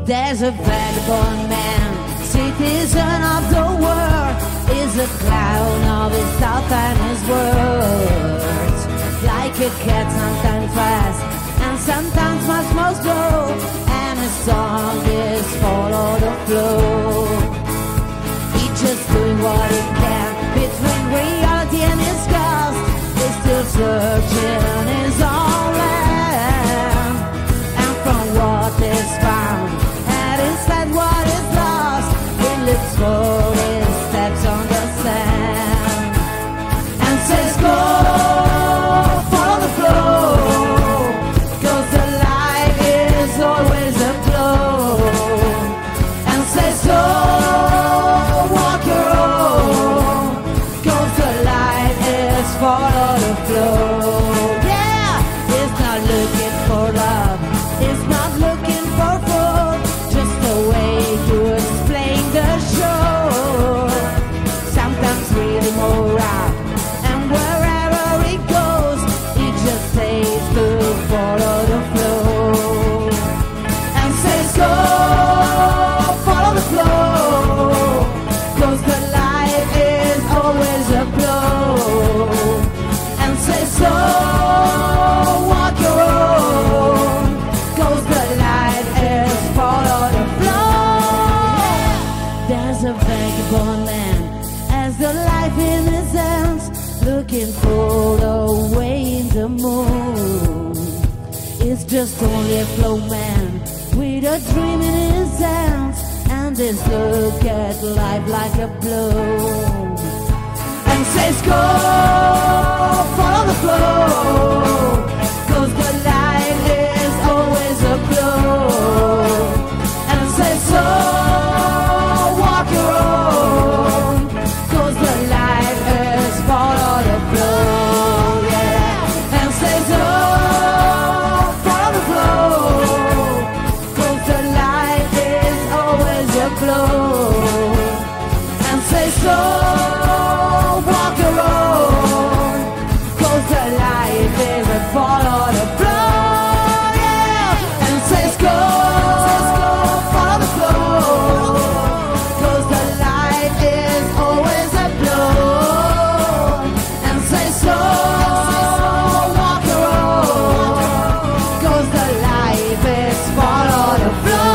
There's a vagabond man, citizen of the world, is a clown of his thoughts and his words. Like a cat, sometimes fast and sometimes much more slow, and his song is follow the flow. He's just doing what he can between reality and his ghost. He's still searching his own land, and from what is found and instead what is lost, he looks for his steps on the sand and says go, follow the flow, 'cause the light is always a flow, and says so, walk your own, 'cause the light is follow the flow. Yeah, it's not looking for love, it's not looking for food, just a way to explain the show. Sometimes really more out, and wherever it goes, it just stays to follow the flow. And says go, follow the flow, 'cause the light is always a flow. And says so, walk your own, 'cause the light is follow the flow. There's a vagabond man, has the life in his hands, looking for the way in the moon. It's just only a flow man with a dream in his hands, and this look at life like a blow. And says go, follow the flow, 'cause the light is always a glow. And says so, walk your own, 'cause the light is follow the flow. Yeah. And says oh, follow the flow, 'cause the light is always a glow. And says so, walk your own, 'cause the light is a follow the flow. Yeah. And says go, follow the flow, 'cause the light is always a glow. And says so, walk your own, 'cause the light is follow the flow.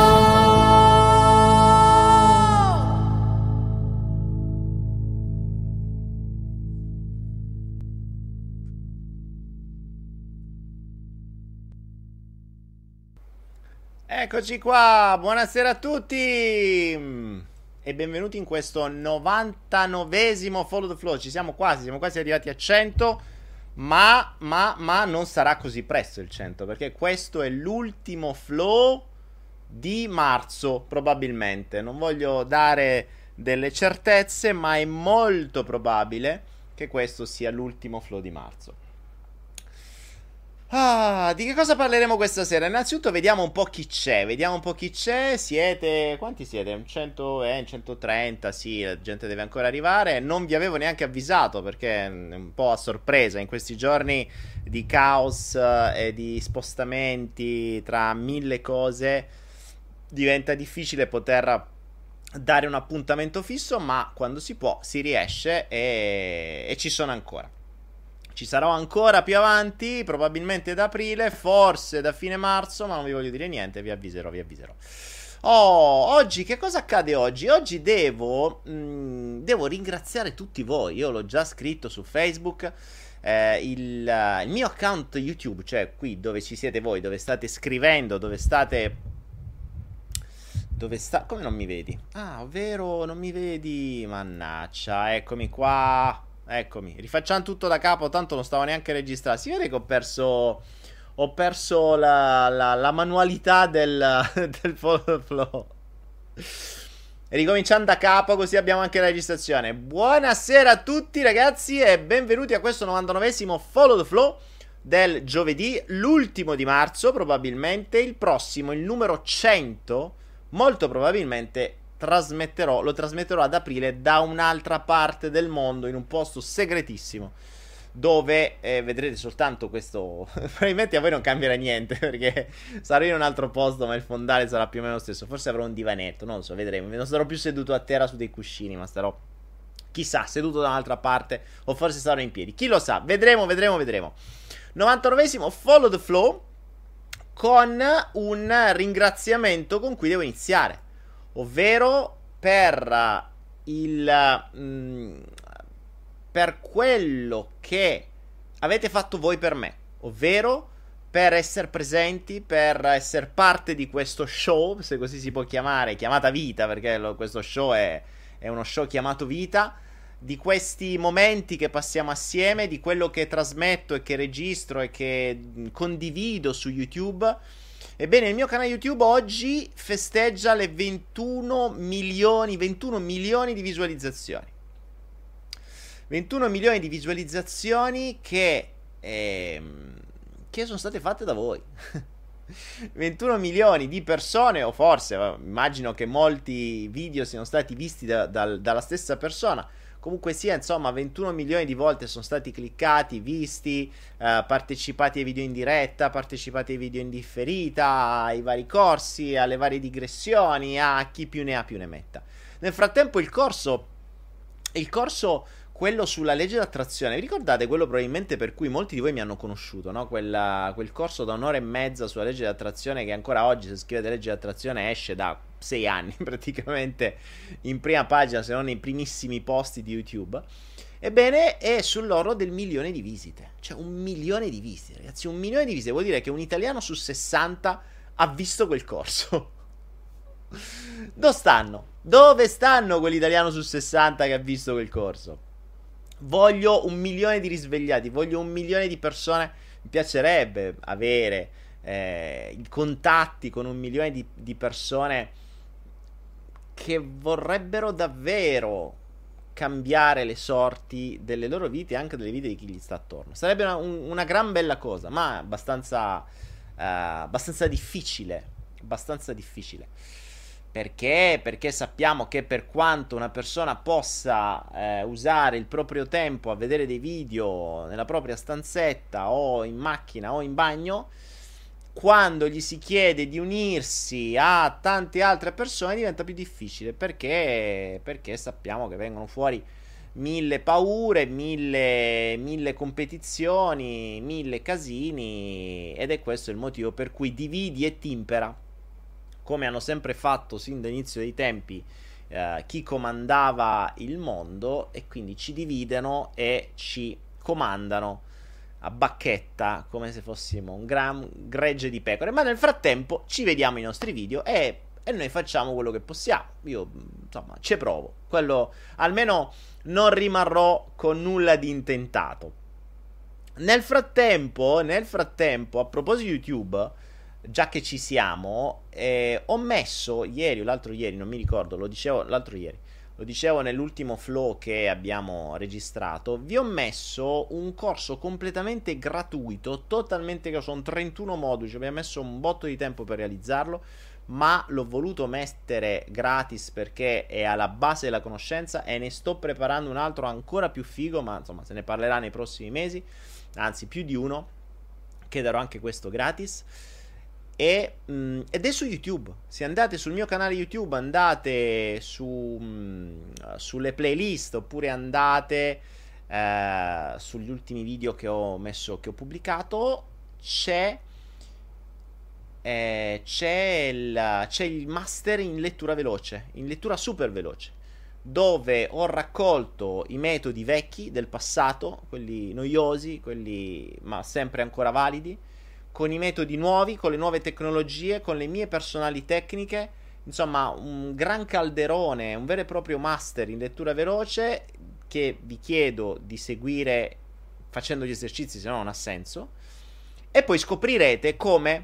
Eccoci qua, buonasera a tutti e benvenuti in questo 99esimo Follow the Flow. Siamo quasi arrivati a 100, ma non sarà così presto il 100, perché questo è l'ultimo flow di marzo, probabilmente. Non voglio dare delle certezze, ma è molto probabile che questo sia l'ultimo flow di marzo. Di che cosa parleremo questa sera? Innanzitutto vediamo un po' chi c'è. Siete... Quanti siete? Un 100, 130, sì, la gente deve ancora arrivare. Non vi avevo neanche avvisato perché è un po' a sorpresa. In questi giorni di caos e di spostamenti tra mille cose diventa difficile poter dare un appuntamento fisso, ma quando si può si riesce e ci sono ancora. Ci sarò ancora più avanti, probabilmente ad aprile, forse da fine marzo, ma non vi voglio dire niente, vi avviserò. Oggi, che cosa accade oggi? Oggi devo ringraziare tutti voi, io l'ho già scritto su Facebook, il mio account YouTube, cioè qui dove ci siete voi, dove state scrivendo, come non mi vedi? Ah, ovvero non mi vedi? Mannaggia, eccomi qua. Eccomi, rifacciamo tutto da capo, tanto non stavo neanche registrando. Si vede che ho perso la manualità del flow. Ricominciando da capo, così abbiamo anche la registrazione. Buonasera a tutti ragazzi e benvenuti a questo 99esimo Follow the Flow del giovedì, l'ultimo di marzo probabilmente. Il prossimo, il numero 100, molto probabilmente lo trasmetterò ad aprile da un'altra parte del mondo, in un posto segretissimo, dove vedrete soltanto questo. Probabilmente a voi non cambierà niente perché sarò in un altro posto, ma il fondale sarà più o meno lo stesso. Forse avrò un divanetto, non lo so, vedremo. Non sarò più seduto a terra su dei cuscini, ma starò, chissà, seduto da un'altra parte, o forse starò in piedi. Chi lo sa? Vedremo. 99esimo Follow the Flow, con un ringraziamento con cui devo iniziare, ovvero per per quello che avete fatto voi per me, ovvero per essere presenti, per essere parte di questo show, se così si può chiamare, chiamata vita, perché questo show è uno show chiamato vita, di questi momenti che passiamo assieme, di quello che trasmetto e che registro e che condivido su YouTube. Ebbene, il mio canale YouTube oggi festeggia le 21 milioni di visualizzazioni. 21 milioni di visualizzazioni che sono state fatte da voi. 21 milioni di persone, o forse immagino che molti video siano stati visti dalla stessa persona. Comunque sia, insomma, 21 milioni di volte sono stati cliccati, visti, partecipati ai video in diretta, partecipati ai video in differita, ai vari corsi, alle varie digressioni, a chi più ne ha più ne metta. Nel frattempo il corso, quello sulla legge d'attrazione, vi ricordate quello probabilmente per cui molti di voi mi hanno conosciuto, no? Quel corso da 1 ora e mezza sulla legge d'attrazione, che ancora oggi, se scrivete legge d'attrazione, esce da 6 anni praticamente in prima pagina, se non nei primissimi posti di YouTube. Ebbene, è sull'oro del 1.000.000 di visite. Cioè 1.000.000 di visite, ragazzi. 1.000.000 di visite vuol dire che un italiano su 60 ha visto quel corso. Dove stanno? Dove stanno quell'italiano su 60 che ha visto quel corso? Voglio 1.000.000 di risvegliati, voglio 1.000.000 di persone. Mi piacerebbe avere i contatti con 1.000.000 di persone che vorrebbero davvero cambiare le sorti delle loro vite e anche delle vite di chi gli sta attorno. Sarebbe una gran bella cosa, ma abbastanza difficile. Abbastanza difficile. Perché? Perché sappiamo che per quanto una persona possa usare il proprio tempo a vedere dei video nella propria stanzetta o in macchina o in bagno, quando gli si chiede di unirsi a tante altre persone diventa più difficile, perché sappiamo che vengono fuori 1.000 paure, 1.000 competizioni, 1.000 casini, ed è questo il motivo per cui dividi e timpera, come hanno sempre fatto sin dall'inizio dei tempi chi comandava il mondo, e quindi ci dividono e ci comandano a bacchetta come se fossimo un gran gregge di pecore. Ma nel frattempo ci vediamo i nostri video e noi facciamo quello che possiamo. Io insomma ci provo, quello almeno non rimarrò con nulla di intentato. Nel frattempo, a proposito di YouTube, già che ci siamo, ho messo ieri o l'altro ieri, non mi ricordo, lo dicevo l'altro ieri, lo dicevo nell'ultimo flow che abbiamo registrato, vi ho messo un corso completamente gratuito, totalmente gratuito, sono 31 moduli, ci abbiamo messo un botto di tempo per realizzarlo, ma l'ho voluto mettere gratis perché è alla base della conoscenza, e ne sto preparando un altro ancora più figo, ma insomma se ne parlerà nei prossimi mesi, anzi più di uno, che darò anche questo gratis. Ed è su YouTube. Se andate sul mio canale YouTube, andate sulle playlist, oppure andate sugli ultimi video che ho messo, che ho pubblicato, c'è il master in lettura veloce, in lettura super veloce, dove ho raccolto i metodi vecchi del passato, quelli noiosi, quelli ma sempre ancora validi, con i metodi nuovi, con le nuove tecnologie, con le mie personali tecniche. Insomma, un gran calderone, un vero e proprio master in lettura veloce che vi chiedo di seguire facendo gli esercizi, se no non ha senso. E poi scoprirete come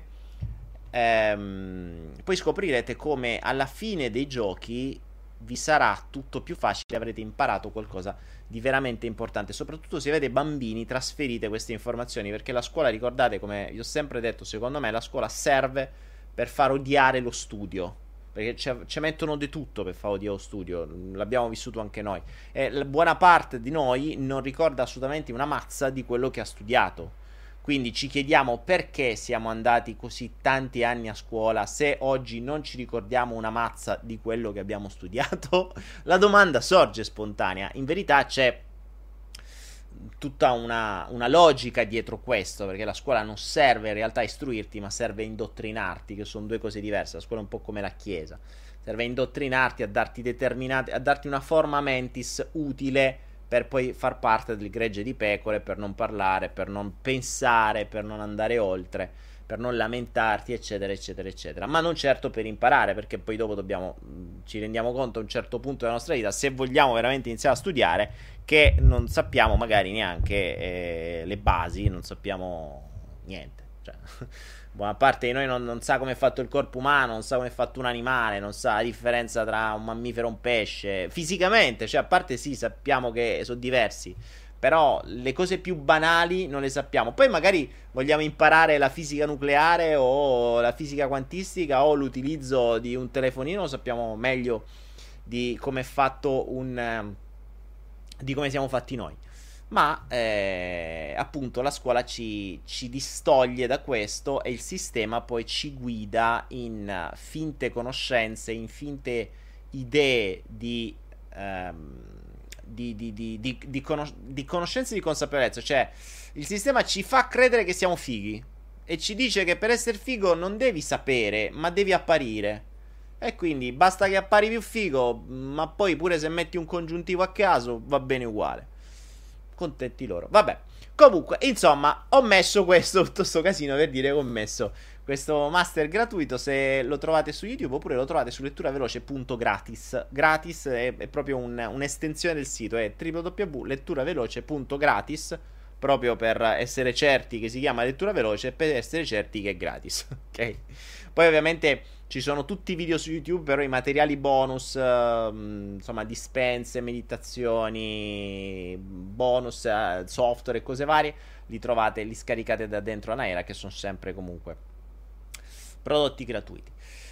alla fine dei giochi vi sarà tutto più facile, avrete imparato qualcosa di veramente importante. Soprattutto se avete bambini, trasferite queste informazioni, perché la scuola, ricordate, come vi ho sempre detto, secondo me la scuola serve per far odiare lo studio, perché ci mettono di tutto per fare Audio Studio, l'abbiamo vissuto anche noi. E la buona parte di noi non ricorda assolutamente una mazza di quello che ha studiato. Quindi ci chiediamo perché siamo andati così tanti anni a scuola se oggi non ci ricordiamo una mazza di quello che abbiamo studiato. La domanda sorge spontanea. In verità c'è tutta una logica dietro questo, perché la scuola non serve in realtà a istruirti, ma serve a indottrinarti, che sono due cose diverse. La scuola è un po' come la chiesa, serve a indottrinarti, a darti una forma mentis utile per poi far parte del gregge di pecore, per non parlare, per non pensare, per non andare oltre, per non lamentarti, eccetera, eccetera, eccetera. Ma non certo per imparare, perché poi dopo ci rendiamo conto a un certo punto della nostra vita, se vogliamo veramente iniziare a studiare, che non sappiamo magari neanche le basi, non sappiamo niente. Cioè, buona parte di noi non sa come è fatto il corpo umano, non sa come è fatto un animale, non sa la differenza tra un mammifero e un pesce. Fisicamente, cioè, a parte sì, sappiamo che sono diversi, però le cose più banali non le sappiamo. Poi magari vogliamo imparare la fisica nucleare o la fisica quantistica o l'utilizzo di un telefonino, lo sappiamo meglio di come è fatto di come siamo fatti noi. Ma appunto la scuola ci distoglie da questo e il sistema poi ci guida in finte conoscenze, in finte idee di conoscenza e di consapevolezza. Cioè il sistema ci fa credere che siamo fighi e ci dice che per essere figo non devi sapere, ma devi apparire. E quindi basta che appari più figo, ma poi pure se metti un congiuntivo a caso va bene uguale. Contenti loro. Vabbè. Comunque, insomma, ho messo tutto sto casino per dire che ho messo questo master gratuito. Se lo trovate su YouTube oppure lo trovate su letturaveloce.gratis. Gratis è proprio un'estensione del sito, è www.letturaveloce.gratis, proprio per essere certi che si chiama lettura veloce e per essere certi che è gratis. Ok? Poi ovviamente ci sono tutti i video su YouTube, però i materiali bonus, insomma, dispense, meditazioni, bonus, software e cose varie, li scaricate da dentro Anaera, che sono sempre comunque prodotti gratuiti.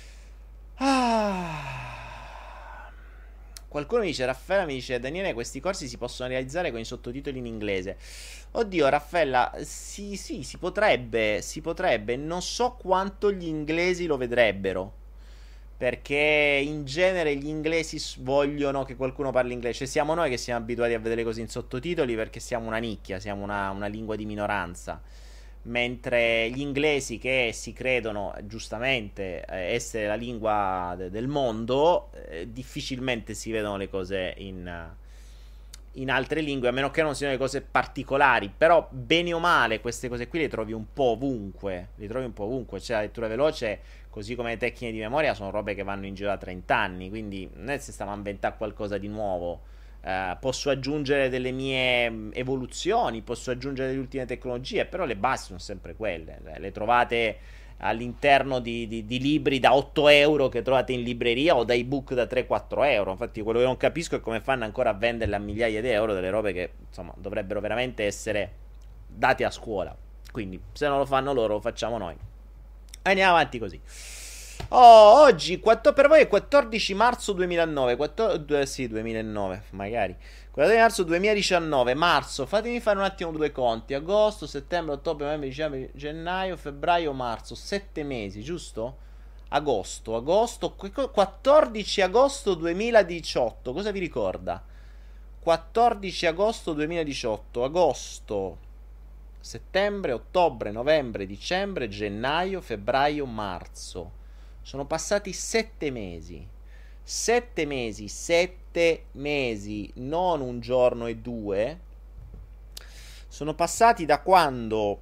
Qualcuno mi dice, Raffaella mi dice, Daniele, questi corsi si possono realizzare con i sottotitoli in inglese. Oddio, Raffaella, sì, si potrebbe, non so quanto gli inglesi lo vedrebbero, perché in genere gli inglesi vogliono che qualcuno parli inglese, cioè siamo noi che siamo abituati a vedere cose in sottotitoli perché siamo una nicchia, siamo una lingua di minoranza, mentre gli inglesi che si credono giustamente essere la lingua del mondo, difficilmente si vedono le cose in altre lingue, a meno che non siano le cose particolari. Però bene o male queste cose qui le trovi un po' ovunque, cioè la lettura veloce, così come le tecniche di memoria, sono robe che vanno in giro da 30 anni, quindi non è se stiamo a inventare qualcosa di nuovo. Posso aggiungere delle mie evoluzioni, posso aggiungere delle ultime tecnologie, però le basi sono sempre quelle, le trovate all'interno di libri da 8 euro che trovate in libreria o da ebook da 3-4 euro. Infatti quello che non capisco è come fanno ancora a venderle a migliaia di euro delle robe che insomma dovrebbero veramente essere date a scuola. Quindi se non lo fanno loro lo facciamo noi. Andiamo avanti così. Oggi per voi è 14 marzo 2009. Sì, 2009, magari. 14 marzo 2019. Marzo, fatemi fare un attimo due conti. Agosto, settembre, ottobre, novembre, dicembre, gennaio, febbraio, marzo. 7 mesi, giusto? Agosto, 14 agosto 2018. Cosa vi ricorda? 14 agosto 2018. Agosto, settembre, ottobre, novembre, dicembre, gennaio, febbraio, marzo. Sono passati 7 mesi. 7 mesi, 7 mesi, non un giorno e due. Sono passati da quando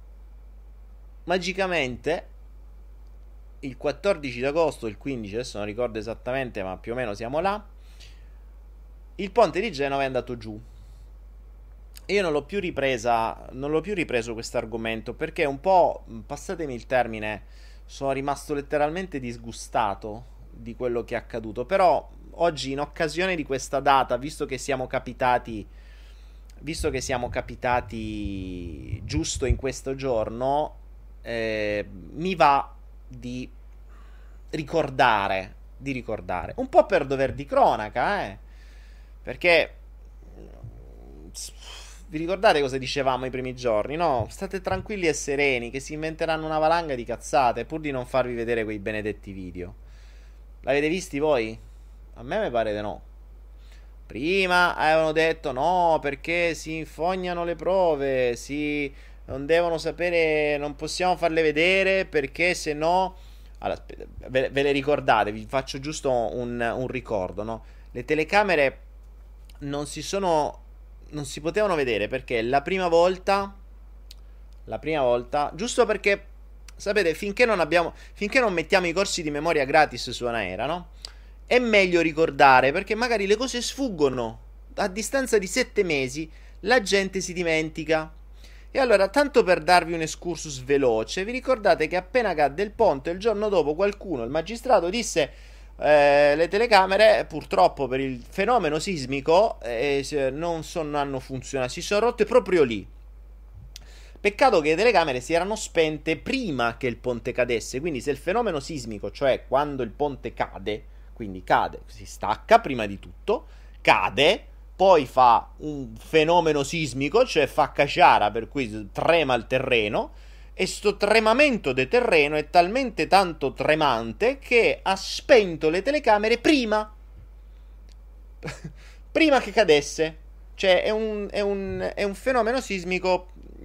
magicamente il 14 d'agosto, il 15, adesso non ricordo esattamente, ma più o meno siamo là, il ponte di Genova è andato giù. E io non l'ho più ripreso questo argomento, perché un po', passatemi il termine, sono rimasto letteralmente disgustato di quello che è accaduto. Però oggi, in occasione di questa data, visto che siamo capitati giusto in questo giorno, mi va di ricordare di ricordare. Un po' per dover di cronaca, perché vi ricordate cosa dicevamo i primi giorni? No, state tranquilli e sereni che si inventeranno una valanga di cazzate pur di non farvi vedere quei benedetti video. L'avete visti voi? A me mi pare di no. Prima avevano detto no, perché si infognano le prove, non devono sapere, non possiamo farle vedere perché se no... Allora, ve le ricordate? Vi faccio giusto un ricordo, no? Le telecamere non si potevano vedere perché la prima volta, giusto perché, sapete, finché non mettiamo i corsi di memoria gratis su Anaera, no? È meglio ricordare perché magari le cose sfuggono. A distanza di 7 mesi la gente si dimentica. E allora, tanto per darvi un excursus veloce, vi ricordate che appena cadde il ponte, il giorno dopo qualcuno, il magistrato, disse le telecamere, purtroppo per il fenomeno sismico, non hanno funzionato, si sono rotte proprio lì. Peccato che le telecamere si erano spente prima che il ponte cadesse, quindi se il fenomeno sismico, cioè quando il ponte cade, quindi cade, si stacca prima di tutto, cade, poi fa un fenomeno sismico, cioè fa caciara, per cui trema il terreno, e sto tremamento del terreno è talmente tanto tremante che ha spento le telecamere prima che cadesse. Cioè è un fenomeno sismico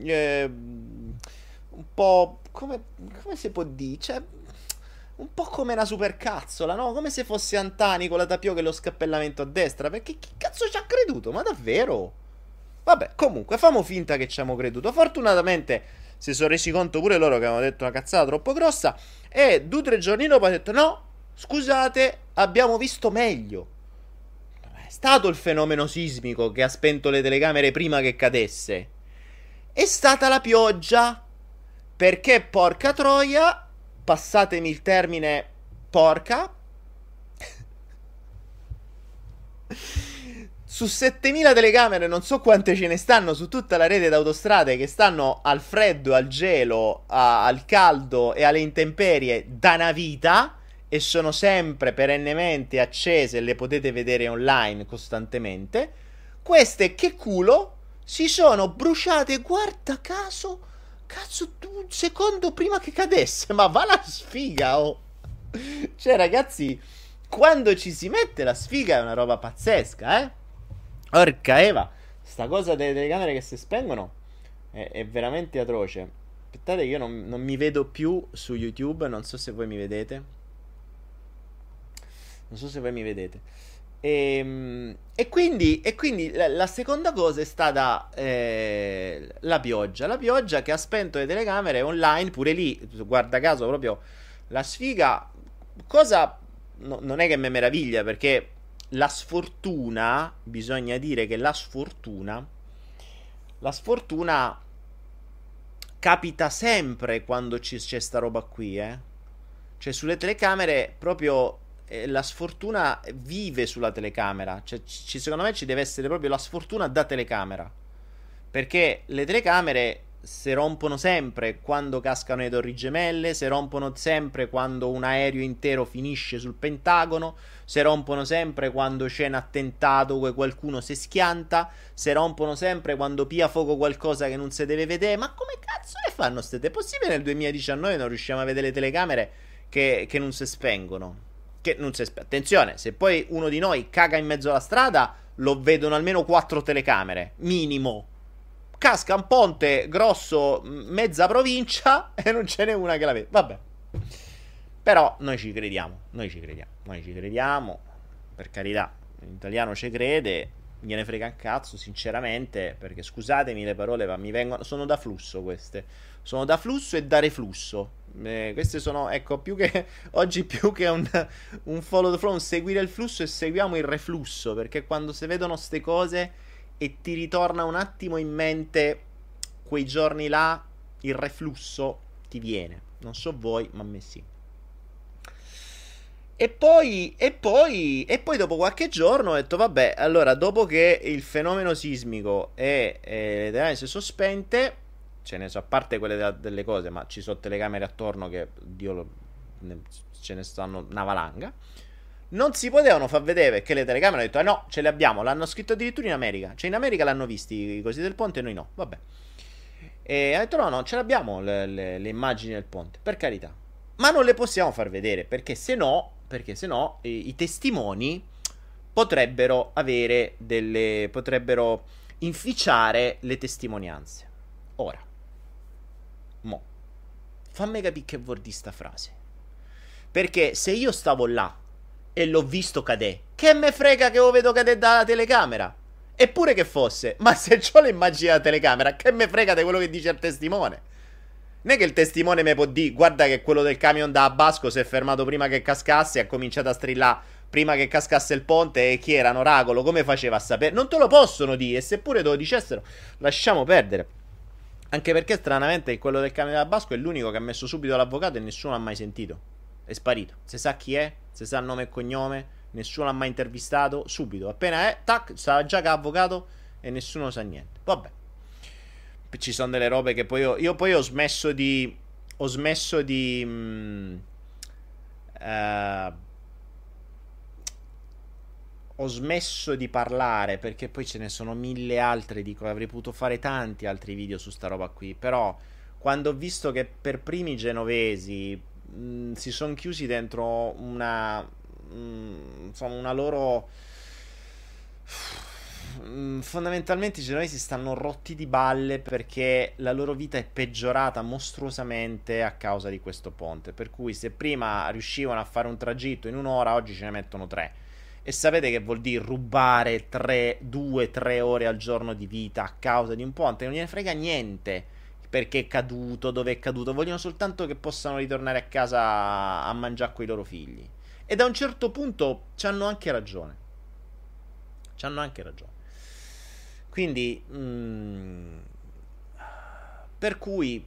un po'... come si può dire? Cioè, un po' come una supercazzola, no? Come se fosse Antani con la tapioca e lo scappellamento a destra. Perché chi cazzo ci ha creduto? Ma davvero? Vabbè, comunque, famo finta che ci abbiamo creduto. Fortunatamente si sono resi conto pure loro che avevano detto una cazzata troppo grossa. E 2 o 3 giorni dopo hanno detto: no, scusate, abbiamo visto meglio. È stato il fenomeno sismico che ha spento le telecamere prima che cadesse. È stata la pioggia. Perché, porca troia, passatemi il termine porca, su 7000 telecamere non so quante ce ne stanno su tutta la rete d'autostrade che stanno al freddo, al gelo, al caldo e alle intemperie da una vita e sono sempre perennemente accese e le potete vedere online costantemente. Queste, che culo, si sono bruciate, guarda caso, cazzo, un secondo prima che cadesse. Ma va la sfiga, oh. Cioè, ragazzi, quando ci si mette la sfiga è una roba pazzesca, eh. Porca Eva, sta cosa delle telecamere che si spengono è veramente atroce. Aspettate, io non mi vedo più su YouTube, non so se voi mi vedete. Non so se voi mi vedete. E quindi la seconda cosa è stata la pioggia. La pioggia che ha spento le telecamere online, pure lì, guarda caso, proprio la sfiga. Cosa non è che mi meraviglia, perché la sfortuna, bisogna dire che la sfortuna capita sempre quando c'è sta roba qui, Cioè sulle telecamere proprio la sfortuna vive sulla telecamera. Cioè, secondo me ci deve essere proprio la sfortuna da telecamera. Perché le telecamere si rompono sempre quando cascano le torri gemelle, si rompono sempre quando un aereo intero finisce sul Pentagono, si rompono sempre quando c'è un attentato e qualcuno si schianta, si rompono sempre quando pia fuoco qualcosa che non si deve vedere. Ma come cazzo le fanno ste? È possibile nel 2019 non riusciamo a vedere le telecamere che non si spengono? Attenzione, se poi uno di noi caga in mezzo alla strada, lo vedono almeno 4 telecamere, minimo. Casca un ponte grosso, mezza provincia, e non ce n'è una che la vede. Vabbè. Però noi ci crediamo. Per carità, l'italiano ci crede. Gliene frega un cazzo, sinceramente. Perché scusatemi le parole, ma mi vengono. Sono da flusso queste. Sono da flusso e da reflusso. Queste sono, ecco, oggi più che un follow the flow, un seguire il flusso, e seguiamo il reflusso. Perché quando si vedono ste cose e ti ritorna un attimo in mente quei giorni là, il reflusso ti viene. Non so voi, ma a me sì. E poi dopo qualche giorno ho detto vabbè, allora dopo che il fenomeno sismico e le telecamere si sono spente, ce ne so, a parte quelle delle cose, ma ci sono telecamere attorno che Dio ce ne stanno una valanga. non si potevano far vedere perché le telecamere hanno detto no, ce le abbiamo, l'hanno scritto addirittura in America, cioè in America l'hanno visti i cosi del ponte e noi no, vabbè. E ha detto no, ce l'abbiamo le immagini del ponte, per carità, ma non le possiamo far vedere perché se no i testimoni potrebbero inficiare le testimonianze. Ora, fammi capire che vuol dire sta frase. Perché se io stavo là e l'ho visto cadere, che me frega che lo vedo cadere dalla telecamera? Eppure che fosse, ma se ho le immagini della telecamera, che me frega di quello che dice il testimone? Non è che il testimone mi può dire, guarda che quello del camion da Basco si è fermato prima che cascasse e ha cominciato a strillare prima che cascasse il ponte e chi era Noracolo, come faceva a sapere? Non te lo possono dire, e seppure te lo dicessero, lasciamo perdere. Anche perché stranamente quello del camion da Basco è l'unico che ha messo subito l'avvocato e nessuno l'ha mai sentito. È sparito. Se sa chi è, se sa nome e cognome, nessuno l'ha mai intervistato, subito. Appena è, tac, sa già che ha avvocato e nessuno sa niente. Vabbè. Ci sono delle robe che poi io poi ho smesso di parlare perché poi ce ne sono mille altre. Dico, avrei potuto fare tanti altri video su sta roba qui. Però, quando ho visto che per primi i genovesi si sono chiusi dentro una loro. Fondamentalmente i genovesi stanno rotti di balle perché la loro vita è peggiorata mostruosamente a causa di questo ponte. Per cui se prima riuscivano a fare un tragitto in un'ora, oggi ce ne mettono 3. E sapete che vuol dire rubare 2-3 ore al giorno di vita a causa di un ponte? Non gliene frega niente perché è caduto, dove è caduto. Vogliono soltanto che possano ritornare a casa a mangiare coi loro figli. E da un certo punto c'hanno anche ragione. Quindi per cui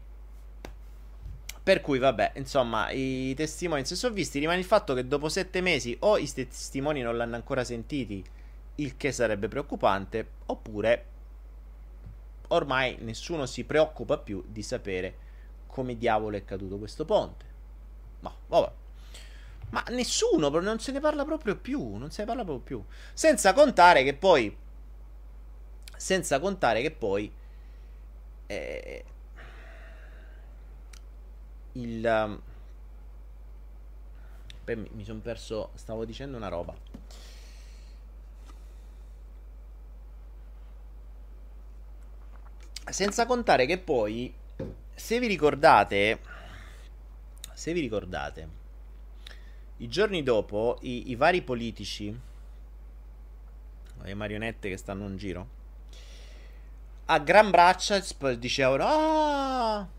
vabbè, insomma, i testimoni si sono visti. Rimane il fatto che dopo 7 mesi o i testimoni non l'hanno ancora sentiti, il che sarebbe preoccupante, oppure ormai nessuno si preoccupa più di sapere come diavolo è caduto questo ponte. Ma vabbè. Ma nessuno, non se ne parla proprio più. Senza contare che poi mi sono perso, stavo dicendo una roba. Senza contare che poi, se vi ricordate, i giorni dopo i vari politici, le marionette che stanno in giro, a gran braccia dicevano: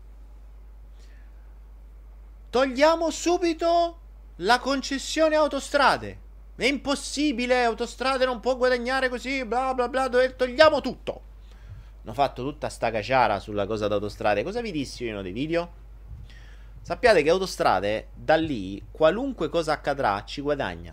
togliamo subito la concessione autostrade, è impossibile, autostrade non può guadagnare così, bla bla bla, togliamo tutto. Hanno fatto tutta sta caciara sulla cosa d'autostrade. Cosa vi dissi io in uno dei video? Sappiate che autostrade, da lì, qualunque cosa accadrà, ci guadagna.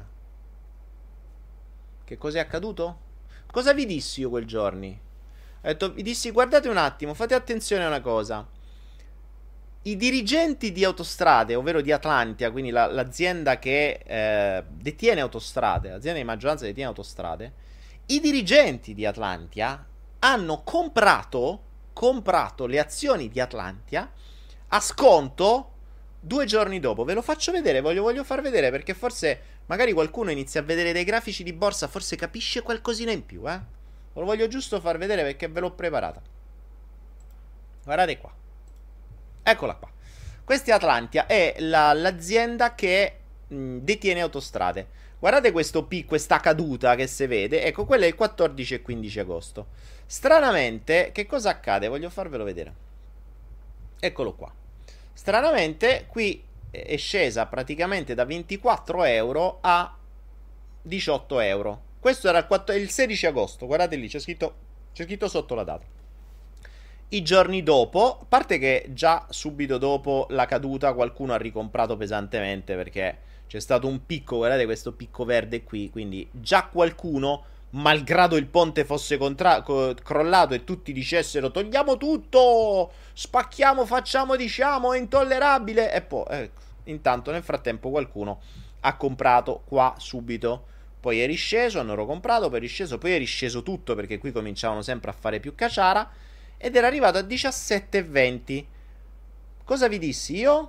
Che cosa è accaduto? Cosa vi dissi io quel giorni? Vi dissi, guardate un attimo, fate attenzione a una cosa. I dirigenti di Autostrade, ovvero di Atlantia, quindi l'azienda che detiene Autostrade, l'azienda di maggioranza che detiene Autostrade, i dirigenti di Atlantia hanno comprato le azioni di Atlantia a sconto 2 giorni dopo. Ve lo faccio vedere, voglio far vedere, perché forse magari qualcuno inizia a vedere dei grafici di borsa, forse capisce qualcosina in più, Ve lo voglio giusto far vedere perché ve l'ho preparata. Guardate qua. Eccola qua. Questa è Atlantia, è l'azienda che detiene Autostrade. Guardate questa caduta che si vede. Ecco, quella è il 14 e 15 agosto. Stranamente, che cosa accade? Voglio farvelo vedere. Eccolo qua. Stranamente, qui è scesa praticamente da 24 euro a 18 euro. Questo era il 16 agosto. Guardate lì, c'è scritto sotto la data. I giorni dopo, a parte che già subito dopo la caduta qualcuno ha ricomprato pesantemente perché c'è stato un picco, guardate questo picco verde qui, quindi già qualcuno, malgrado il ponte fosse crollato e tutti dicessero togliamo tutto, spacchiamo, facciamo, diciamo, è intollerabile, e poi intanto nel frattempo qualcuno ha comprato qua subito. Poi è risceso, hanno ricomprato, poi è risceso, poi è risceso tutto perché qui cominciavano sempre a fare più caciara ed era arrivato a 17,20. Cosa vi dissi io?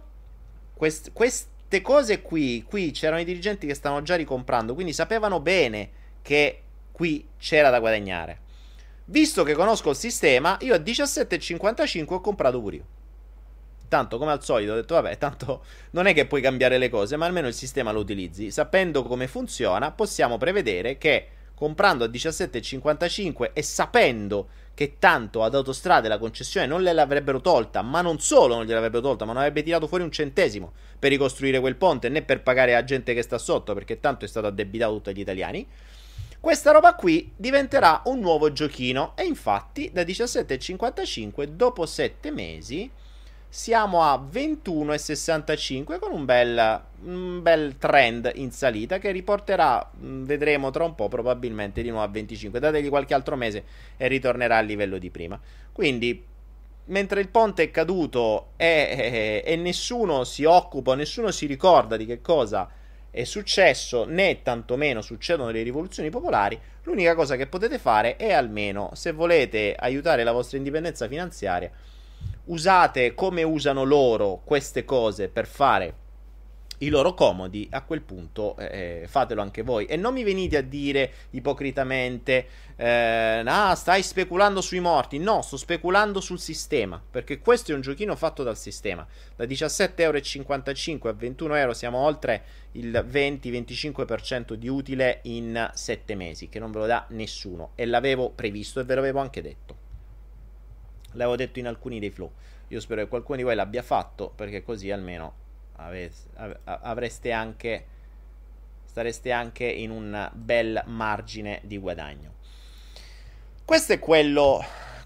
Queste cose qui c'erano i dirigenti che stavano già ricomprando, quindi sapevano bene che qui c'era da guadagnare. Visto che conosco il sistema, io a 17,55 ho comprato pure io. Tanto, come al solito, ho detto, vabbè, tanto non è che puoi cambiare le cose, ma almeno il sistema lo utilizzi. Sapendo come funziona, possiamo prevedere che comprando a 17,55 e sapendo che tanto ad Autostrade la concessione non gliel'avrebbero tolta, ma non solo non gliel'avrebbero tolta, ma non avrebbe tirato fuori un centesimo per ricostruire quel ponte, né per pagare la gente che sta sotto, perché tanto è stato addebitato tutto agli italiani. Questa roba qui diventerà un nuovo giochino e infatti da 17,55 dopo 7 mesi siamo a 21,65 con un bel trend in salita che riporterà, vedremo tra un po', probabilmente di nuovo a 25. Dategli qualche altro mese e ritornerà al livello di prima. Quindi, mentre il ponte è caduto e nessuno si occupa, nessuno si ricorda di che cosa è successo, né tantomeno succedono le rivoluzioni popolari, l'unica cosa che potete fare è, almeno se volete aiutare la vostra indipendenza finanziaria, usate come usano loro queste cose per fare i loro comodi. A quel punto fatelo anche voi e non mi venite a dire ipocritamente stai speculando sui morti. No, sto speculando sul sistema, perché questo è un giochino fatto dal sistema. Da 17,55 € a 21 € siamo oltre il 20-25% di utile in 7 mesi, che non ve lo dà nessuno, e l'avevo previsto e ve l'avevo anche detto. L'avevo detto in alcuni dei flow. Io spero che qualcuno di voi l'abbia fatto, perché così almeno avreste anche, stareste anche in un bel margine di guadagno. Questo è quello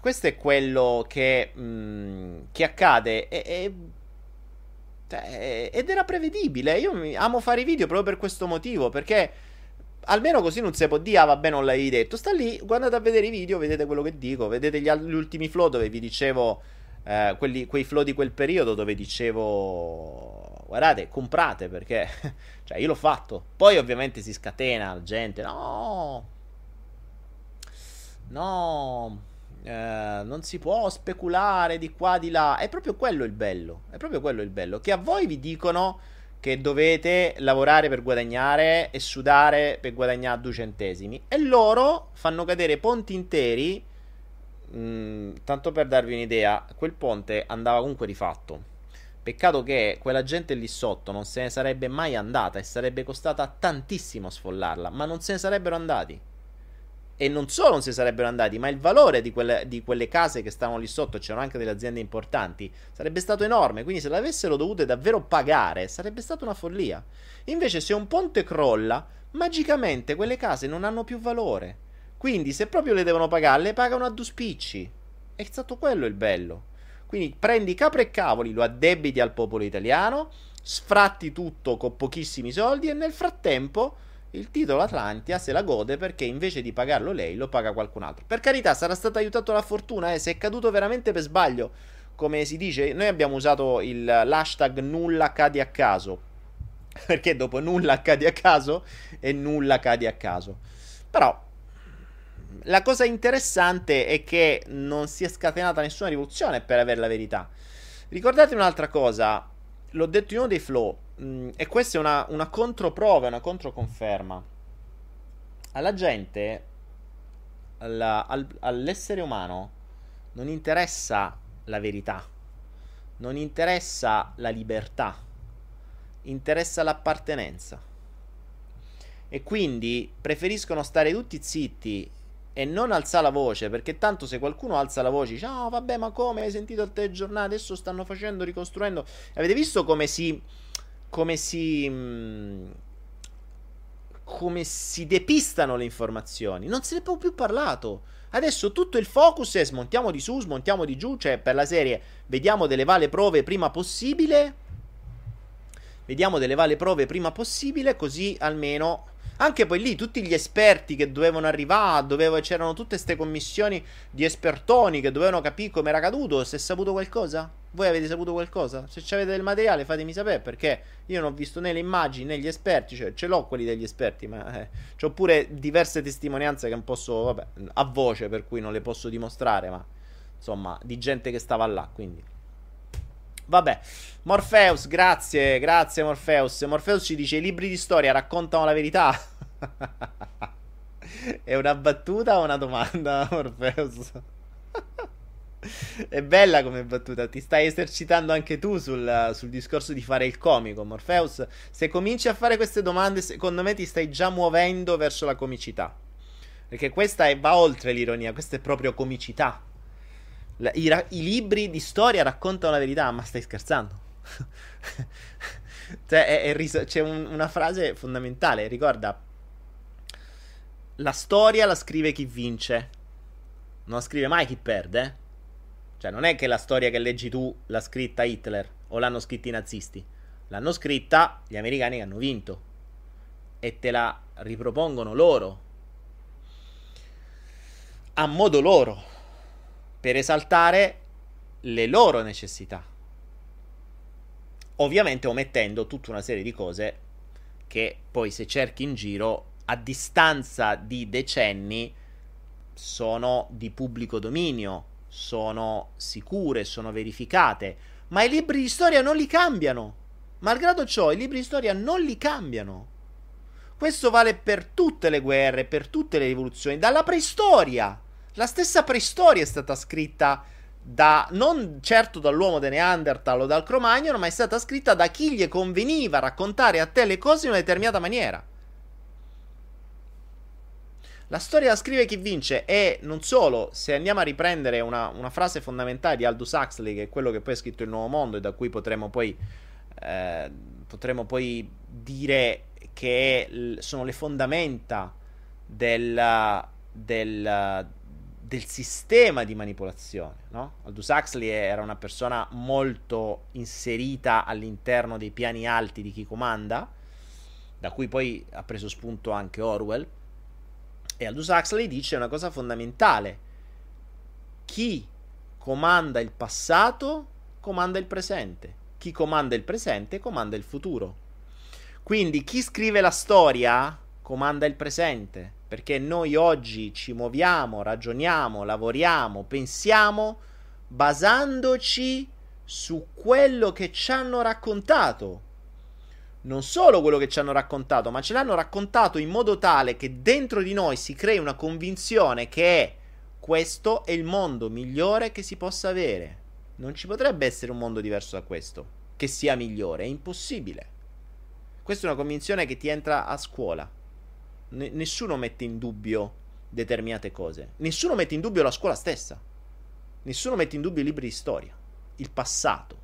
che accade ed era prevedibile. Io amo fare i video proprio per questo motivo, perché almeno così non si può dire, ah vabbè non l'avevi detto. Sta lì, guardate a vedere i video, vedete quello che dico, vedete gli ultimi flow dove vi dicevo, quei flow di quel periodo dove dicevo, guardate, comprate, perché cioè io l'ho fatto. Poi ovviamente si scatena la gente, no, non si può speculare di qua di là. È proprio quello il bello, che a voi vi dicono che dovete lavorare per guadagnare e sudare per guadagnare 2 centesimi, e loro fanno cadere ponti interi. Tanto per darvi un'idea, quel ponte andava comunque rifatto. Peccato che quella gente lì sotto non se ne sarebbe mai andata e sarebbe costata tantissimo sfollarla, ma non se ne sarebbero andati. E non solo non si sarebbero andati, ma il valore di quelle case che stavano lì sotto, c'erano anche delle aziende importanti, sarebbe stato enorme. Quindi se l'avessero dovute davvero pagare, sarebbe stata una follia. Invece se un ponte crolla, magicamente quelle case non hanno più valore. Quindi se proprio le devono pagare, le pagano a 2 spicci. È stato quello il bello. Quindi prendi capra e cavoli, lo addebiti al popolo italiano, sfratti tutto con pochissimi soldi e nel frattempo il titolo Atlantia se la gode, perché invece di pagarlo lei lo paga qualcun altro. Per carità, sarà stato aiutato la fortuna, se è caduto veramente per sbaglio, come si dice. Noi abbiamo usato l'hashtag nulla accade a caso, perché dopo nulla accade a caso e nulla cade a caso. Però la cosa interessante è che non si è scatenata nessuna rivoluzione, per avere la verità. Ricordate un'altra cosa, l'ho detto in uno dei flow, e questa è una controprova, una controconferma. Alla gente, all'essere umano, non interessa la verità, non interessa la libertà, interessa l'appartenenza. E quindi preferiscono stare tutti zitti e non alza la voce, perché tanto se qualcuno alza la voce dice, oh vabbè, ma come, hai sentito il telegiornale, adesso stanno facendo, ricostruendo. Avete visto come si depistano le informazioni? Non se ne è proprio più parlato. Adesso tutto il focus è smontiamo di su, smontiamo di giù, cioè per la serie vediamo delle vere prove prima possibile, così almeno. Anche poi lì tutti gli esperti che dovevano arrivare, c'erano tutte queste commissioni di espertoni che dovevano capire come era caduto. Si è saputo qualcosa? Voi avete saputo qualcosa? Se avete del materiale fatemi sapere, perché io non ho visto né le immagini né gli esperti, cioè ce l'ho quelli degli esperti, ma c'ho pure diverse testimonianze che non posso, vabbè, a voce, per cui non le posso dimostrare, ma insomma, di gente che stava là, quindi. Vabbè, Morpheus, grazie, grazie Morpheus. Morpheus ci dice: i libri di storia raccontano la verità. È una battuta o una domanda, Morpheus? È bella come battuta. Ti stai esercitando anche tu sul discorso di fare il comico, Morpheus. Se cominci a fare queste domande, secondo me ti stai già muovendo verso la comicità. Perché va oltre l'ironia, questa è proprio comicità. I libri di storia raccontano la verità, ma stai scherzando? Cioè, c'è una frase fondamentale, ricorda: la storia la scrive chi vince, non la scrive mai chi perde. Cioè, non è che la storia che leggi tu l'ha scritta Hitler o l'hanno scritta i nazisti. L'hanno scritta gli americani che hanno vinto e te la ripropongono loro, a modo loro, per esaltare le loro necessità, ovviamente omettendo tutta una serie di cose che poi, se cerchi in giro, a distanza di decenni sono di pubblico dominio, sono sicure, sono verificate, ma i libri di storia non li cambiano. Malgrado ciò, i libri di storia non li cambiano. Questo vale per tutte le guerre, per tutte le rivoluzioni, dalla preistoria. La stessa preistoria è stata scritta non certo dall'uomo de Neanderthal o dal Cro-Magnon, ma è stata scritta da chi gli conveniva raccontare a te le cose in una determinata maniera. La storia la scrive chi vince. E non solo, se andiamo a riprendere una frase fondamentale di Aldous Huxley, che è quello che poi ha scritto Il Nuovo Mondo, e da cui potremo poi dire che sono le fondamenta del sistema di manipolazione, no? Aldous Huxley era una persona molto inserita all'interno dei piani alti di chi comanda, da cui poi ha preso spunto anche Orwell. E Aldous Huxley dice una cosa fondamentale: chi comanda il passato comanda il presente, chi comanda il presente comanda il futuro. Quindi chi scrive la storia comanda il presente, perché noi oggi ci muoviamo, ragioniamo, lavoriamo, pensiamo basandoci su quello che ci hanno raccontato. Non solo quello che ci hanno raccontato, ma ce l'hanno raccontato in modo tale che dentro di noi si crei una convinzione che questo è il mondo migliore che si possa avere. Non ci potrebbe essere un mondo diverso da questo, che sia migliore, è impossibile. Questa è una convinzione che ti entra a scuola. Nessuno mette in dubbio determinate cose. Nessuno mette in dubbio la scuola stessa. Nessuno mette in dubbio i libri di storia, il passato.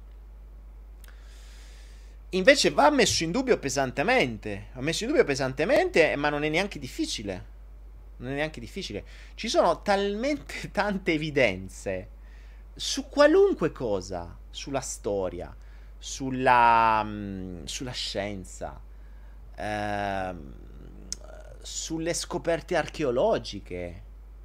Invece va messo in dubbio pesantemente. Va messo in dubbio pesantemente, ma non è neanche difficile. Non è neanche difficile. Ci sono talmente tante evidenze su qualunque cosa, sulla storia, sulla scienza, sulle scoperte archeologiche,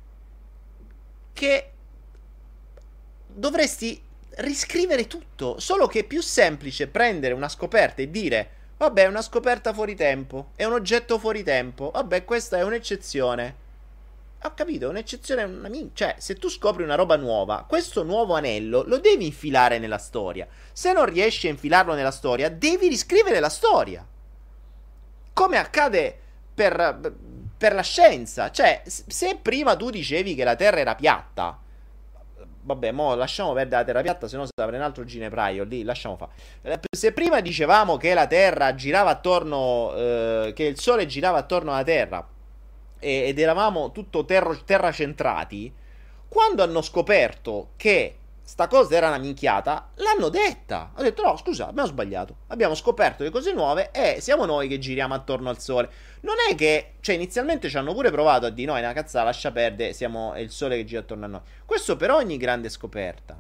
che dovresti riscrivere tutto. Solo che è più semplice prendere una scoperta e dire: vabbè, è una scoperta fuori tempo, è un oggetto fuori tempo, vabbè, questa è un'eccezione. Ho capito, un'eccezione, cioè, se tu scopri una roba nuova, questo nuovo anello lo devi infilare nella storia. Se non riesci a infilarlo nella storia, devi riscrivere la storia, come accade per la scienza. Cioè, se prima tu dicevi che la Terra era piatta, vabbè, mo lasciamo perdere la Terra piatta, se no si apre un altro ginepraio lì, lasciamo fare. Se prima dicevamo che la Terra girava attorno, che il Sole girava attorno alla Terra, ed eravamo tutto terra centrati, quando hanno scoperto che sta cosa era una minchiata, l'hanno detta. Ho detto: no, scusa, abbiamo sbagliato, abbiamo scoperto le cose nuove e siamo noi che giriamo attorno al Sole. Non è che, cioè, inizialmente ci hanno pure provato a dire: no, è una cazzata, lascia perdere, è il Sole che gira attorno a noi. Questo per ogni grande scoperta.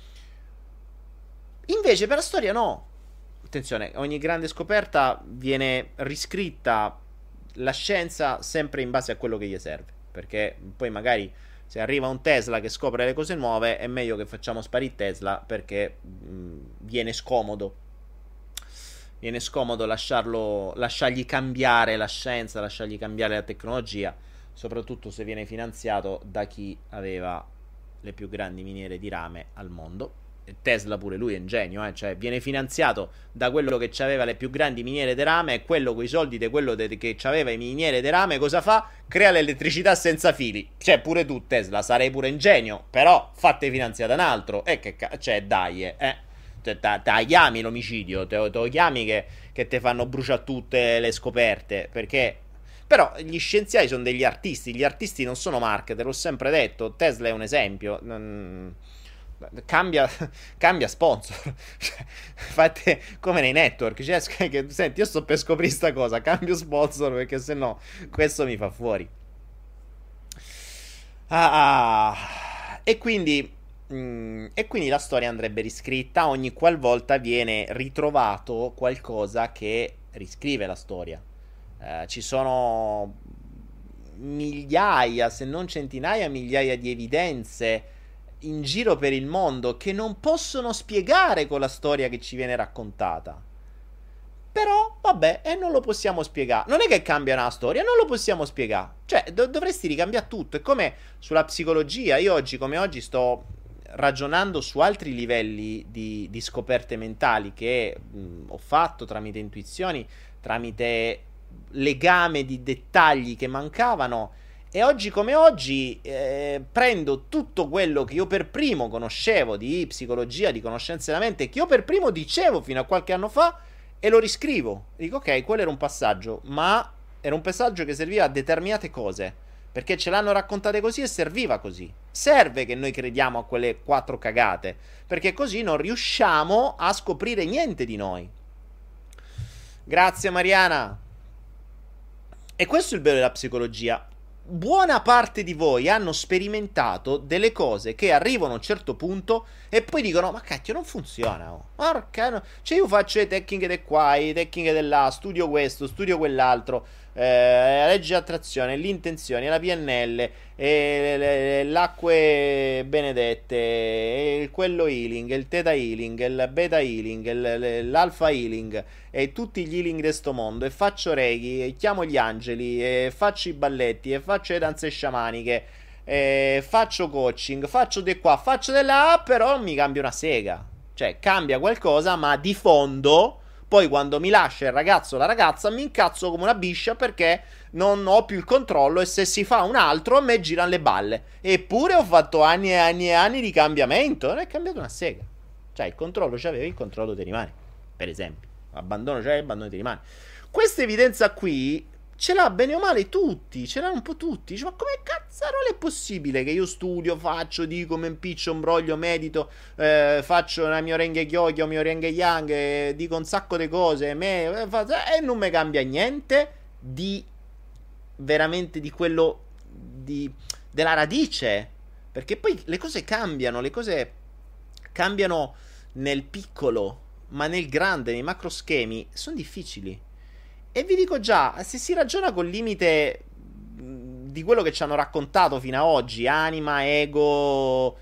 Invece per la storia no. Attenzione, ogni grande scoperta viene riscritta la scienza sempre in base a quello che gli serve, perché poi magari Se arriva un Tesla che scopre le cose nuove, è meglio che facciamo sparire Tesla, perché viene scomodo. Viene scomodo lasciargli cambiare la scienza, lasciargli cambiare la tecnologia, soprattutto se viene finanziato da chi aveva le più grandi miniere di rame al mondo. E Tesla pure lui è un genio, cioè viene finanziato da quello che aveva le più grandi miniere di rame, e quello coi soldi di quello che aveva i miniere di rame cosa fa? Crea l'elettricità senza fili. Cioè pure tu Tesla sarei pure un genio, però fate finanziare un altro, cioè dai, te chiami l'omicidio, te lo chiami che te fanno bruciare tutte le scoperte, perché però gli scienziati sono degli artisti, gli artisti non sono marketer, l'ho sempre detto, Tesla è un esempio, cambia sponsor, cioè, fate come nei network, cioè, senti, io sto per scoprire sta cosa, cambio sponsor perché sennò questo mi fa fuori. E quindi la storia andrebbe riscritta ogni qualvolta viene ritrovato qualcosa che riscrive la storia. Ci sono migliaia, se non centinaia, migliaia di evidenze in giro per il mondo che non possono spiegare con la storia che ci viene raccontata. Però, vabbè, e non lo possiamo spiegare. Non è che cambia una storia, non lo possiamo spiegare. Cioè, dovresti ricambiare tutto. È come sulla psicologia. Io oggi, come oggi, sto ragionando su altri livelli di scoperte mentali che ho fatto tramite intuizioni, tramite legame di dettagli che mancavano. E oggi come oggi prendo tutto quello che io per primo conoscevo di psicologia, di conoscenze della mente, che io per primo dicevo fino a qualche anno fa, e lo riscrivo. Dico ok, quello era un passaggio, ma era un passaggio che serviva a determinate cose, perché ce l'hanno raccontate così e serviva così. Serve che noi crediamo a quelle 4 cagate, perché così non riusciamo a scoprire niente di noi. Grazie Mariana. E questo è il bello della psicologia. Buona parte di voi hanno sperimentato delle cose che arrivano a un certo punto e poi dicono ma cacchio non funziona, porca no. Cioè io faccio le tecniche di qua, le tecniche di là, studio questo, studio quell'altro, la legge di attrazione, l'intenzione, la PNL, le acque benedette, quello healing, il theta healing, il beta healing, l'alfa healing e tutti gli healing di sto mondo, e faccio reiki, e chiamo gli angeli, e faccio i balletti, e faccio le danze sciamaniche, faccio coaching, faccio di qua, faccio di là, però non mi cambia una sega. Cioè cambia qualcosa, ma di fondo poi quando mi lascia il ragazzo o la ragazza mi incazzo come una biscia perché non ho più il controllo, e se si fa un altro a me girano le balle. Eppure ho fatto anni e anni e anni di cambiamento, non è cambiato una sega. Cioè il controllo c'avevi, il controllo ti rimane, per esempio. Abbandono c'è, abbandono ti rimane. Questa evidenza qui ce l'ha bene o male tutti, ce l'hanno un po' tutti. Dice, ma come cazzarola è possibile che io studio, faccio, dico, mi impiccio, imbroglio, medito, faccio una mio Renge Kyokyo, mio Renge Yang, dico un sacco di cose, e non mi cambia niente di veramente di quello della radice. Perché poi le cose cambiano nel piccolo, ma nel grande, nei macro schemi, sono difficili. E vi dico già, se si ragiona col limite di quello che ci hanno raccontato fino ad oggi, anima, ego,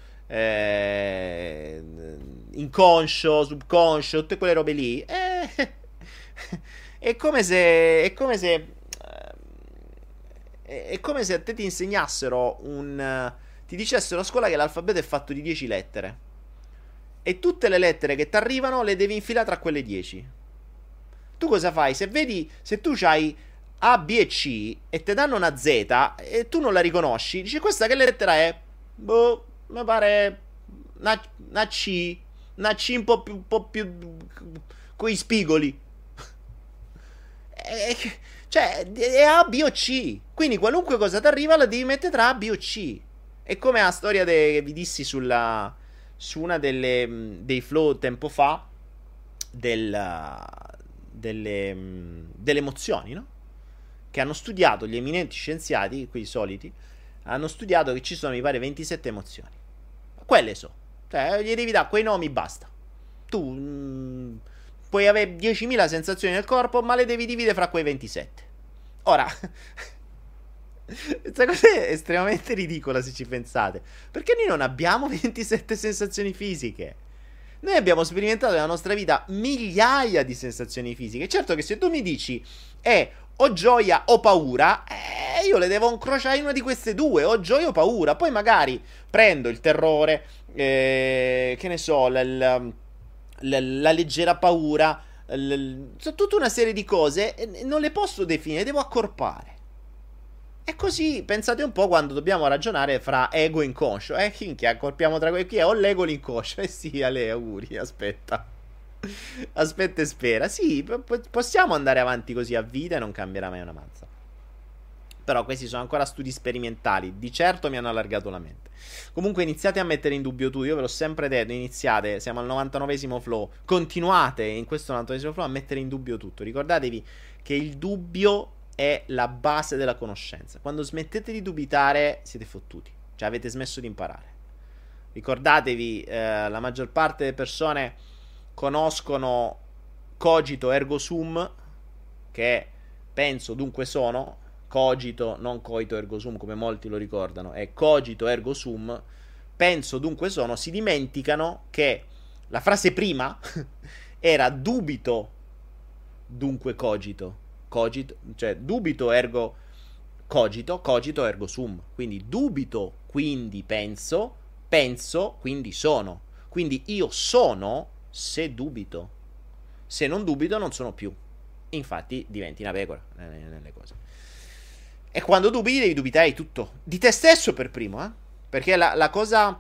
inconscio, subconscio, tutte quelle robe lì, è come se a te ti insegnassero ti dicessero a scuola che l'alfabeto è fatto di 10 lettere, e tutte le lettere che ti arrivano le devi infilare tra quelle 10. Tu cosa fai? Se tu c'hai A, B e C e ti danno una Z e tu non la riconosci, dici questa che lettera è? Boh, mi pare una C un po' più con i spigoli. Cioè, è A, B o C. Quindi qualunque cosa ti arriva la devi mettere tra A, B o C. È come la storia che vi dissi su una dei flow tempo fa delle emozioni, no? Che hanno studiato gli eminenti scienziati, quei soliti, hanno studiato che ci sono, mi pare, 27 emozioni. Quelle so. Cioè, gli devi dare quei nomi, basta. Tu puoi avere 10.000 sensazioni nel corpo, ma le devi dividere fra quei 27. Ora, Questa cosa è estremamente ridicola se ci pensate. Perché noi non abbiamo 27 sensazioni fisiche. Noi abbiamo sperimentato nella nostra vita migliaia di sensazioni fisiche. Certo che se tu mi dici o gioia o paura, io le devo incrociare in una di queste due, o gioia o paura. Poi magari prendo il terrore, che ne so, la leggera paura, tutta una serie di cose, e non le posso definire, le devo accorpare. E così pensate un po' quando dobbiamo ragionare fra ego e inconscio. Chi accorpiamo tra chi è o l'ego o l'inconscio? Sì, a lei, auguri, aspetta. Aspetta e spera. Sì, possiamo andare avanti così a vita e non cambierà mai una mazza. Però questi sono ancora studi sperimentali. Di certo mi hanno allargato la mente. Comunque iniziate a mettere in dubbio tutto. Io ve l'ho sempre detto, iniziate, siamo al 99esimo flow. Continuate in questo 99esimo flow a mettere in dubbio tutto. Ricordatevi che il dubbio è la base della conoscenza. Quando smettete di dubitare siete fottuti. Cioè avete smesso di imparare. Ricordatevi, la maggior parte delle persone conoscono cogito ergo sum, che è penso dunque sono. Cogito, non coito ergo sum come molti lo ricordano, è cogito ergo sum, penso dunque sono. Si dimenticano che la frase prima era dubito dunque cogito, cioè dubito ergo cogito, cogito ergo sum. Quindi dubito, quindi penso, penso, quindi sono. Quindi io sono se dubito. Se non dubito non sono più. Infatti diventi una pecora nelle cose. E quando dubiti devi dubitare di tutto. Di te stesso per primo, eh? Perché la cosa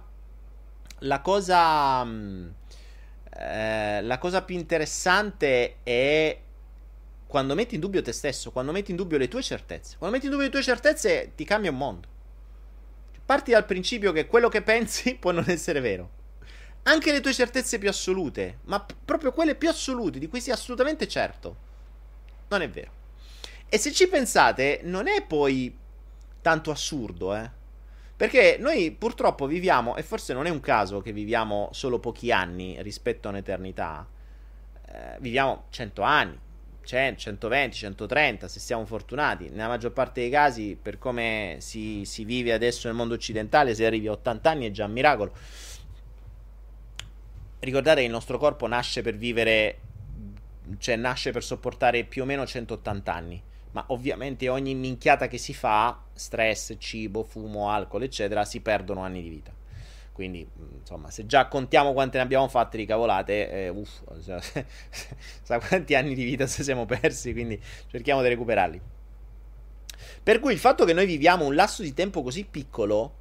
più interessante è quando metti in dubbio te stesso, quando metti in dubbio le tue certezze. Quando metti in dubbio le tue certezze ti cambia un mondo. Parti dal principio che quello che pensi può non essere vero. Anche le tue certezze più assolute, ma proprio quelle più assolute, di cui sei assolutamente certo, non è vero. E se ci pensate, non è poi tanto assurdo, Perché noi purtroppo viviamo, e forse non è un caso che viviamo solo pochi anni rispetto a un'eternità, viviamo 100 anni, 100, 120, 130, se siamo fortunati. Nella maggior parte dei casi, per come si vive adesso nel mondo occidentale, se arrivi a 80 anni è già un miracolo. Ricordate che il nostro corpo nasce per vivere, cioè nasce per sopportare più o meno 180 anni. Ma ovviamente ogni minchiata che si fa, stress, cibo, fumo, alcol, eccetera, si perdono anni di vita. Quindi, insomma, se già contiamo quante ne abbiamo fatte di cavolate, sa quanti anni di vita se siamo persi, quindi cerchiamo di recuperarli. Per cui il fatto che noi viviamo un lasso di tempo così piccolo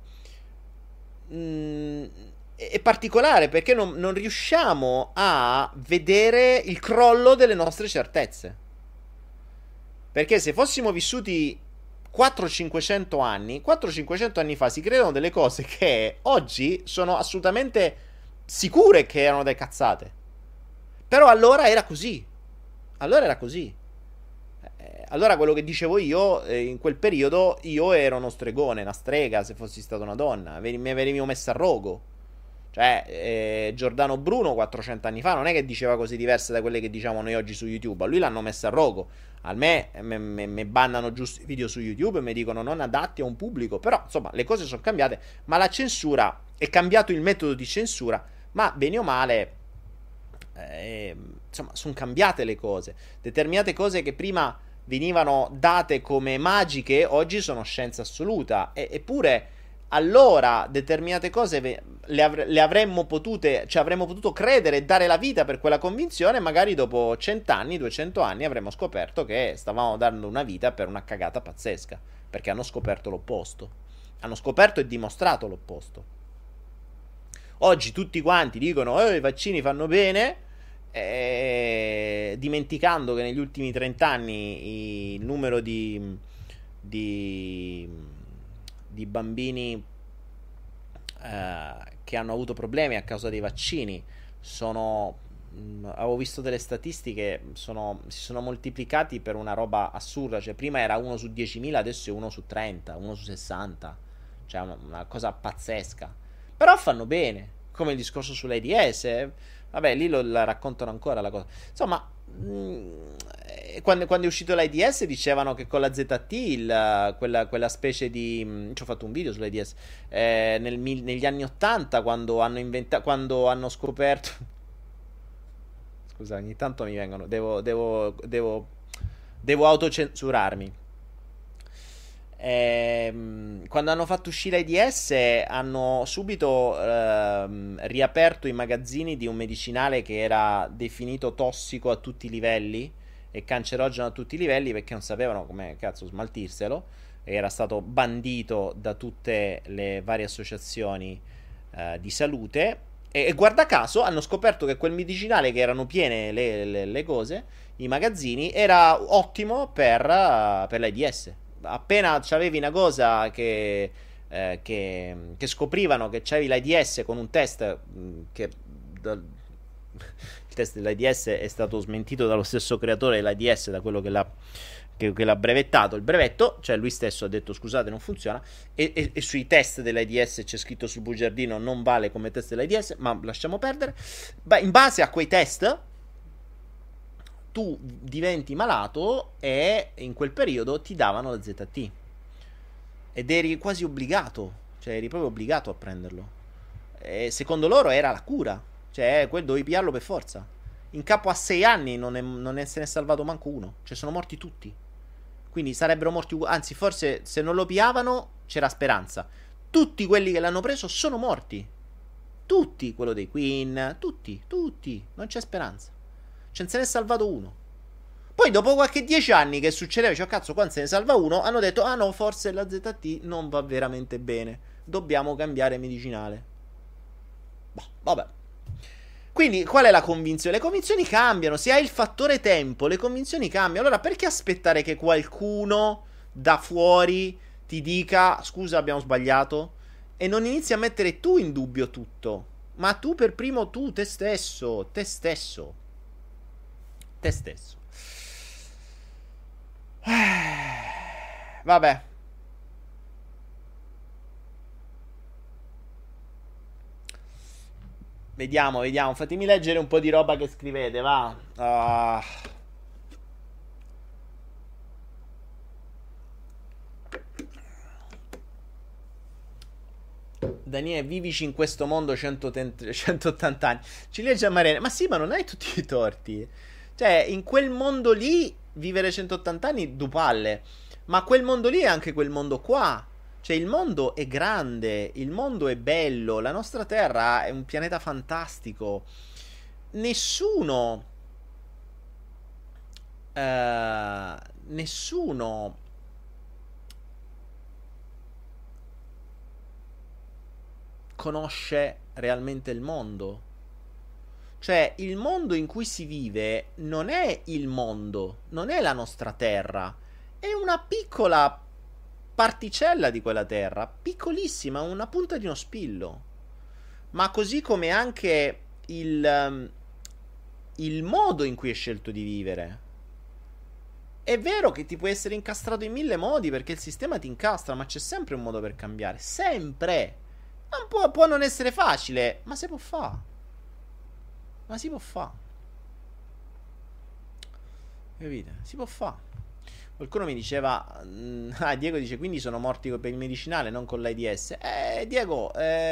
è particolare, perché non riusciamo a vedere il crollo delle nostre certezze. Perché se fossimo vissuti 400-500 anni, 400-500 anni fa si credono delle cose che oggi sono assolutamente sicure che erano delle cazzate. Però allora era così. Allora era così. Allora quello che dicevo io, in quel periodo, io ero uno stregone, una strega, se fossi stata una donna. Mi venivo messa a rogo. Cioè, Giordano Bruno 400 anni fa non è che diceva cose diverse da quelle che diciamo noi oggi su YouTube. A lui l'hanno messa a rogo. A me bannano giusto i video su YouTube e mi dicono non adatti a un pubblico. Però, insomma, le cose sono cambiate. Ma la censura, è cambiato il metodo di censura. Ma, bene o male, insomma, sono cambiate le cose. Determinate cose che prima venivano date come magiche, oggi sono scienza assoluta. Eppure allora determinate cose le avremmo potute, cioè avremmo potuto credere e dare la vita per quella convinzione. Magari dopo 100 anni, 200 anni avremmo scoperto che stavamo dando una vita per una cagata pazzesca, perché hanno scoperto l'opposto, hanno scoperto e dimostrato l'opposto. Oggi tutti quanti dicono i vaccini fanno bene, dimenticando che negli ultimi 30 anni il numero di bambini che hanno avuto problemi a causa dei vaccini avevo visto delle statistiche, si sono moltiplicati per una roba assurda. Cioè prima era 1 su 10.000, adesso è 1 su 30, 1 su 60, cioè una cosa pazzesca. Però fanno bene, come il discorso sull'AIDS. Vabbè, lì la raccontano ancora la cosa. Insomma, Quando è uscito l'AIDS dicevano che con la ZT, quella specie di... Ci ho fatto un video sull'AIDS. Negli anni 80, quando hanno scoperto... Scusa, ogni tanto mi vengono... Devo autocensurarmi. Quando hanno fatto uscire l'AIDS hanno subito riaperto i magazzini di un medicinale che era definito tossico a tutti i livelli e cancerogeno a tutti i livelli, perché non sapevano come cazzo smaltirselo. Era stato bandito da tutte le varie associazioni di salute e guarda caso hanno scoperto che quel medicinale, che erano piene le cose, i magazzini, era ottimo per l'AIDS. Appena c'avevi una cosa che scoprivano che c'avevi l'AIDS con un test che il test dell'AIDS è stato smentito dallo stesso creatore dell'AIDS, da quello che l'ha brevettato il brevetto, cioè lui stesso ha detto scusate non funziona, e sui test dell'AIDS c'è scritto sul bugiardino non vale come test dell'AIDS, ma lasciamo perdere. Beh, in base a quei test tu diventi malato e in quel periodo ti davano la ZT ed eri quasi obbligato, cioè eri proprio obbligato a prenderlo, e secondo loro era la cura, cioè dovevi pigliarlo per forza. In capo a 6 anni non se ne è salvato manco uno, cioè sono morti tutti, quindi sarebbero morti anzi forse se non lo pigliavano c'era speranza. Tutti quelli che l'hanno preso sono morti, tutti, quello dei Queen, tutti, non c'è speranza. Ce ne è salvato uno. Poi dopo qualche 10 anni che succedeva, cioè cazzo quando se ne salva uno, hanno detto ah no, forse la ZT non va veramente bene, dobbiamo cambiare medicinale. Boh, vabbè. Quindi qual è la convinzione? Le convinzioni cambiano, se hai il fattore tempo le convinzioni cambiano. Allora perché aspettare che qualcuno da fuori ti dica scusa abbiamo sbagliato e non inizi a mettere tu in dubbio tutto, ma tu per primo, tu, te stesso. Vabbè. Vediamo. Fatemi leggere un po' di roba che scrivete, va. Daniele, vivici in questo mondo 180 anni. Ciliegia Marene. Ma sì, ma non hai tutti i torti. Cioè, in quel mondo lì vivere 180 anni, du palle. Ma quel mondo lì è anche quel mondo qua. Cioè, il mondo è grande, il mondo è bello, la nostra Terra è un pianeta fantastico. Nessuno conosce realmente il mondo. Cioè, il mondo in cui si vive non è il mondo, non è la nostra Terra, è una piccola particella di quella Terra, piccolissima, una punta di uno spillo. Ma così come anche il modo in cui hai scelto di vivere. È vero che ti puoi essere incastrato in 1000 modi perché il sistema ti incastra, ma c'è sempre un modo per cambiare, sempre. Può non essere facile, ma si può fare. Capite? Si può fare. Qualcuno mi diceva Diego dice quindi sono morti per il medicinale, non con l'AIDS. Diego,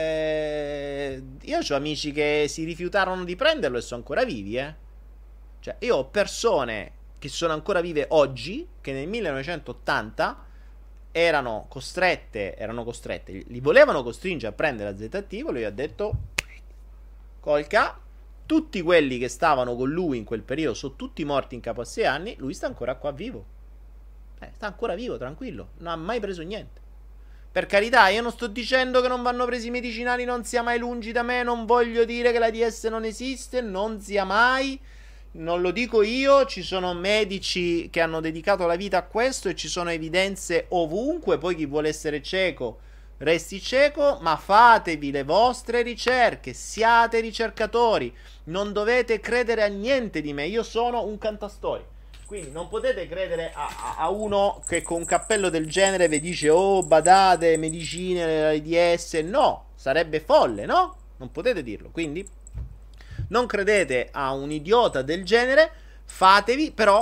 io ho amici che si rifiutarono di prenderlo e sono ancora vivi, Cioè, io ho persone che sono ancora vive oggi, che nel 1980 erano costrette, li volevano costringere a prendere la ZT, lui ha detto colca. Tutti quelli che stavano con lui in quel periodo sono tutti morti in capo a 6 anni. Lui sta ancora qua vivo. Sta ancora vivo, tranquillo. Non ha mai preso niente. Per carità, io non sto dicendo che non vanno presi i medicinali, non sia mai lungi da me. Non voglio dire che l'AIDS non esiste, non sia mai. Non lo dico io. Ci sono medici che hanno dedicato la vita a questo e ci sono evidenze ovunque. Poi chi vuole essere cieco resti cieco, ma fatevi le vostre ricerche, siate ricercatori, non dovete credere a niente di me, io sono un cantastorie, quindi non potete credere a uno che con un cappello del genere vi dice oh badate, medicine, l'AIDS, no, sarebbe folle, no? Non potete dirlo, quindi non credete a un idiota del genere, fatevi, però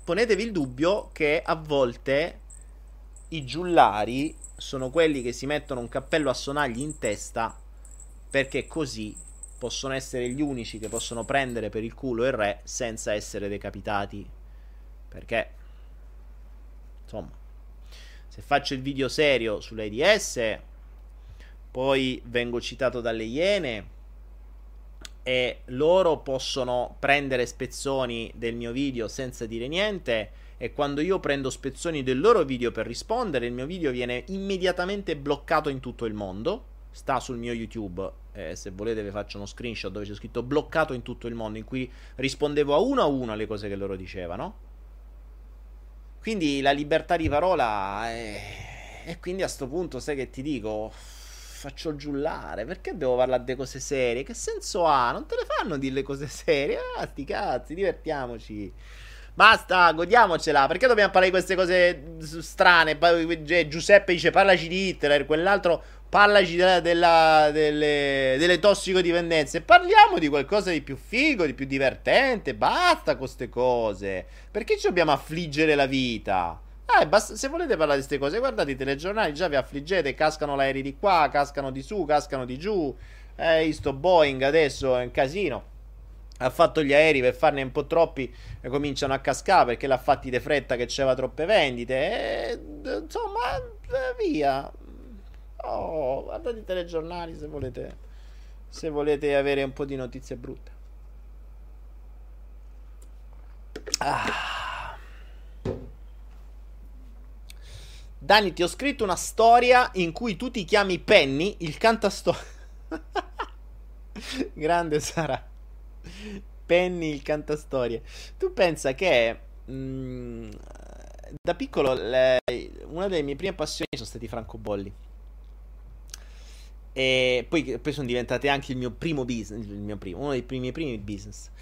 ponetevi il dubbio che a volte i giullari sono quelli che si mettono un cappello a sonagli in testa perché così possono essere gli unici che possono prendere per il culo il re senza essere decapitati. Perché, insomma, se faccio il video serio sull'AIDS, poi vengo citato dalle Iene e loro possono prendere spezzoni del mio video senza dire niente, e quando io prendo spezzoni del loro video per rispondere, il mio video viene immediatamente bloccato in tutto il mondo. Sta sul mio YouTube, se volete vi faccio uno screenshot dove c'è scritto bloccato in tutto il mondo, in cui rispondevo a uno alle cose che loro dicevano. Quindi la libertà di parola e quindi a sto punto sai che ti dico, faccio il giullare, perché devo parlare di cose serie? Che senso ha? Non te le fanno dire le cose serie? Ah, sti cazzi, divertiamoci. Basta, godiamocela. Perché dobbiamo parlare di queste cose strane? Giuseppe dice parlaci di Hitler, quell'altro parlaci delle tossicodipendenze. Parliamo di qualcosa di più figo, di più divertente. Basta con queste cose. Perché ci dobbiamo affliggere la vita? Basta, se volete parlare di queste cose, guardate i telegiornali, già vi affliggete, cascano gli aerei di qua, cascano di su, cascano di giù. Sto Boeing adesso è un casino. Ha fatto gli aerei per farne un po' troppi e cominciano a cascare perché l'ha fatti de fretta che c'era troppe vendite. Insomma, via. Oh, guardate i telegiornali se volete avere un po' di notizie brutte. Dani, ti ho scritto una storia in cui tu ti chiami Penny, il cantastorie. Grande Sara. Penny, il cantastorie. Tu pensa che da piccolo una delle mie prime passioni sono stati i francobolli. E poi sono diventate anche il mio primo business, uno dei miei primi business.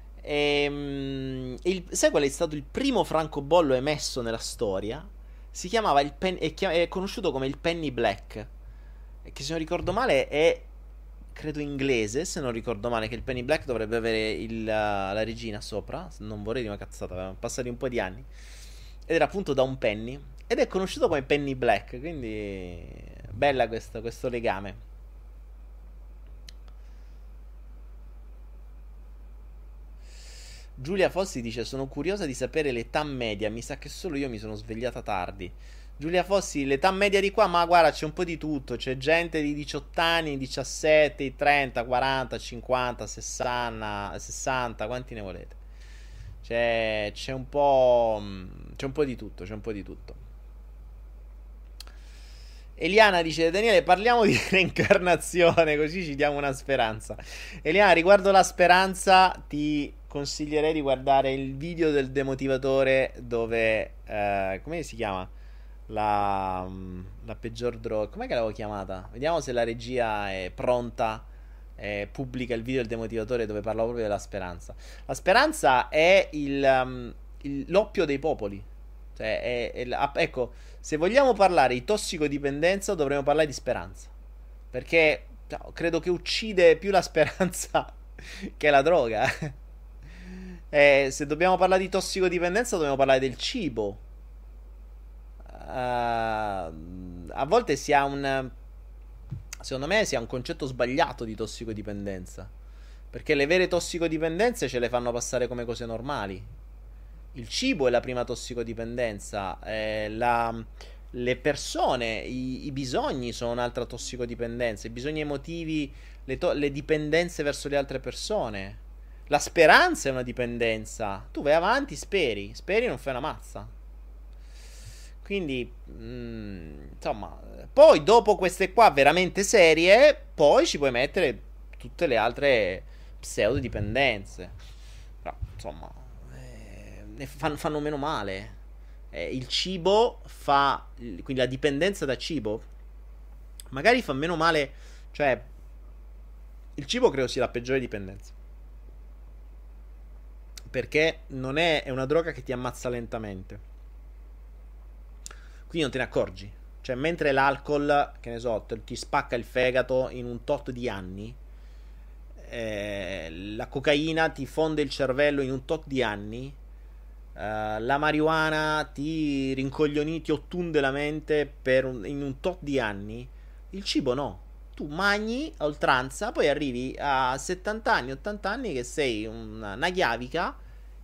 Sai qual è stato il primo francobollo emesso nella storia? Si chiamava è conosciuto come il Penny Black, che se non ricordo male è credo inglese, se non ricordo male, che il Penny Black dovrebbe avere la regina sopra, non vorrei dire una cazzata, erano passati un po' di anni, ed era appunto da un penny, ed è conosciuto come Penny Black, quindi bella questo legame. Giulia Fossi dice: sono curiosa di sapere l'età media, mi sa che solo io mi sono svegliata tardi. Giulia Fossi, l'età media di qua, ma guarda, c'è un po' di tutto. C'è gente di 18 anni, 17, 30, 40, 50, 60, quanti ne volete? C'è un po'. C'è un po' di tutto, c'è un po' di tutto. Eliana dice: Daniele, parliamo di reincarnazione, così ci diamo una speranza. Eliana, riguardo la speranza, ti consiglierei di guardare il video del demotivatore dove. Come si chiama? La peggior droga. Com'è che l'avevo chiamata? Vediamo se la regia è pronta. Pubblica il video del demotivatore dove parla proprio della speranza. La speranza è l'oppio dei popoli. Cioè, ecco, se vogliamo parlare di tossicodipendenza, dovremmo parlare di speranza. Perché credo che uccide più la speranza che la droga. Se dobbiamo parlare di tossicodipendenza, dobbiamo parlare del cibo. A volte secondo me si ha un concetto sbagliato di tossicodipendenza, perché le vere tossicodipendenze ce le fanno passare come cose normali. Il cibo è la prima tossicodipendenza, le persone, i bisogni sono un'altra tossicodipendenza, i bisogni emotivi, le dipendenze verso le altre persone. La speranza è una dipendenza. Tu vai avanti, speri e non fai una mazza. Quindi, insomma, poi dopo queste qua veramente serie, poi ci puoi mettere tutte le altre pseudodipendenze. Però, insomma, fanno meno male. Il cibo quindi la dipendenza da cibo, magari fa meno male. Cioè, il cibo credo sia la peggiore dipendenza. Perché non è una droga che ti ammazza lentamente. Quindi non te ne accorgi. Cioè, mentre l'alcol, che ne so, ti spacca il fegato in un tot di anni, la cocaina ti fonde il cervello in un tot di anni, la marijuana ti rincoglionì, ti ottunde la mente in un tot di anni, il cibo no. Tu mangi a oltranza, poi arrivi a 70 anni, 80 anni che sei una chiavica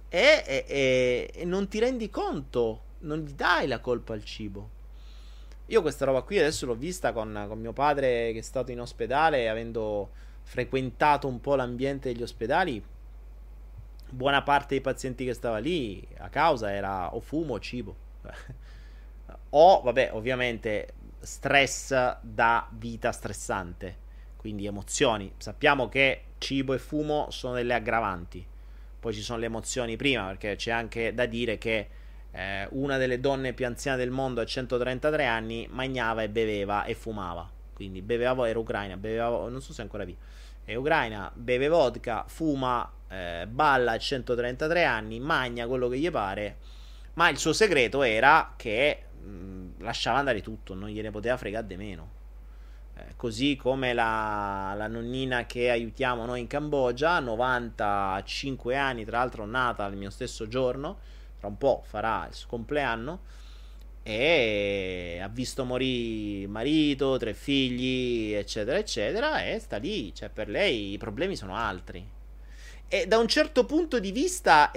e non ti rendi conto, non gli dai la colpa al cibo. Io questa roba qui adesso l'ho vista con mio padre che è stato in ospedale, avendo frequentato un po' l'ambiente degli ospedali. Buona parte dei pazienti che stava lì a causa era o fumo o cibo. O, vabbè, ovviamente stress da vita stressante, quindi emozioni. Sappiamo che cibo e fumo sono delle aggravanti. Poi ci sono le emozioni prima, perché c'è anche da dire che una delle donne più anziane del mondo a 133 anni mangiava e beveva e fumava. Quindi beveva, era ucraina, beveva, non so se è ancora viva, è ucraina, beve vodka, fuma, balla a 133 anni, magna quello che gli pare, ma il suo segreto era che lasciava andare tutto, non gliene poteva fregare di meno. Così come la nonnina che aiutiamo noi in Cambogia, 95 anni, tra l'altro nata al mio stesso giorno, tra un po' farà il suo compleanno, e ha visto morire marito, 3 figli, eccetera, eccetera, e sta lì, cioè per lei i problemi sono altri. E da un certo punto di vista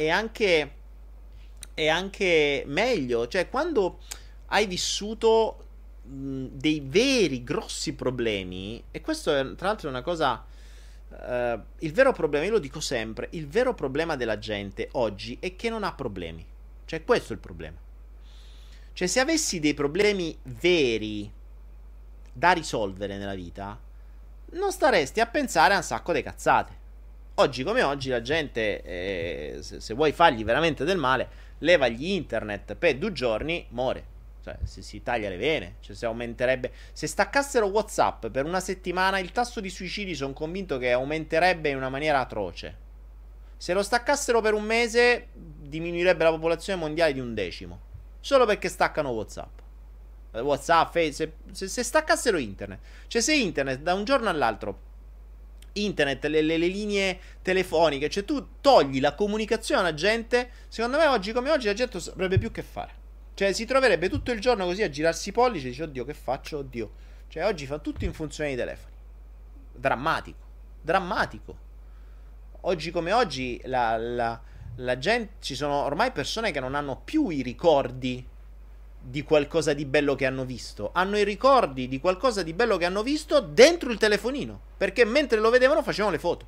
è anche meglio, cioè quando hai vissuto dei veri grossi problemi, e questo è, tra l'altro è una cosa, il vero problema, io lo dico sempre, il vero problema della gente oggi è che non ha problemi, cioè questo è il problema. Cioè se avessi dei problemi veri da risolvere nella vita, non staresti a pensare a un sacco di cazzate. Oggi come oggi la gente, se vuoi fargli veramente del male, levagli internet per 2 giorni, muore. Cioè si taglia le vene. Cioè se aumenterebbe, se staccassero WhatsApp per una settimana, il tasso di suicidi sono convinto che aumenterebbe in una maniera atroce. Se lo staccassero per un mese, diminuirebbe la popolazione mondiale di 1/10, solo perché staccano WhatsApp. WhatsApp, se staccassero internet, cioè se internet da un giorno all'altro, internet, le linee telefoniche, cioè tu togli la comunicazione alla gente, secondo me oggi come oggi la gente non saprebbe più che fare. Cioè si troverebbe tutto il giorno così a girarsi i pollici e dice oddio che faccio, oddio. Cioè oggi fa tutto in funzione dei telefoni. Drammatico, drammatico. Oggi come oggi la gente, ci sono ormai persone che non hanno più i ricordi di qualcosa di bello che hanno visto, hanno i ricordi di qualcosa di bello che hanno visto dentro il telefonino, perché mentre lo vedevano facevano le foto.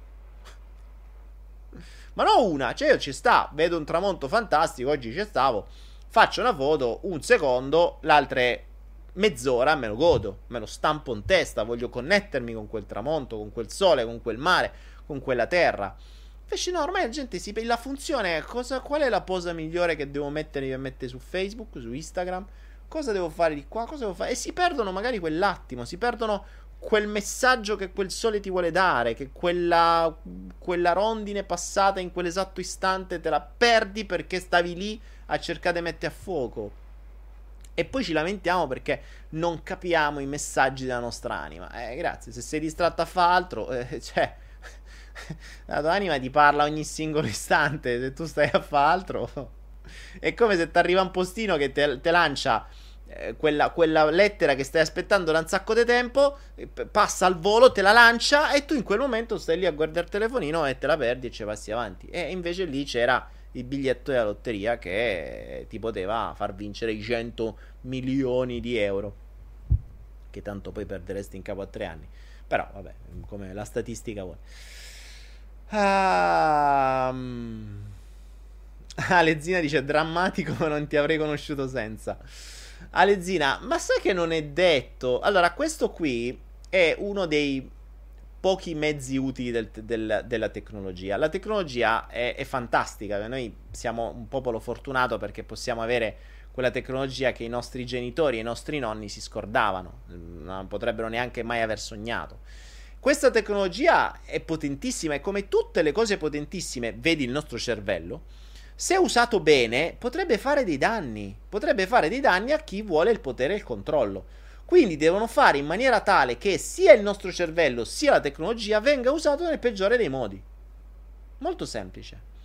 Ma no una, cioè io ci sta, vedo un tramonto fantastico, oggi ci stavo, faccio una foto, un secondo, l'altra mezz'ora me lo godo, me lo stampo in testa, voglio connettermi con quel tramonto, con quel sole, con quel mare, con quella terra. Invece no, ormai la gente la funzione è qual è la posa migliore che devo mettere per mettere su Facebook, su Instagram, cosa devo fare di qua, cosa devo fare, e si perdono magari quell'attimo, si perdono quel messaggio che quel sole ti vuole dare, che quella rondine passata in quell'esatto istante te la perdi perché stavi lì a cercare di mettere a fuoco. E poi ci lamentiamo perché non capiamo i messaggi della nostra anima. Grazie, se sei distratto a fare altro, cioè la tua anima ti parla ogni singolo istante. Se tu stai a fare altro, è come se ti arriva un postino che te lancia quella lettera che stai aspettando da un sacco di tempo, passa al volo, te la lancia e tu in quel momento stai lì a guardare il telefonino e te la perdi e ci passi avanti. E invece lì c'era il biglietto della lotteria che ti poteva far vincere i 100 milioni di euro, che tanto poi perderesti in capo a 3 anni. Però vabbè, come la statistica vuole. Alezzina dice drammatico, non ti avrei conosciuto senza. Alezzina, ma sai che non è detto? Allora, questo qui è uno dei pochi mezzi utili della tecnologia. La tecnologia è fantastica. Noi siamo un popolo fortunato perché possiamo avere quella tecnologia che i nostri genitori e i nostri nonni si scordavano, non potrebbero neanche mai aver sognato. Questa tecnologia è potentissima e come tutte le cose potentissime, vedi il nostro cervello, se usato bene potrebbe fare dei danni a chi vuole il potere e il controllo. Quindi devono fare in maniera tale che sia il nostro cervello sia la tecnologia venga usato nel peggiore dei modi. Molto semplice.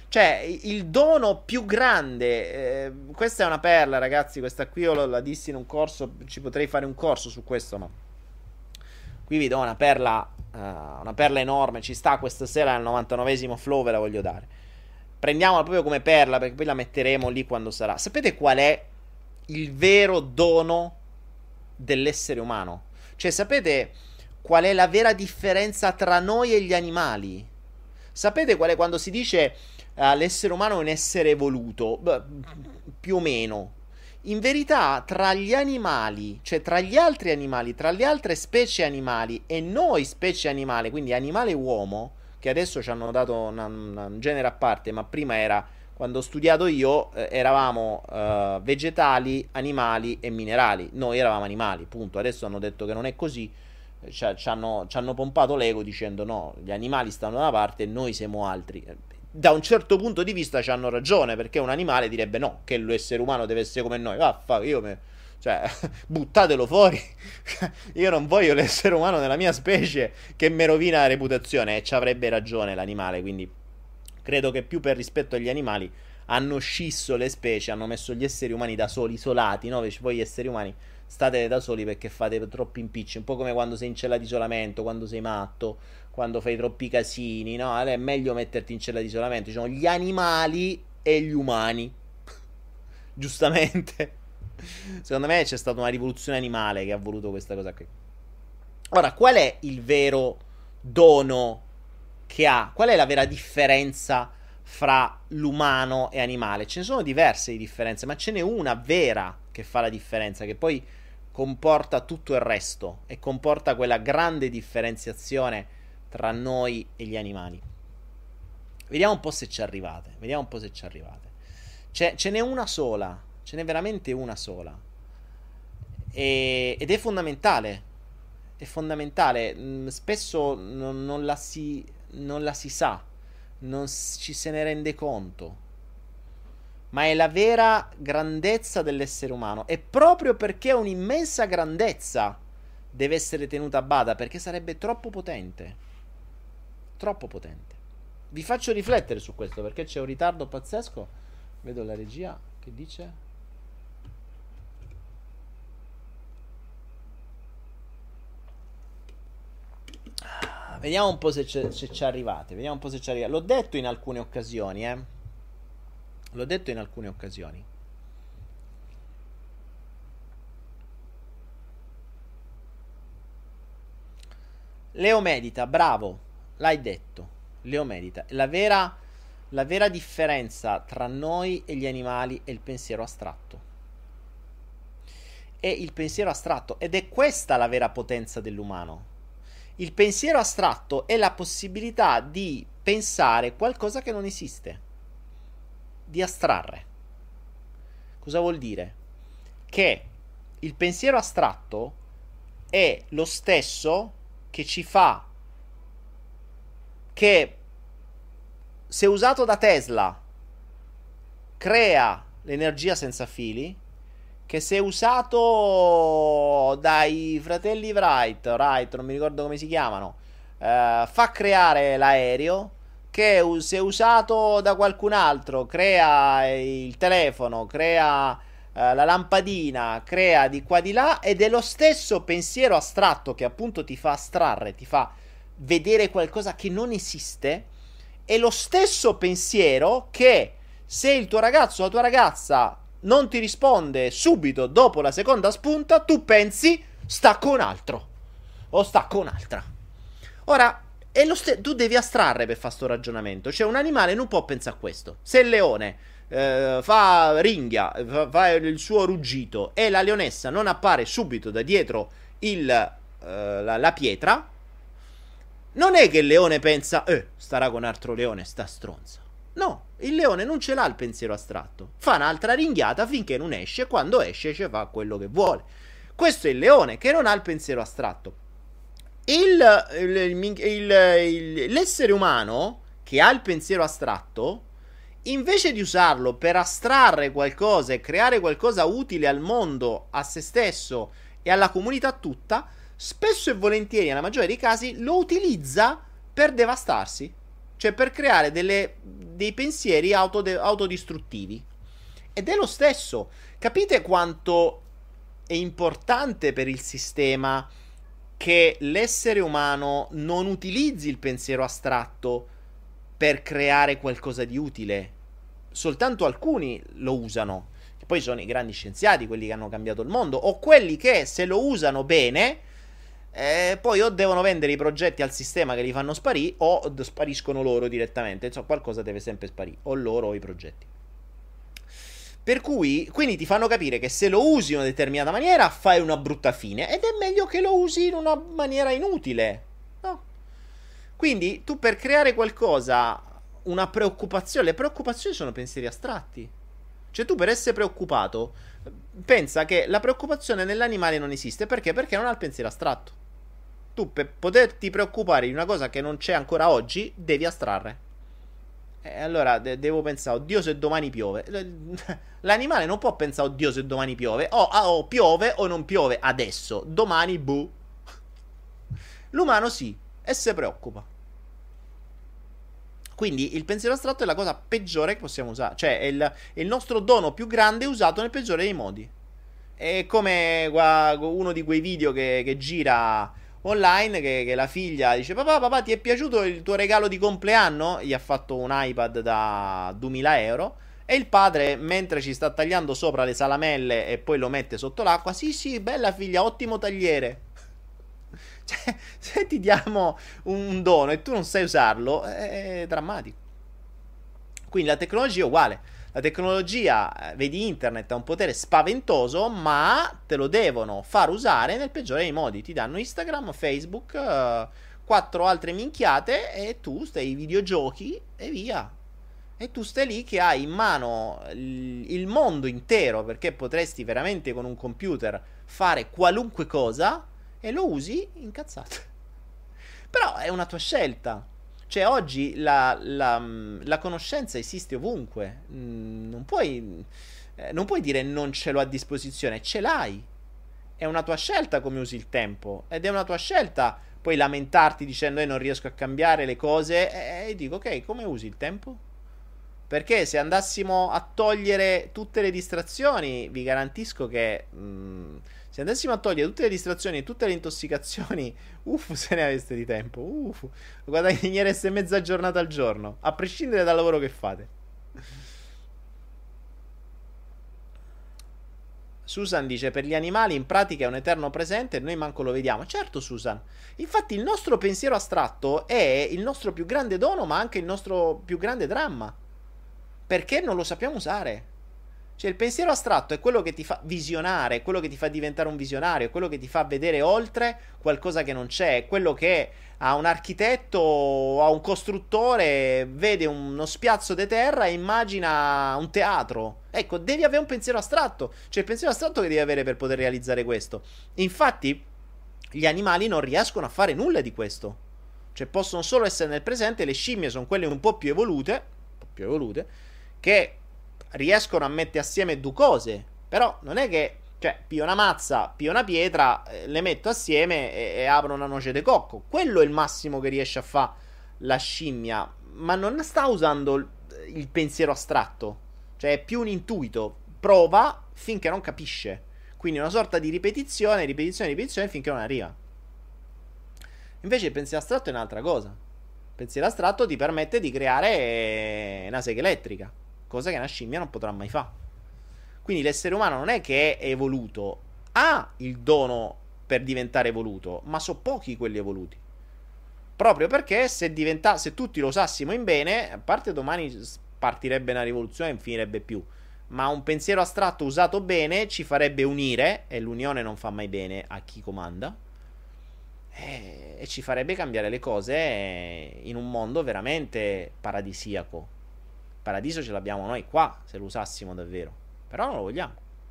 Cioè, il dono più grande, questa è una perla, ragazzi. Questa qui io la dissi in un corso. Ci potrei fare un corso su questo, ma qui vi do una perla enorme. Ci sta questa sera al 99esimo flow, ve la voglio dare. Prendiamola proprio come perla, perché poi la metteremo lì quando sarà. Sapete qual è il vero dono dell'essere umano? Cioè, sapete qual è la vera differenza tra noi e gli animali? Sapete qual è quando si dice l'essere umano è un essere evoluto? Beh, più o meno. In verità, tra gli animali, cioè tra gli altri animali, tra le altre specie animali e noi specie animali, quindi animale e uomo, che adesso ci hanno dato un genere a parte, ma prima era, quando ho studiato io, eravamo vegetali, animali e minerali. Noi eravamo animali, punto. Adesso hanno detto che non è così. Ci hanno pompato l'ego dicendo no, gli animali stanno da una parte e noi siamo altri. Da un certo punto di vista ci hanno ragione, perché un animale direbbe no, che l'essere umano deve essere come noi. Cioè, buttatelo fuori. Io non voglio l'essere umano nella mia specie che mi rovina la reputazione. E ci avrebbe ragione l'animale, quindi credo che più per rispetto agli animali hanno scisso le specie, hanno messo gli esseri umani da soli, isolati, no? Voi gli esseri umani state da soli perché fate troppi impicci, un po' come quando sei in cella di isolamento, quando sei matto, quando fai troppi casini, no? Allora è meglio metterti in cella di isolamento. Ci sono gli animali e gli umani. Giustamente. Secondo me c'è stata una rivoluzione animale che ha voluto questa cosa qui. Ora, qual è il vero dono che ha? Qual è la vera differenza fra l'umano e animale? Ce ne sono diverse di differenze, ma ce n'è una vera che fa la differenza, che poi comporta tutto il resto e comporta quella grande differenziazione tra noi e gli animali. Vediamo un po' se ci arrivate. Ce n'è una sola. Ce n'è veramente una sola. Ed è fondamentale. È fondamentale. Spesso non la si sa. Non ci se ne rende conto. Ma è la vera grandezza dell'essere umano. E proprio perché è un'immensa grandezza deve essere tenuta a bada, perché sarebbe troppo potente. Troppo potente. Vi faccio riflettere su questo, perché c'è un ritardo pazzesco. Vedo la regia che dice. Vediamo un po' se ci arrivate. Vediamo un po' se ci arrivate. L'ho detto in alcune occasioni, L'ho detto in alcune occasioni. Leo medita, bravo, l'hai detto. Leo medita. La vera differenza tra noi e gli animali è il pensiero astratto. È il pensiero astratto, ed è questa la vera potenza dell'umano. Il pensiero astratto è la possibilità di pensare qualcosa che non esiste, di astrarre. Cosa vuol dire? Che il pensiero astratto è lo stesso che ci fa, che se usato da Tesla crea l'energia senza fili, che se usato dai fratelli Wright, non mi ricordo come si chiamano, fa creare l'aereo, che se usato da qualcun altro crea il telefono, crea la lampadina, crea di qua di là, ed è lo stesso pensiero astratto che appunto ti fa astrarre, ti fa vedere qualcosa che non esiste. È lo stesso pensiero che se il tuo ragazzo o la tua ragazza non ti risponde subito dopo la seconda spunta, tu pensi sta con un altro o sta con un'altra. Ora, tu devi astrarre per fare sto ragionamento. Cioè, un animale non può pensare a questo. Se il leone fa ringhia, fa il suo ruggito e la leonessa non appare subito da dietro la pietra, non è che il leone pensa starà con un altro leone, sta stronza. No, il leone non ce l'ha il pensiero astratto. Fa un'altra ringhiata finché non esce, e quando esce ci fa quello che vuole. Questo è il leone che non ha il pensiero astratto. L'essere umano che ha il pensiero astratto, invece di usarlo per astrarre qualcosa e creare qualcosa utile al mondo, a se stesso e alla comunità tutta, spesso e volentieri, nella maggiore dei casi, lo utilizza per devastarsi. Cioè per creare dei pensieri autodistruttivi. Ed è lo stesso. Capite quanto è importante per il sistema che l'essere umano non utilizzi il pensiero astratto per creare qualcosa di utile. Soltanto alcuni lo usano, che poi sono i grandi scienziati, quelli che hanno cambiato il mondo, o quelli che se lo usano bene, poi o devono vendere i progetti al sistema che li fanno sparire, o spariscono loro direttamente. Insomma, qualcosa deve sempre sparire, o loro o i progetti. Per cui, quindi ti fanno capire che se lo usi in una determinata maniera fai una brutta fine, ed è meglio che lo usi in una maniera inutile, no? Quindi tu per creare qualcosa, una preoccupazione, le preoccupazioni sono pensieri astratti. Cioè tu per essere preoccupato, pensa che la preoccupazione nell'animale non esiste, perché? Perché non ha il pensiero astratto. Tu per poterti preoccupare di una cosa che non c'è ancora oggi, devi astrarre. E allora devo pensare, oddio se domani piove. L'animale non può pensare, oddio se domani piove. O piove o non piove adesso. Domani, buh. L'umano sì, e se preoccupa. Quindi il pensiero astratto è la cosa peggiore che possiamo usare. Cioè è il nostro dono più grande usato nel peggiore dei modi. È come uno di quei video che gira online, che la figlia dice: papà, ti è piaciuto il tuo regalo di compleanno? Gli ha fatto un iPad da 2000 euro. E il padre, mentre ci sta tagliando sopra le salamelle e poi lo mette sotto l'acqua: sì, bella figlia, ottimo tagliere. Cioè, se ti diamo un dono e tu non sai usarlo, è drammatico. Quindi la tecnologia è uguale. La tecnologia, vedi, internet ha un potere spaventoso, ma te lo devono far usare nel peggiore dei modi. Ti danno Instagram, Facebook, 4 altre minchiate, e tu stai ai videogiochi e via. E tu stai lì che hai in mano il mondo intero, perché potresti veramente con un computer fare qualunque cosa, e lo usi incazzato. Però è una tua scelta. Cioè oggi la conoscenza esiste ovunque. Non puoi dire non ce l'ho a disposizione. Ce l'hai. È una tua scelta come usi il tempo. Ed è una tua scelta poi lamentarti dicendo non riesco a cambiare le cose. E dico ok, come usi il tempo? Perché se andassimo a togliere tutte le distrazioni, vi garantisco che se andassimo a togliere tutte le distrazioni e tutte le intossicazioni, se ne aveste di tempo, guadagnereste mezza giornata al giorno, a prescindere dal lavoro che fate. Susan dice: per gli animali in pratica è un eterno presente e noi manco lo vediamo. Certo, Susan. Infatti il nostro pensiero astratto è il nostro più grande dono, ma anche il nostro più grande dramma. Perché non lo sappiamo usare. Cioè il pensiero astratto è quello che ti fa visionare, è quello che ti fa diventare un visionario, è quello che ti fa vedere oltre qualcosa che non c'è, è quello che a un architetto o a un costruttore vede uno spiazzo di terra e immagina un teatro. Ecco, devi avere un pensiero astratto. Cioè il pensiero astratto che devi avere per poter realizzare questo. Infatti gli animali non riescono a fare nulla di questo. Cioè possono solo essere nel presente. Le scimmie sono quelle un po' più evolute, che riescono a mettere assieme due cose. Però non è che, cioè, pio una mazza, pio una pietra, le metto assieme e apro una noce di cocco. Quello è il massimo che riesce a fare la scimmia. Ma non sta usando il pensiero astratto. Cioè è più un intuito. Prova finché non capisce. Quindi una sorta di ripetizione finché non arriva. Invece il pensiero astratto è un'altra cosa. Il pensiero astratto ti permette di creare una sega elettrica, cosa che una scimmia non potrà mai fare. Quindi l'essere umano non è che è evoluto, ha il dono per diventare evoluto, ma sono pochi quelli evoluti. Proprio perché se tutti lo usassimo in bene, a parte domani partirebbe una rivoluzione e non finirebbe più. Ma un pensiero astratto usato bene ci farebbe unire, e l'unione non fa mai bene a chi comanda, e ci farebbe cambiare le cose in un mondo veramente paradisiaco. Paradiso ce l'abbiamo noi qua, se lo usassimo davvero. Però non lo vogliamo.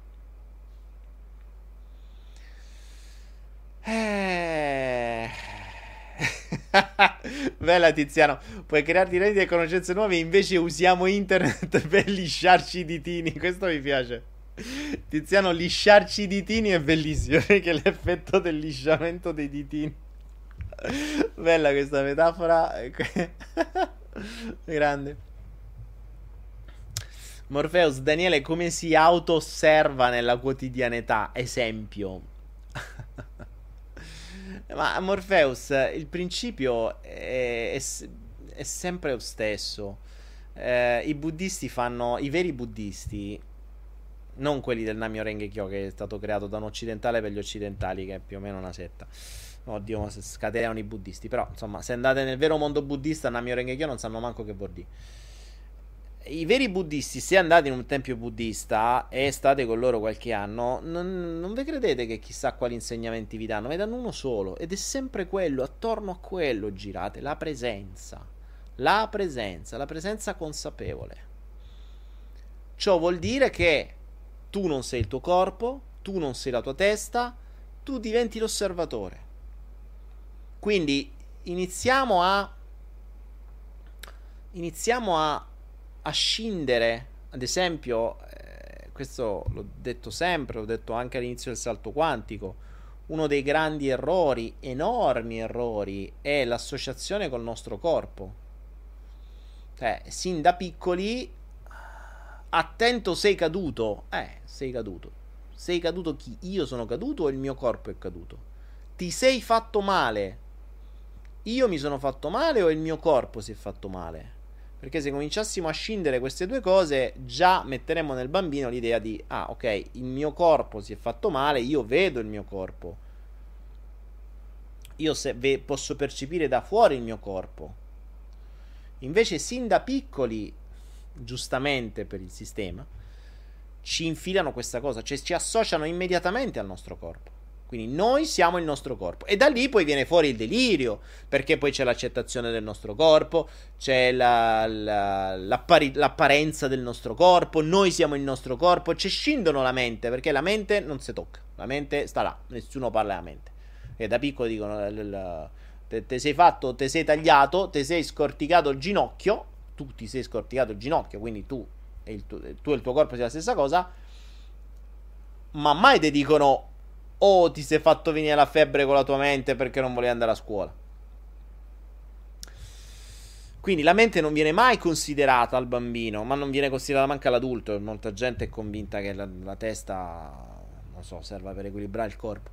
Bella Tiziano. Puoi crearti redditi e conoscenze nuove, invece usiamo internet per lisciarci i ditini. Questo mi piace. Tiziano, lisciarci i ditini è bellissimo, perché l'effetto del lisciamento dei ditini. Bella questa metafora. Grande. Morpheus, Daniele come si auto-osserva nella quotidianità? Esempio. Ma Morpheus, il principio è sempre lo stesso. I buddisti fanno, i veri buddisti, non quelli del Namyo Renge Kyo che è stato creato da un occidentale per gli occidentali, che è più o meno una setta. Oddio, ma scatenano i buddisti. Però, insomma, se andate nel vero mondo buddista, Namyo Renge Kyo non sanno manco che vuol dire. I veri buddisti, se andate in un tempio buddista e state con loro qualche anno, non vi credete che chissà quali insegnamenti vi danno, vi danno uno solo, ed è sempre quello, attorno a quello girate, la presenza, la presenza consapevole. Ciò vuol dire che tu non sei il tuo corpo, tu non sei la tua testa, tu diventi l'osservatore. Quindi iniziamo a scindere, ad esempio, questo l'ho detto sempre, l'ho detto anche all'inizio del salto quantico, uno dei grandi errori, enormi errori, è l'associazione col nostro corpo. Sin da piccoli, attento sei caduto, sei caduto. Sei caduto chi? Io sono caduto o il mio corpo è caduto? Ti sei fatto male? Io mi sono fatto male o il mio corpo si è fatto male? Perché se cominciassimo a scindere queste due cose, già metteremmo nel bambino l'idea di ok, il mio corpo si è fatto male, io vedo il mio corpo. Io posso percepire da fuori il mio corpo. Invece sin da piccoli, giustamente per il sistema, ci infilano questa cosa, cioè ci associano immediatamente al nostro corpo. Quindi noi siamo il nostro corpo. E da lì poi viene fuori il delirio, perché poi c'è l'accettazione del nostro corpo, c'è l'apparenza del nostro corpo, noi siamo il nostro corpo, ci scindono la mente, perché la mente non si tocca, la mente sta là, nessuno parla della mente. E da piccolo dicono, te sei tagliato, te sei scorticato il ginocchio, tu ti sei scorticato il ginocchio, quindi tu e il tuo corpo sia la stessa cosa, ma mai ti dicono ti sei fatto venire la febbre con la tua mente perché non volevi andare a scuola. Quindi la mente non viene mai considerata al bambino, ma non viene considerata manca all'adulto. Molta gente è convinta che la testa, non so, serva per equilibrare il corpo.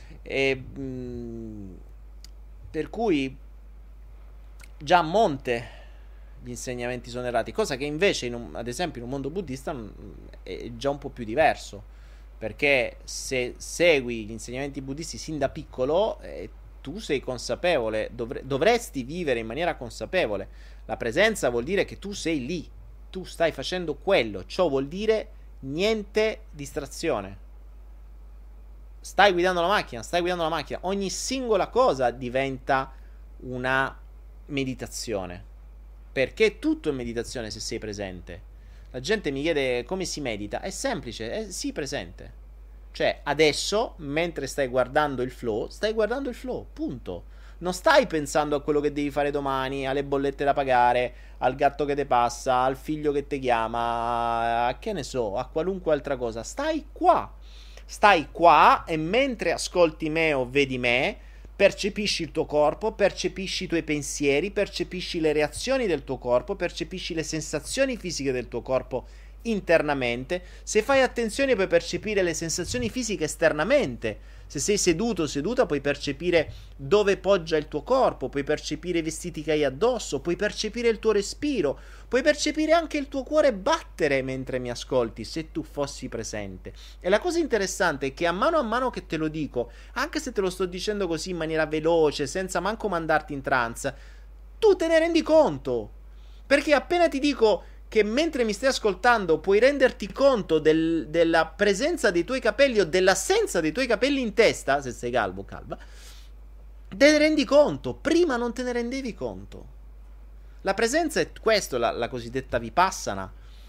Per cui già a monte gli insegnamenti sono errati, cosa che invece ad esempio in un mondo buddista è già un po' più diverso. Perché se segui gli insegnamenti buddisti sin da piccolo, tu sei consapevole, dovresti vivere in maniera consapevole. La presenza vuol dire che tu sei lì, tu stai facendo quello, ciò vuol dire niente distrazione. Stai guidando la macchina, ogni singola cosa diventa una meditazione, perché tutto è meditazione se sei presente. La gente mi chiede come si medita. È semplice, sii presente. Cioè, adesso, mentre stai guardando il flow, punto. Non stai pensando a quello che devi fare domani, alle bollette da pagare, al gatto che ti passa, al figlio che ti chiama, a che ne so, a qualunque altra cosa. Stai qua e mentre ascolti me o vedi me, percepisci il tuo corpo, percepisci i tuoi pensieri, percepisci le reazioni del tuo corpo, percepisci le sensazioni fisiche del tuo corpo internamente. Se fai attenzione puoi percepire le sensazioni fisiche esternamente. Se sei seduto o seduta puoi percepire dove poggia il tuo corpo, puoi percepire i vestiti che hai addosso, puoi percepire il tuo respiro, puoi percepire anche il tuo cuore battere mentre mi ascolti, se tu fossi presente. E la cosa interessante è che a mano che te lo dico, anche se te lo sto dicendo così in maniera veloce, senza manco mandarti in trance, tu te ne rendi conto. Perché appena ti dico che mentre mi stai ascoltando puoi renderti conto della presenza dei tuoi capelli o dell'assenza dei tuoi capelli in testa, se sei calvo o calva, te ne rendi conto. Prima non te ne rendevi conto. La presenza è questo, la cosiddetta vipassana,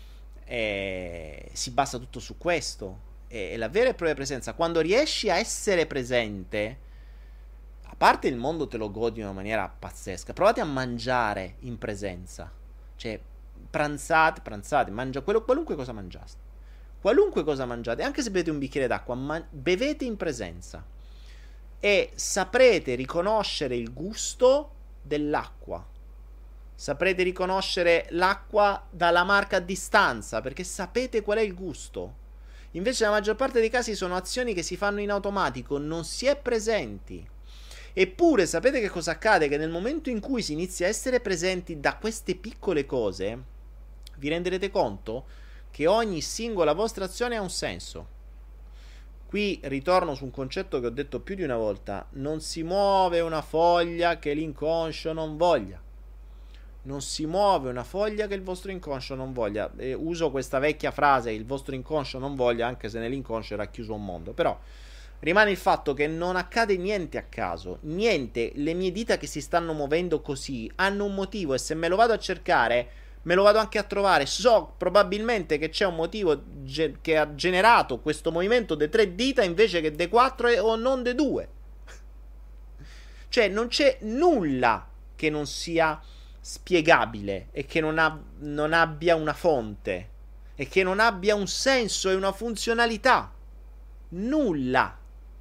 si basa tutto su questo. È la vera e propria presenza. Quando riesci a essere presente, a parte il mondo te lo godi in una maniera pazzesca. Provate a mangiare in presenza. Cioè, pranzate, mangia qualunque cosa mangiate. Qualunque cosa mangiate, anche se bevete un bicchiere d'acqua, bevete in presenza. E saprete riconoscere il gusto dell'acqua. Saprete riconoscere l'acqua dalla marca a distanza, perché sapete qual è il gusto. Invece la maggior parte dei casi sono azioni che si fanno in automatico, non si è presenti. Eppure sapete che cosa accade? Che nel momento in cui si inizia a essere presenti da queste piccole cose, vi renderete conto che ogni singola vostra azione ha un senso. Qui ritorno su un concetto che ho detto più di una volta: non si muove una foglia che l'inconscio non voglia. Non si muove una foglia che il vostro inconscio non voglia. Uso questa vecchia frase, il vostro inconscio non voglia, anche se nell'inconscio è racchiuso un mondo. Però rimane il fatto che non accade niente a caso. Niente. Le mie dita che si stanno muovendo così hanno un motivo, e se me lo vado a cercare, me lo vado anche a trovare. So probabilmente che c'è un motivo che ha generato questo movimento de 3 dita invece che de 4 o non de 2. Cioè non c'è nulla che non sia spiegabile e che non abbia una fonte e che non abbia un senso e una funzionalità. Nulla.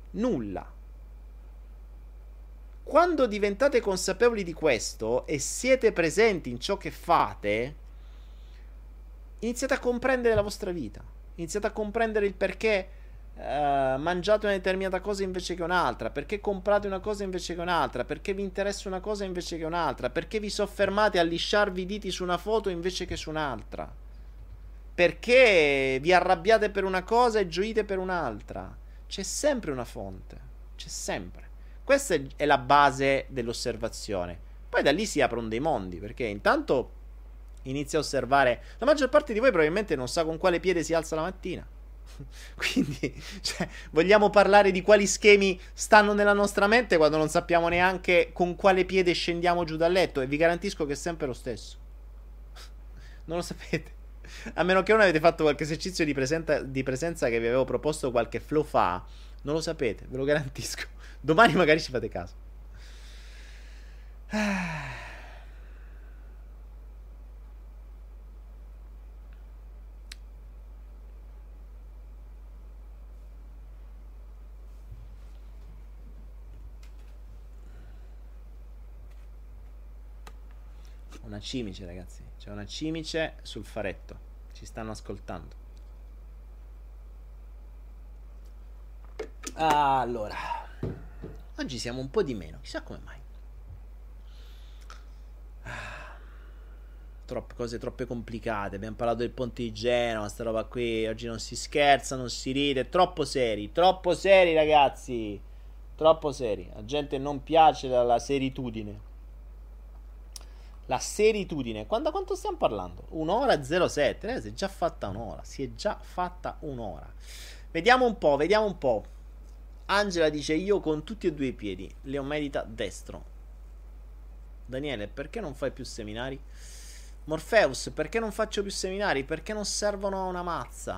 Quando diventate consapevoli di questo e siete presenti in ciò che fate, iniziate a comprendere la vostra vita, iniziate a comprendere il perché mangiate una determinata cosa invece che un'altra, perché comprate una cosa invece che un'altra, perché vi interessa una cosa invece che un'altra, perché vi soffermate a lisciarvi i diti su una foto invece che su un'altra, perché vi arrabbiate per una cosa e gioite per un'altra. C'è sempre una fonte, c'è sempre. Questa è la base dell'osservazione. Poi da lì si aprono dei mondi, perché intanto inizia a osservare. La maggior parte di voi probabilmente non sa con quale piede si alza la mattina. Quindi, cioè, vogliamo parlare di quali schemi stanno nella nostra mente quando non sappiamo neanche con quale piede scendiamo giù dal letto? E vi garantisco che è sempre lo stesso. Non lo sapete. A meno che non avete fatto qualche esercizio di presenza che vi avevo proposto qualche flow fa. Non lo sapete, ve lo garantisco. Domani magari ci fate caso. Una cimice, ragazzi. C'è una cimice sul faretto. Ci stanno ascoltando. Allora, oggi siamo un po' di meno. Chissà come mai. Cose troppe complicate. Abbiamo parlato del ponte di Genova, sta roba qui. Oggi non si scherza, non si ride. Troppo seri, ragazzi. Troppo seri. La gente non piace la seritudine. La seritudine. Quanto stiamo parlando? 1 ora e 07. Si è già fatta un'ora. Vediamo un po'. Angela dice: io con tutti e 2 i piedi. Leo medita destro. Daniele, perché non fai più seminari? Morpheus, perché non faccio più seminari? Perché non servono a una mazza.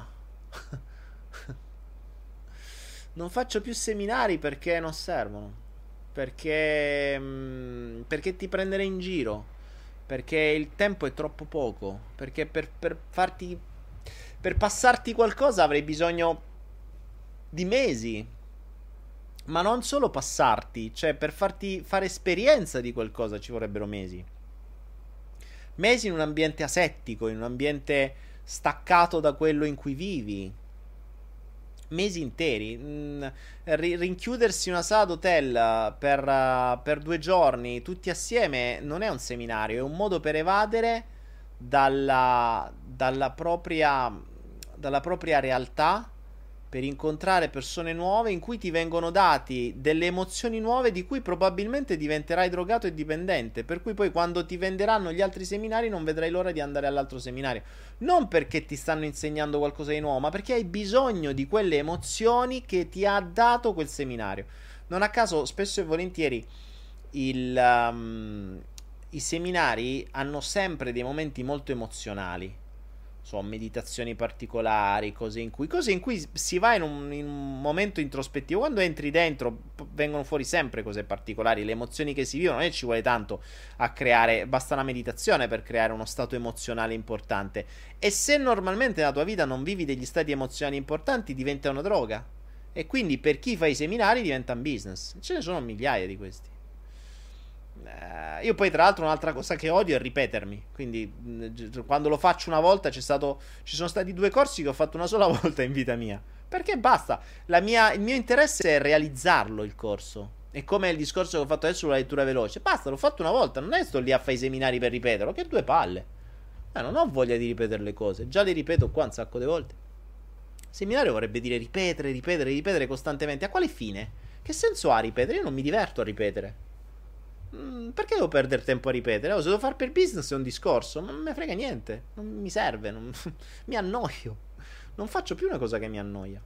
Non faccio più seminari perché non servono. Perché ti prenderei in giro. Perché il tempo è troppo poco. Perché per passarti qualcosa avrei bisogno di mesi. Ma non solo passarti, cioè per farti fare esperienza di qualcosa ci vorrebbero mesi. Mesi in un ambiente asettico, in un ambiente staccato da quello in cui vivi. Mesi interi. Rinchiudersi in una sala d'hotel per 2 giorni tutti assieme non è un seminario, è un modo per evadere dalla propria realtà, per incontrare persone nuove in cui ti vengono dati delle emozioni nuove di cui probabilmente diventerai drogato e dipendente, per cui poi quando ti venderanno gli altri seminari non vedrai l'ora di andare all'altro seminario, non perché ti stanno insegnando qualcosa di nuovo, ma perché hai bisogno di quelle emozioni che ti ha dato quel seminario. Non a caso spesso e volentieri i seminari hanno sempre dei momenti molto emozionali. Meditazioni particolari, cose in cui si va in un momento introspettivo. Quando entri dentro vengono fuori sempre cose particolari, le emozioni che si vivono, e ci vuole tanto a creare, basta una meditazione per creare uno stato emozionale importante. E se normalmente nella tua vita non vivi degli stati emozionali importanti, diventa una droga. E quindi per chi fa i seminari diventa un business. Ce ne sono migliaia di questi. Io poi tra l'altro un'altra cosa che odio è ripetermi, quindi quando lo faccio una volta ci sono stati 2 corsi che ho fatto una sola volta in vita mia, perché basta, il mio interesse è realizzarlo il corso, è come il discorso che ho fatto adesso sulla lettura veloce, basta, l'ho fatto una volta, non è sto lì a fare i seminari per ripeterlo, che 2 palle, non ho voglia di ripetere le cose, già le ripeto qua un sacco di volte. Seminario vorrebbe dire ripetere, ripetere, ripetere costantemente, a quale fine? Che senso ha ripetere? Io non mi diverto a ripetere. Perché devo perdere tempo a ripetere? Oh, se devo fare per business è un discorso, ma non me frega niente, non mi serve, mi annoio. Non faccio più una cosa che mi annoia.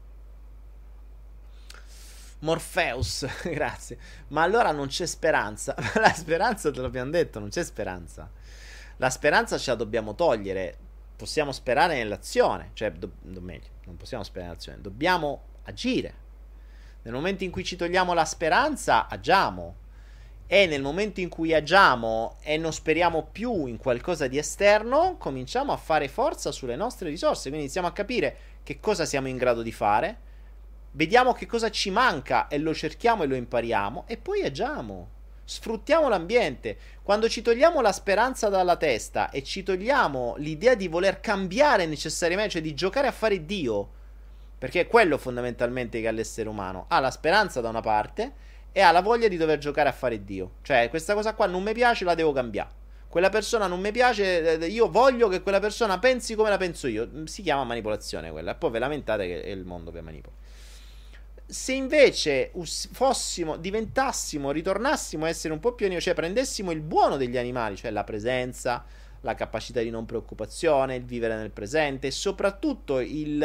Morpheus, grazie. Ma allora non c'è speranza. La speranza te l'abbiamo detto, non c'è speranza. La speranza ce la dobbiamo togliere. Possiamo sperare nell'azione, cioè, meglio, non possiamo sperare nell'azione, dobbiamo agire. Nel momento in cui ci togliamo la speranza, agiamo. E nel momento in cui agiamo e non speriamo più in qualcosa di esterno, cominciamo a fare forza sulle nostre risorse. Quindi iniziamo a capire che cosa siamo in grado di fare, vediamo che cosa ci manca e lo cerchiamo e lo impariamo e poi agiamo. Sfruttiamo l'ambiente. Quando ci togliamo la speranza dalla testa e ci togliamo l'idea di voler cambiare necessariamente, cioè di giocare a fare Dio, perché è quello fondamentalmente che ha l'essere umano, ha la speranza da una parte e ha la voglia di dover giocare a fare Dio. Cioè, questa cosa qua non mi piace, la devo cambiare. Quella persona non mi piace, io voglio che quella persona pensi come la penso io. Si chiama manipolazione quella. E poi ve lamentate che è il mondo che manipola. Se invece ritornassimo a essere un po' più cioè prendessimo il buono degli animali, cioè la presenza, la capacità di non preoccupazione, il vivere nel presente e soprattutto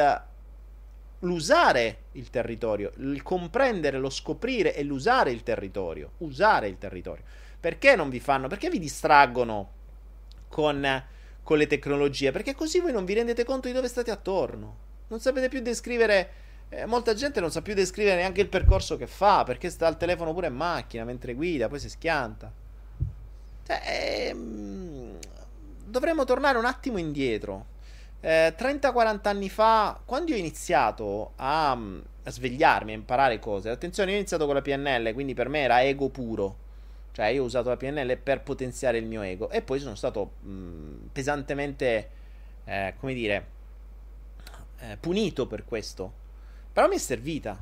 l'usare il territorio, il comprendere, lo scoprire e l'usare il territorio. Usare il territorio. Perché non vi fanno? Perché vi distraggono con le tecnologie? Perché così voi non vi rendete conto di dove state attorno. Non sapete più descrivere. Molta gente non sa più descrivere neanche il percorso che fa, perché sta al telefono pure in macchina mentre guida, poi si schianta. Cioè, dovremmo tornare un attimo indietro. 30-40 anni fa, quando io ho iniziato a svegliarmi, a imparare cose, attenzione, io ho iniziato con la PNL, quindi per me era ego puro, cioè io ho usato la PNL per potenziare il mio ego e poi sono stato pesantemente, come dire, punito per questo, però mi è servita,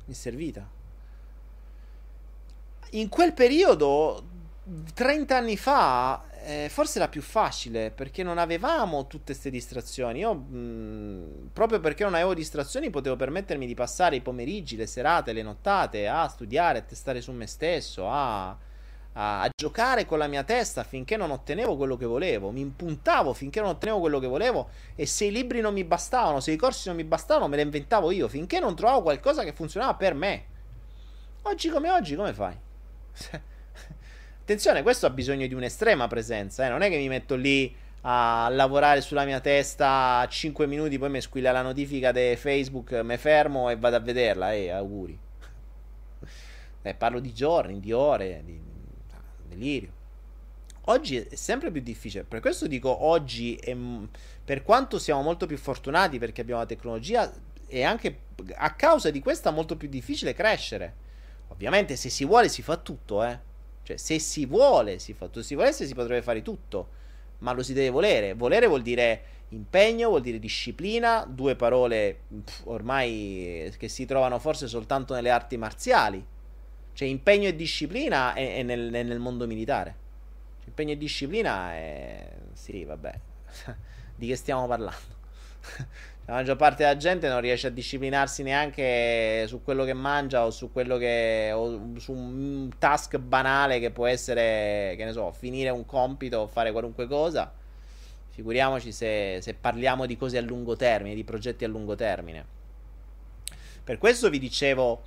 in quel periodo 30 anni fa forse era più facile perché non avevamo tutte queste distrazioni. Io proprio perché non avevo distrazioni potevo permettermi di passare i pomeriggi, le serate, le nottate a studiare, a testare su me stesso, a giocare con la mia testa finché non ottenevo quello che volevo. Mi impuntavo finché non ottenevo quello che volevo e se i libri non mi bastavano, se i corsi non mi bastavano, me le inventavo io finché non trovavo qualcosa che funzionava per me. Oggi come fai? Attenzione, questo ha bisogno di un'estrema presenza, non è che mi metto lì a lavorare sulla mia testa 5 minuti, poi mi squilla la notifica di Facebook, mi fermo e vado a vederla, auguri. Parlo di giorni, di ore, di delirio. Oggi è sempre più difficile, per questo dico oggi, per quanto siamo molto più fortunati perché abbiamo la tecnologia, è anche a causa di questa molto più difficile crescere. Ovviamente se si vuole si fa tutto, Cioè, se si vuole, si fa tutto. Se si volesse, si potrebbe fare tutto. Ma lo si deve volere. Volere vuol dire impegno, vuol dire disciplina. 2 parole ormai che si trovano forse soltanto nelle arti marziali. Cioè, impegno e disciplina è nel mondo militare. Cioè, impegno e disciplina è. Sì, vabbè. Di che stiamo parlando? La maggior parte della gente non riesce a disciplinarsi neanche su quello che mangia o su quello che o su un task banale che può essere, che ne so, finire un compito o fare qualunque cosa. Figuriamoci se parliamo di cose a lungo termine, di progetti a lungo termine. Per questo vi dicevo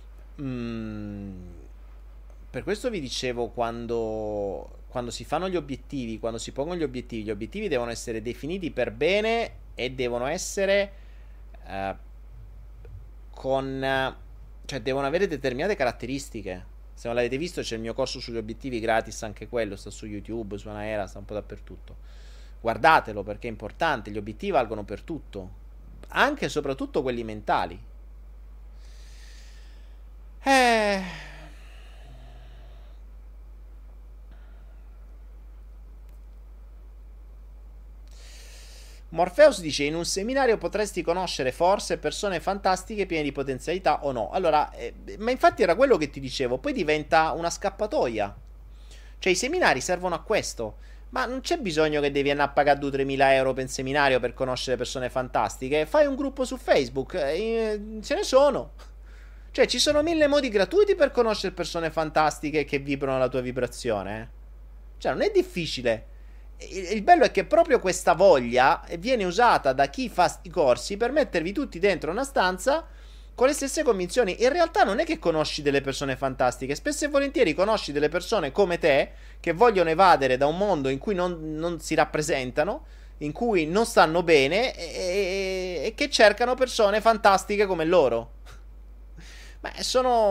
quando si fanno gli obiettivi, quando si pongono gli obiettivi devono essere definiti per bene e devono essere cioè devono avere determinate caratteristiche. Se non l'avete visto c'è il mio corso sugli obiettivi gratis, anche quello sta su YouTube, su Anaera, sta un po' dappertutto. Guardatelo perché è importante, gli obiettivi valgono per tutto, anche e soprattutto quelli mentali. Morpheus dice: in un seminario potresti conoscere forse persone fantastiche piene di potenzialità o no. Allora, ma infatti era quello che ti dicevo. Poi diventa una scappatoia. Cioè, i seminari servono a questo. Ma non c'è bisogno che devi andare a pagare 2-3 mila euro per un seminario per conoscere persone fantastiche. Fai un gruppo su Facebook, ce ne sono. Cioè, ci sono 1000 modi gratuiti per conoscere persone fantastiche che vibrano la tua vibrazione. Cioè, non è difficile. Il bello è che proprio questa voglia viene usata da chi fa i corsi per mettervi tutti dentro una stanza con le stesse convinzioni. In realtà non è che conosci delle persone fantastiche, spesso e volentieri conosci delle persone come te che vogliono evadere da un mondo in cui non si rappresentano, in cui non stanno bene e che cercano persone fantastiche come loro. Beh,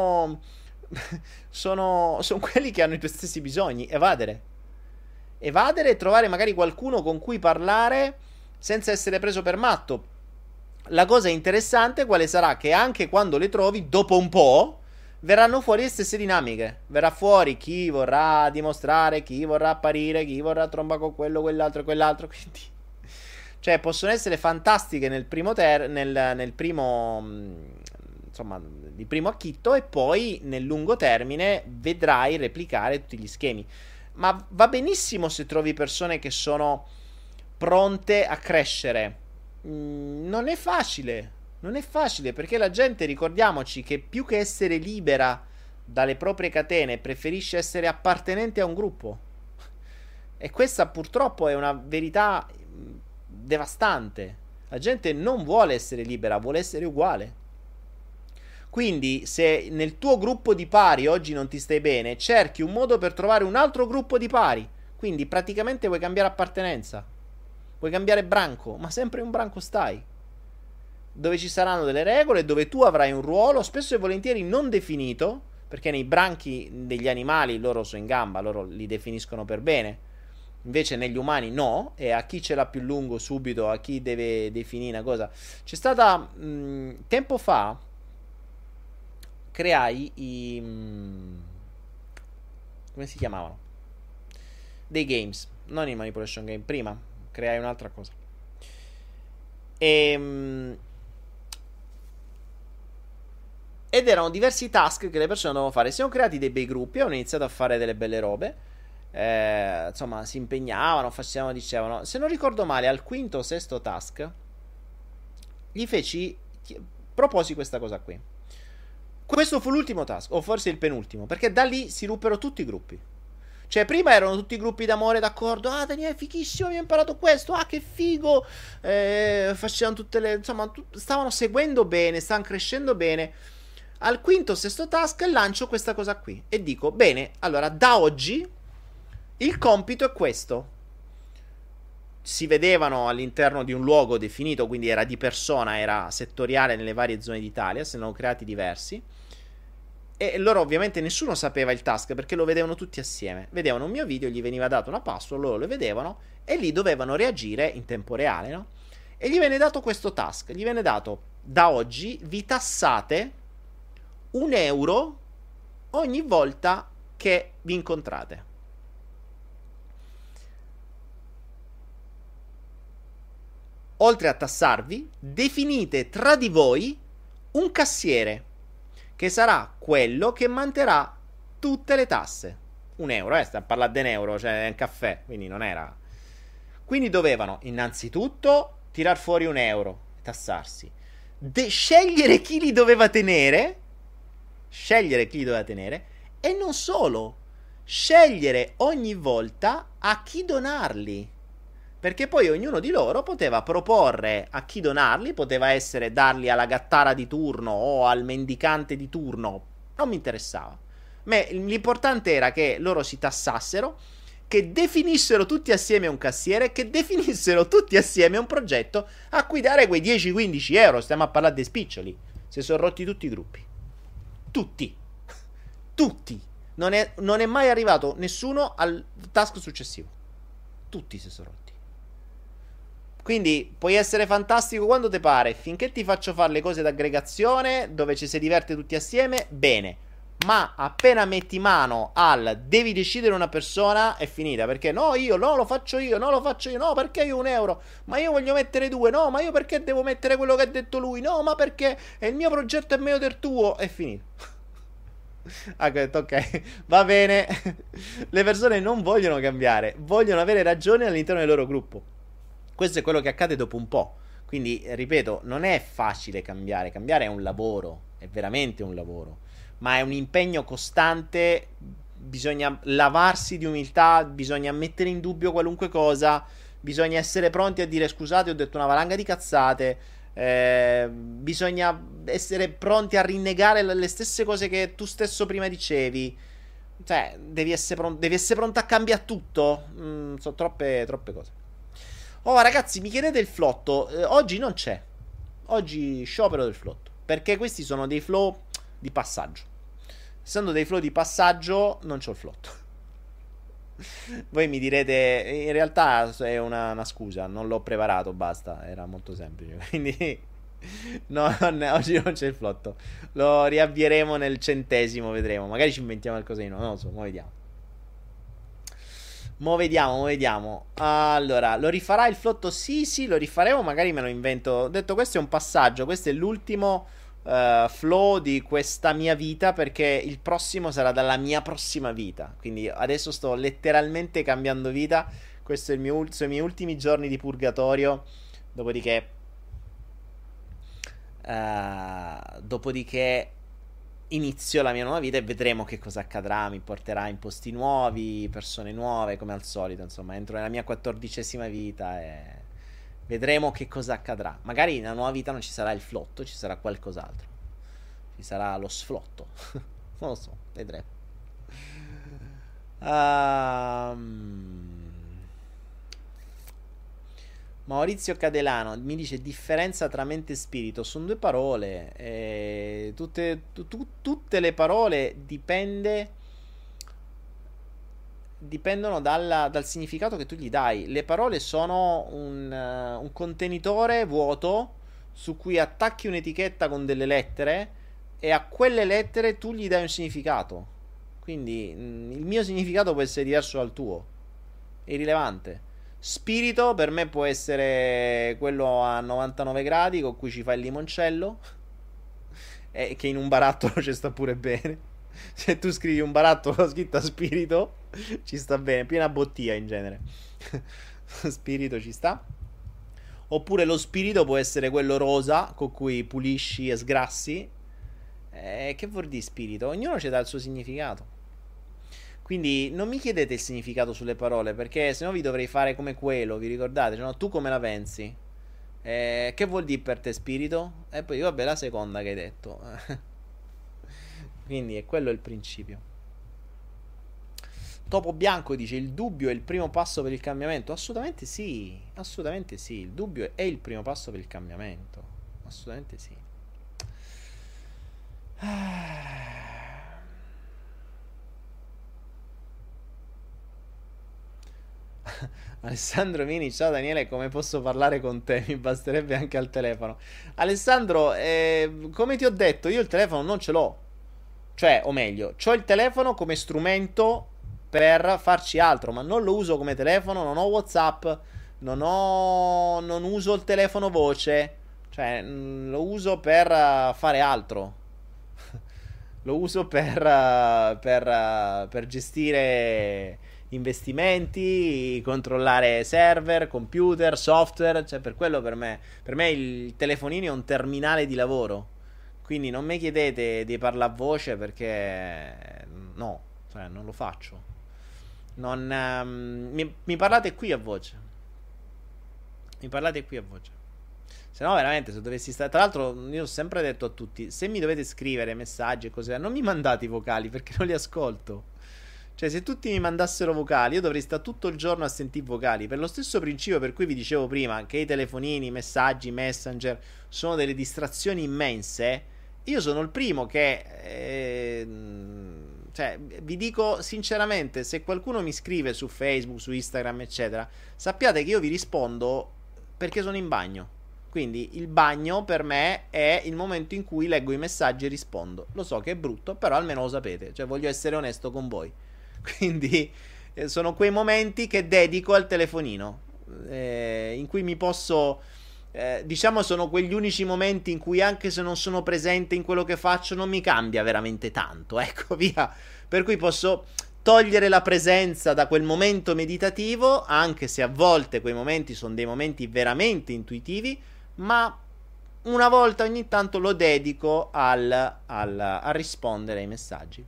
sono quelli che hanno i tuoi stessi bisogni, evadere e trovare magari qualcuno con cui parlare senza essere preso per matto. La cosa interessante quale sarà? Che anche quando le trovi, dopo un po', verranno fuori le stesse dinamiche. Verrà fuori chi vorrà dimostrare, chi vorrà apparire, chi vorrà trombare con quello, quell'altro e quell'altro. Quindi, cioè, possono essere fantastiche nel primo nel primo, insomma, di primo acchitto, e poi nel lungo termine vedrai replicare tutti gli schemi. Ma va benissimo se trovi persone che sono pronte a crescere. Non è facile. Non è facile perché la gente, ricordiamoci che più che essere libera dalle proprie catene, preferisce essere appartenente a un gruppo. E questa purtroppo è una verità devastante. La gente non vuole essere libera, vuole essere uguale. Quindi, se nel tuo gruppo di pari oggi non ti stai bene, cerchi un modo per trovare un altro gruppo di pari. Quindi, praticamente vuoi cambiare appartenenza. Vuoi cambiare branco, ma sempre in un branco stai. Dove ci saranno delle regole, dove tu avrai un ruolo, spesso e volentieri non definito, perché nei branchi degli animali loro sono in gamba, loro li definiscono per bene. Invece negli umani no, e a chi ce l'ha più lungo subito, a chi deve definire una cosa. C'è stata, tempo fa, creai come si chiamavano? Dei games, non i manipulation game. Prima creai un'altra cosa ed erano diversi task che le persone dovevano fare. Siamo creati dei bei gruppi, hanno iniziato a fare delle belle robe, insomma si impegnavano, facevano, dicevano. Se non ricordo male, al quinto o sesto task proposi questa cosa qui. Questo fu l'ultimo task, o forse il penultimo, perché da lì si ruppero tutti i gruppi. Cioè, prima erano tutti i gruppi d'amore, d'accordo. Ah, Daniele, fighissimo, mi ha imparato questo. Ah, che figo. Facevano tutte le... Insomma, stavano seguendo bene, stavano crescendo bene. Al quinto, sesto task lancio questa cosa qui. E dico, bene, allora, da oggi il compito è questo. Si vedevano all'interno di un luogo definito, quindi era di persona, era settoriale nelle varie zone d'Italia, se ne hanno creati diversi. E loro ovviamente nessuno sapeva il task perché lo vedevano tutti assieme. Vedevano un mio video, gli veniva dato una password, loro lo vedevano e lì dovevano reagire in tempo reale, no? E gli viene dato questo task, gli viene dato: da oggi vi tassate 1 euro ogni volta che vi incontrate. Oltre a tassarvi, definite tra di voi un cassiere, che sarà quello che manterrà tutte le tasse. 1 euro, sta a parlare di un euro, cioè è un caffè, quindi non era. Quindi dovevano innanzitutto tirar fuori 1 euro, tassarsi, scegliere chi li doveva tenere, e non solo, scegliere ogni volta a chi donarli. Perché poi ognuno di loro poteva proporre a chi donarli, poteva essere darli alla gattara di turno o al mendicante di turno, non mi interessava. Ma l'importante era che loro si tassassero, che definissero tutti assieme un cassiere, che definissero tutti assieme un progetto a cui dare quei 10-15 euro. Stiamo a parlare dei spiccioli. Si sono rotti tutti i gruppi. Tutti. Non è mai arrivato nessuno al task successivo. Tutti si sono rotti. Quindi puoi essere fantastico quando te pare, finché ti faccio fare le cose d'aggregazione dove ci si diverte tutti assieme, bene. Ma appena metti mano al devi decidere una persona, è finita. Perché no, io no, lo faccio io, no, lo faccio io, no, perché io 1 euro, ma io voglio mettere 2, no, ma io perché devo mettere quello che ha detto lui, no, ma perché il mio progetto è meglio del tuo, è finito. Ha detto ok, va bene. Le persone non vogliono cambiare, vogliono avere ragione all'interno del loro gruppo. Questo è quello che accade dopo un po'. Quindi, ripeto, non è facile cambiare. Cambiare è un lavoro, è veramente un lavoro. Ma è un impegno costante. Bisogna lavarsi di umiltà, bisogna mettere in dubbio qualunque cosa. Bisogna essere pronti a dire scusate, ho detto una valanga di cazzate. Bisogna essere pronti a rinnegare le stesse cose che tu stesso prima dicevi. Cioè, devi essere pronto a cambiare tutto. Sono troppe cose. Oh, ragazzi, mi chiedete il flotto. Oggi non c'è. Oggi sciopero del flotto. Perché questi sono dei flow di passaggio. Essendo dei flow di passaggio, non c'ho il flotto. Voi mi direte, in realtà è una scusa, non l'ho preparato, basta, era molto semplice. Quindi, no, oggi non c'è il flotto. Lo riavvieremo nel 100°, vedremo. Magari ci inventiamo qualcosina, non lo so, mo vediamo. Mo vediamo. Allora, lo rifarà il flotto? Sì, lo rifaremo, magari me lo invento. Ho detto, questo è un passaggio, questo è l'ultimo flow di questa mia vita, perché il prossimo sarà dalla mia prossima vita. Quindi adesso sto letteralmente cambiando vita. Questo è sono i miei ultimi giorni di purgatorio. Dopodiché inizio la mia nuova vita e vedremo che cosa accadrà. Mi porterà in posti nuovi, persone nuove, come al solito. Insomma, entro nella mia 14ª vita e vedremo che cosa accadrà. Magari nella nuova vita non ci sarà il flotto, ci sarà qualcos'altro. Ci sarà lo sflotto. Non lo so, vedremo. Maurizio Cadelano mi dice differenza tra mente e spirito. Sono due parole. Tutte le parole dipendono dal significato che tu gli dai. Le parole sono un contenitore vuoto su cui attacchi un'etichetta con delle lettere e a quelle lettere tu gli dai un significato. Quindi il mio significato può essere diverso dal tuo. È irrilevante. Spirito per me può essere quello a 99 gradi con cui ci fai il limoncello e che in un barattolo ci sta pure bene. Se tu scrivi un barattolo scritta spirito ci sta bene, piena bottiglia in genere. Spirito ci sta. Oppure lo spirito può essere quello rosa con cui pulisci e sgrassi. Che vuol dire spirito? Ognuno ci dà il suo significato. Quindi non mi chiedete il significato sulle parole, perché sennò vi dovrei fare come quello, vi ricordate? Cioè, no, tu come la pensi? Che vuol dire per te spirito? E poi vabbè, la seconda che hai detto. Quindi è quello il principio. Topo Bianco dice il dubbio è il primo passo per il cambiamento. Assolutamente sì, il dubbio è il primo passo per il cambiamento. Assolutamente sì. Alessandro Mini, ciao Daniele, come posso parlare con te? Mi basterebbe anche al telefono. Alessandro, come ti ho detto, io il telefono non ce l'ho. Cioè, o meglio, c'ho il telefono come strumento per farci altro, ma non lo uso come telefono, non ho WhatsApp, non uso il telefono voce. Cioè, lo uso per fare altro. Lo uso per gestire investimenti, controllare server, computer, software. Cioè, per quello per me il telefonino è un terminale di lavoro. Quindi non mi chiedete di parlare a voce perché no, cioè non lo faccio. Mi parlate qui a voce. Mi parlate qui a voce. Se no, veramente, se dovessi stare. Tra l'altro, io ho sempre detto a tutti: se mi dovete scrivere messaggi e cose, non mi mandate i vocali perché non li ascolto. Cioè, se tutti mi mandassero vocali, io dovrei stare tutto il giorno a sentire vocali. Per lo stesso principio per cui vi dicevo prima che i telefonini, i messaggi, i messenger sono delle distrazioni immense. Io sono il primo che. Cioè, vi dico sinceramente: se qualcuno mi scrive su Facebook, su Instagram, eccetera, sappiate che io vi rispondo perché sono in bagno. Quindi il bagno per me è il momento in cui leggo i messaggi e rispondo. Lo so che è brutto, però almeno lo sapete. Cioè, voglio essere onesto con voi. Quindi sono quei momenti che dedico al telefonino, in cui mi posso... diciamo sono quegli unici momenti in cui anche se non sono presente in quello che faccio non mi cambia veramente tanto, ecco via, per cui posso togliere la presenza da quel momento meditativo, anche se a volte quei momenti sono dei momenti veramente intuitivi, ma una volta ogni tanto lo dedico a rispondere ai messaggi.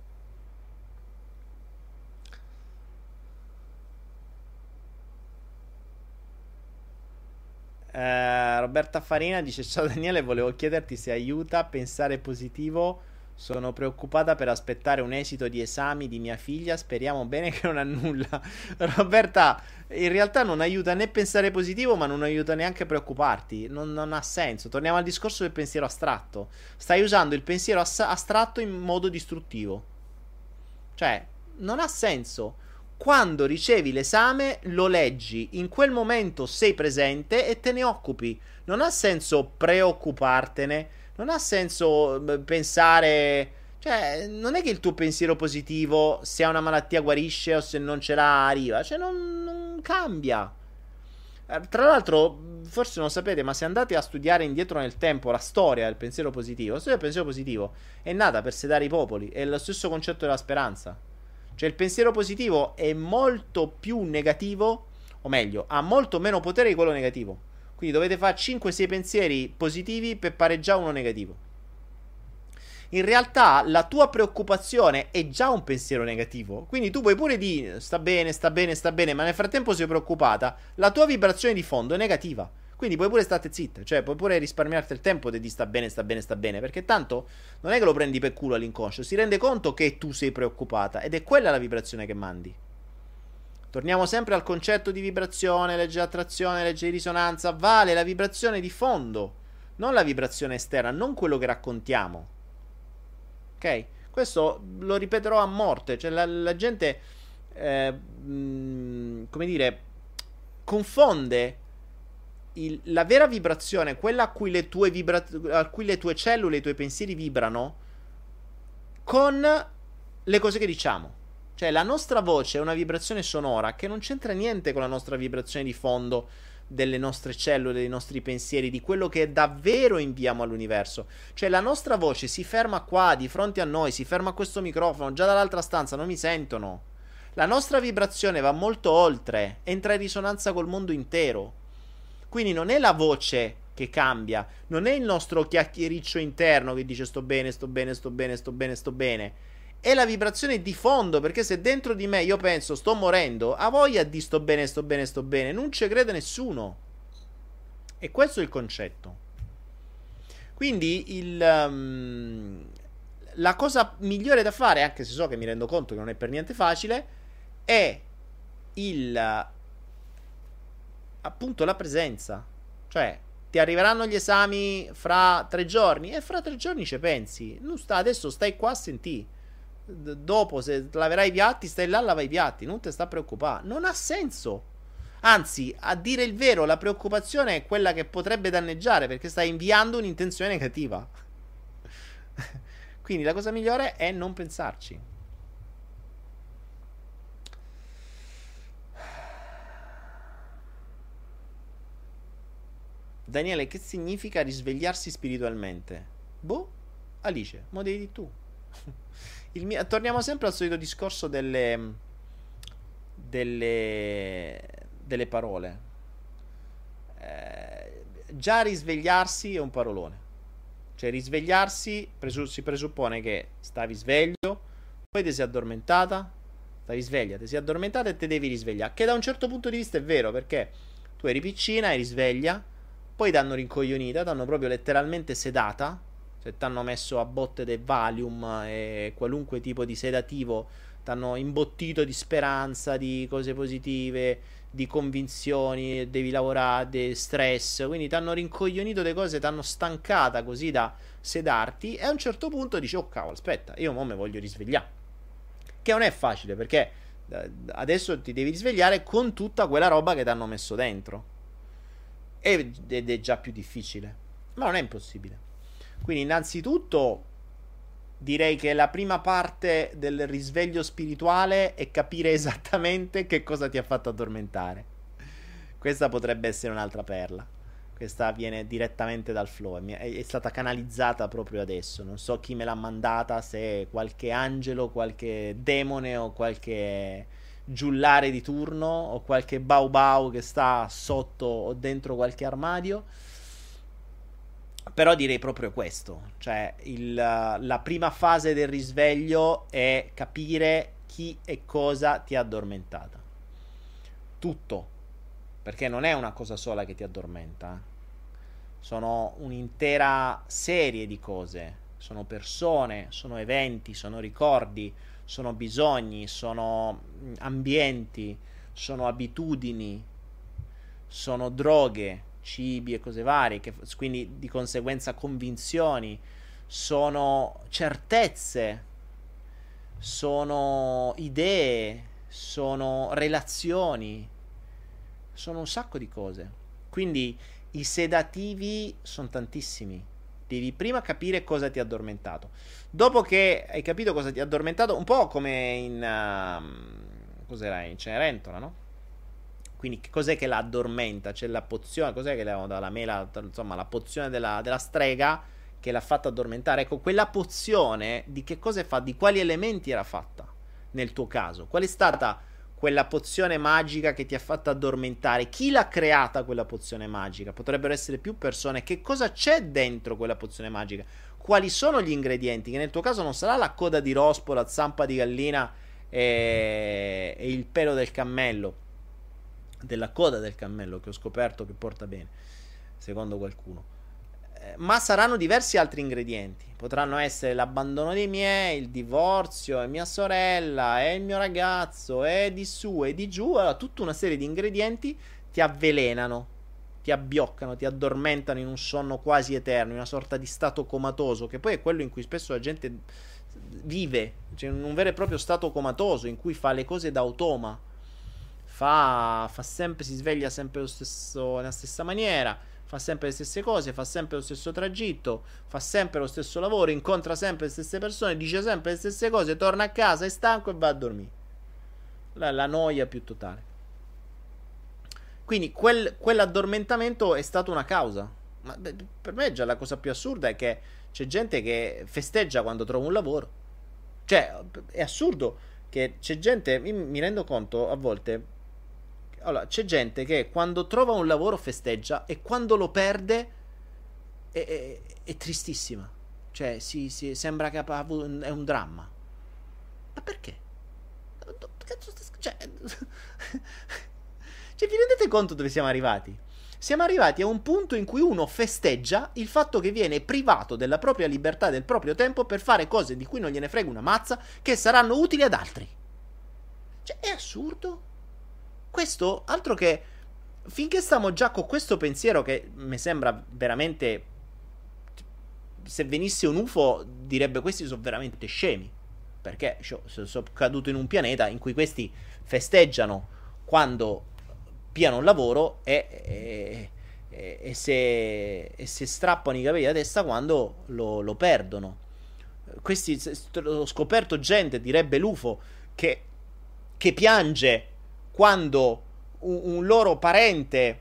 Roberta Farina dice: ciao Daniele, volevo chiederti se aiuta a pensare positivo. Sono preoccupata per aspettare un esito di esami di mia figlia. Speriamo bene che non ha nulla. Roberta, in realtà non aiuta né pensare positivo, ma non aiuta neanche preoccuparti. Non ha senso. Torniamo al discorso del pensiero astratto. Stai usando il pensiero astratto in modo distruttivo. Cioè, non ha senso. Quando ricevi l'esame, lo leggi, in quel momento sei presente e te ne occupi. Non ha senso preoccupartene, non ha senso pensare... Cioè, non è che il tuo pensiero positivo, se ha una malattia guarisce o se non ce l'ha arriva. Cioè, non cambia. Tra l'altro, forse non sapete, ma se andate a studiare indietro nel tempo la storia del pensiero positivo, la storia del pensiero positivo è nata per sedare i popoli, è lo stesso concetto della speranza. Cioè il pensiero positivo è molto più negativo, o meglio, ha molto meno potere di quello negativo. Quindi dovete fare 5-6 pensieri positivi per pareggiare uno negativo. In realtà la tua preoccupazione è già un pensiero negativo. Quindi tu puoi pure dire sta bene, sta bene, sta bene, ma nel frattempo sei preoccupata. La tua vibrazione di fondo è negativa. Quindi puoi pure stare zitta, cioè puoi pure risparmiarti il tempo di sta bene, sta bene, sta bene, perché tanto non è che lo prendi per culo all'inconscio, si rende conto che tu sei preoccupata ed è quella la vibrazione che mandi. Torniamo sempre al concetto di vibrazione, legge di attrazione, legge di risonanza, vale la vibrazione di fondo, non la vibrazione esterna, non quello che raccontiamo. Ok? Questo lo ripeterò a morte, cioè la gente, come dire, confonde la vera vibrazione, quella a cui le tue cellule, i tuoi pensieri vibrano, con le cose che diciamo. Cioè la nostra voce è una vibrazione sonora che non c'entra niente con la nostra vibrazione di fondo delle nostre cellule, dei nostri pensieri, di quello che davvero inviamo all'universo. Cioè la nostra voce si ferma qua, di fronte a noi, si ferma a questo microfono, già dall'altra stanza non mi sentono. La nostra vibrazione va molto oltre, entra in risonanza col mondo intero. Quindi non è la voce che cambia, non è il nostro chiacchiericcio interno che dice sto bene, sto bene, sto bene, sto bene, sto bene. È la vibrazione di fondo, perché se dentro di me io penso sto morendo, ha voglia di sto bene, sto bene, sto bene, non ci crede nessuno. E questo è il concetto. Quindi la cosa migliore da fare, anche se so che mi rendo conto che non è per niente facile, è appunto la presenza. Cioè ti arriveranno gli esami fra 3 giorni e fra 3 giorni ci pensi. Non sta, adesso stai qua a sentire. Dopo se laverai i piatti stai là a lavare i piatti, non ti sta a preoccupare. Non ha senso. Anzi, a dire il vero, la preoccupazione è quella che potrebbe danneggiare, perché stai inviando un'intenzione negativa. Quindi la cosa migliore è non pensarci. Daniele, che significa risvegliarsi spiritualmente? Boh, Alice, mo devi dire tu. Torniamo sempre al solito discorso delle parole. Già risvegliarsi è un parolone. Cioè risvegliarsi si presuppone che stavi sveglio, poi ti sei addormentata, stavi sveglia, ti sei addormentata e te devi risvegliare. Che da un certo punto di vista è vero, perché tu eri piccina, eri sveglia, poi ti hanno rincoglionita, ti hanno proprio letteralmente sedata. Se ti hanno messo a botte del Valium e qualunque tipo di sedativo, ti hanno imbottito di speranza, di cose positive, di convinzioni, devi lavorare, di stress, quindi ti hanno rincoglionito le cose, ti hanno stancata così da sedarti e a un certo punto dici oh cavolo, aspetta, io mo me voglio risvegliare, che non è facile perché adesso ti devi risvegliare con tutta quella roba che ti hanno messo dentro ed è già più difficile, ma non è impossibile. Quindi innanzitutto direi che la prima parte del risveglio spirituale è capire esattamente che cosa ti ha fatto addormentare. Questa potrebbe essere un'altra perla. Questa viene direttamente dal flow, è stata canalizzata proprio adesso. Non so chi me l'ha mandata, se qualche angelo, qualche demone o qualche giullare di turno o qualche baobao che sta sotto o dentro qualche armadio. Però direi proprio questo, cioè la prima fase del risveglio è capire chi e cosa ti ha addormentata. Tutto, perché non è una cosa sola che ti addormenta, sono un'intera serie di cose, sono persone, sono eventi, sono ricordi, sono bisogni, sono ambienti, sono abitudini, sono droghe, cibi e cose varie, quindi di conseguenza convinzioni, sono certezze, sono idee, sono relazioni, sono un sacco di cose. Quindi i sedativi sono tantissimi. Devi prima capire cosa ti ha addormentato. Dopo che hai capito cosa ti ha addormentato, un po' come cos'era? In Cenerentola, no? Quindi che cos'è che la addormenta? C'è la pozione, cos'è che le hanno dato la mela, insomma, la pozione della strega che l'ha fatta addormentare. Ecco, quella pozione di che cosa è fatta, di quali elementi era fatta nel tuo caso? Qual è stata quella pozione magica che ti ha fatto addormentare? Chi l'ha creata quella pozione magica? Potrebbero essere più persone. Che cosa c'è dentro quella pozione magica? Quali sono gli ingredienti? Che nel tuo caso non sarà la coda di rospo, la zampa di gallina e il pelo del cammello, della coda del cammello, che ho scoperto che porta bene, secondo qualcuno. Ma saranno diversi altri ingredienti. Potranno essere l'abbandono dei miei, il divorzio, e mia sorella, e il mio ragazzo, e di su e di giù. Allora, tutta una serie di ingredienti ti avvelenano, ti abbioccano, ti addormentano in un sonno quasi eterno, in una sorta di stato comatoso, che poi è quello in cui spesso la gente vive, cioè in un vero e proprio stato comatoso, in cui fa le cose da automa, fa sempre, si sveglia sempre nella stessa maniera, fa sempre le stesse cose, fa sempre lo stesso tragitto, fa sempre lo stesso lavoro, incontra sempre le stesse persone, dice sempre le stesse cose, torna a casa, è stanco e va a dormire. La noia più totale. Quindi quell'addormentamento è stato una causa. Ma per me già la cosa più assurda è che c'è gente che festeggia quando trova un lavoro. Cioè, è assurdo che c'è gente, mi rendo conto a volte. Allora, c'è gente che quando trova un lavoro festeggia e quando lo perde è tristissima. Cioè, sembra che è un dramma. Ma perché? Cioè, cioè, vi rendete conto dove siamo arrivati? Siamo arrivati a un punto in cui uno festeggia il fatto che viene privato della propria libertà e del proprio tempo per fare cose di cui non gliene frega una mazza, che saranno utili ad altri. Cioè, è assurdo. Questo, altro che, finché stiamo già con questo pensiero che mi sembra veramente, se venisse un UFO direbbe questi sono veramente scemi, perché sono caduto in un pianeta in cui questi festeggiano quando piano il lavoro e se strappano i capelli da testa quando lo perdono. Questi, ho scoperto gente, direbbe l'UFO, che piange quando un loro parente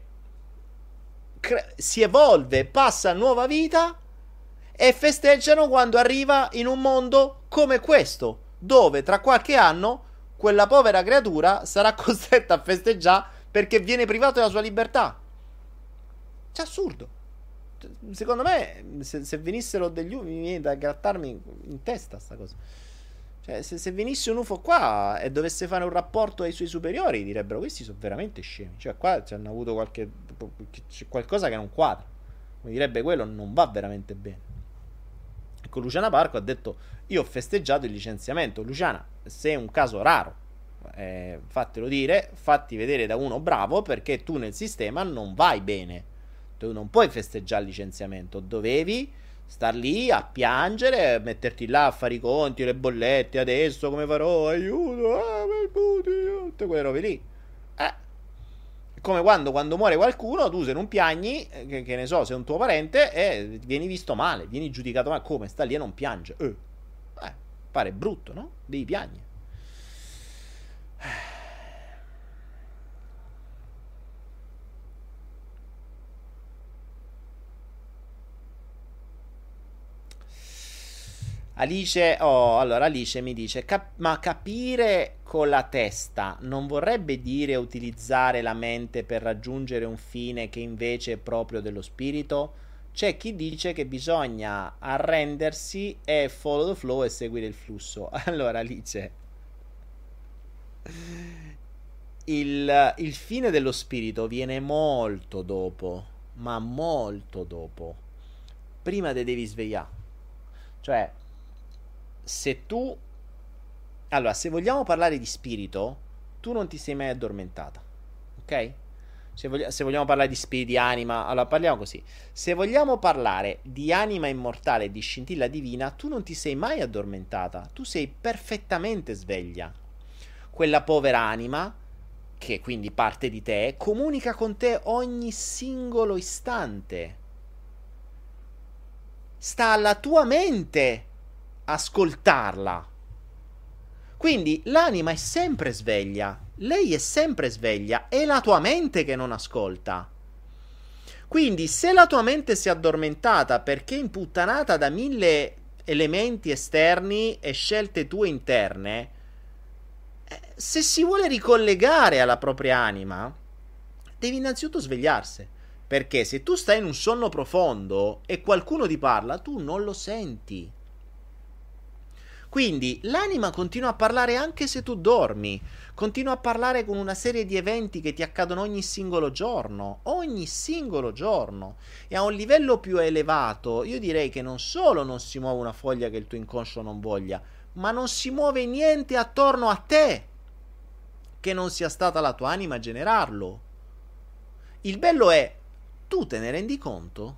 si evolve, passa a nuova vita, e festeggiano quando arriva in un mondo come questo, dove tra qualche anno quella povera creatura sarà costretta a festeggiare perché viene privato della sua libertà. C'è assurdo. Secondo me, se venissero degli UFO, mi viene da grattarmi in testa sta cosa. Cioè, se venisse un UFO qua e dovesse fare un rapporto ai suoi superiori, direbbero questi sono veramente scemi. Cioè, qua ci hanno avuto qualcosa che non quadra. Come direbbe quello, non va veramente bene. Ecco, Luciana Parco ha detto: io ho festeggiato il licenziamento. Luciana, se è un caso raro, fatelo dire, fatti vedere da uno bravo, perché tu nel sistema non vai bene. Tu non puoi festeggiare il licenziamento, dovevi star lì a piangere, metterti là a fare i conti, le bollette, adesso come farò, aiuto, tutte quelle robe lì. Come quando muore qualcuno, tu se non piagni, che ne so, sei un tuo parente, vieni visto male, vieni giudicato male. Come? Sta lì e non piange. Pare brutto, no? Devi piangere. Alice mi dice, ma capire con la testa non vorrebbe dire utilizzare la mente per raggiungere un fine che invece è proprio dello spirito? C'è chi dice che bisogna arrendersi e follow the flow e seguire il flusso. Allora, Alice, il fine dello spirito viene molto dopo, ma molto dopo. Prima te devi svegliare. Cioè, se tu... Allora, se vogliamo parlare di spirito, tu non ti sei mai addormentata, ok? Se vogliamo parlare di spirito, di anima, allora parliamo così. Se vogliamo parlare di anima immortale e di scintilla divina, tu non ti sei mai addormentata, tu sei perfettamente sveglia. Quella povera anima, che quindi parte di te, comunica con te ogni singolo istante. Sta alla tua mente ascoltarla. Quindi l'anima è sempre sveglia, lei è sempre sveglia, è la tua mente che non ascolta. Quindi se la tua mente si è addormentata perché è imputtanata da 1000 elementi esterni e scelte tue interne, se si vuole ricollegare alla propria anima, devi innanzitutto svegliarsi. Perché se tu stai in un sonno profondo e qualcuno ti parla, tu non lo senti. Quindi l'anima continua a parlare anche se tu dormi, continua a parlare con una serie di eventi che ti accadono ogni singolo giorno, e a un livello più elevato io direi che non solo non si muove una foglia che il tuo inconscio non voglia, ma non si muove niente attorno a te che non sia stata la tua anima a generarlo. Il bello è, tu te ne rendi conto?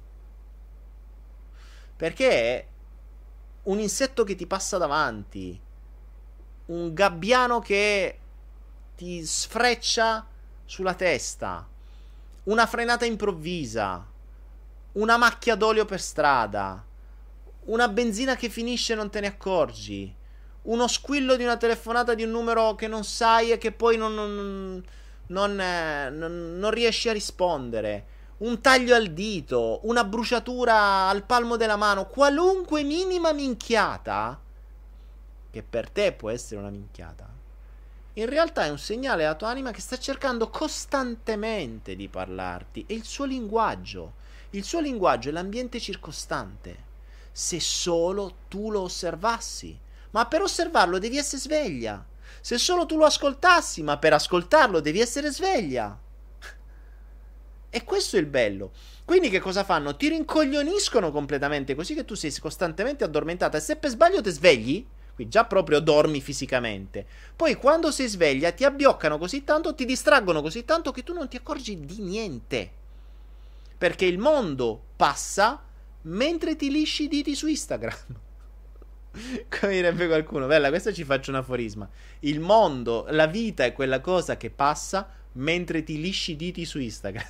Perché un insetto che ti passa davanti, un gabbiano che ti sfreccia sulla testa, una frenata improvvisa, una macchia d'olio per strada, una benzina che finisce e non te ne accorgi, uno squillo di una telefonata di un numero che non sai e che poi non riesci a rispondere, un taglio al dito, una bruciatura al palmo della mano, qualunque minima minchiata, che per te può essere una minchiata, in realtà è un segnale alla tua anima che sta cercando costantemente di parlarti. È il suo linguaggio è l'ambiente circostante, se solo tu lo osservassi. Ma per osservarlo devi essere sveglia. Se solo tu lo ascoltassi, ma per ascoltarlo devi essere sveglia. E questo è il bello. Quindi che cosa fanno? Ti rincoglioniscono completamente, così che tu sei costantemente addormentata, e se per sbaglio ti svegli, qui già proprio dormi fisicamente, poi quando sei sveglia ti abbioccano così tanto, ti distraggono così tanto che tu non ti accorgi di niente, perché il mondo passa mentre ti lisci i diti su Instagram. Come direbbe qualcuno, bella, questo ci faccio un aforisma. Il mondo, la vita è quella cosa che passa mentre ti lisci i diti su Instagram.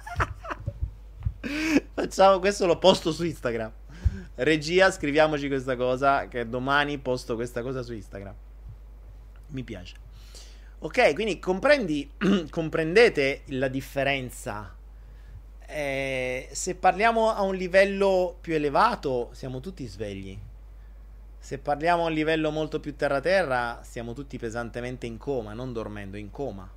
Facciamo questo, lo posto su Instagram. Regia, scriviamoci questa cosa, che domani posto questa cosa su Instagram. Mi piace. Ok, quindi comprendete la differenza. Se parliamo a un livello più elevato, siamo tutti svegli. Se parliamo a un livello molto più terra-terra, siamo tutti pesantemente in coma, non dormendo, in coma.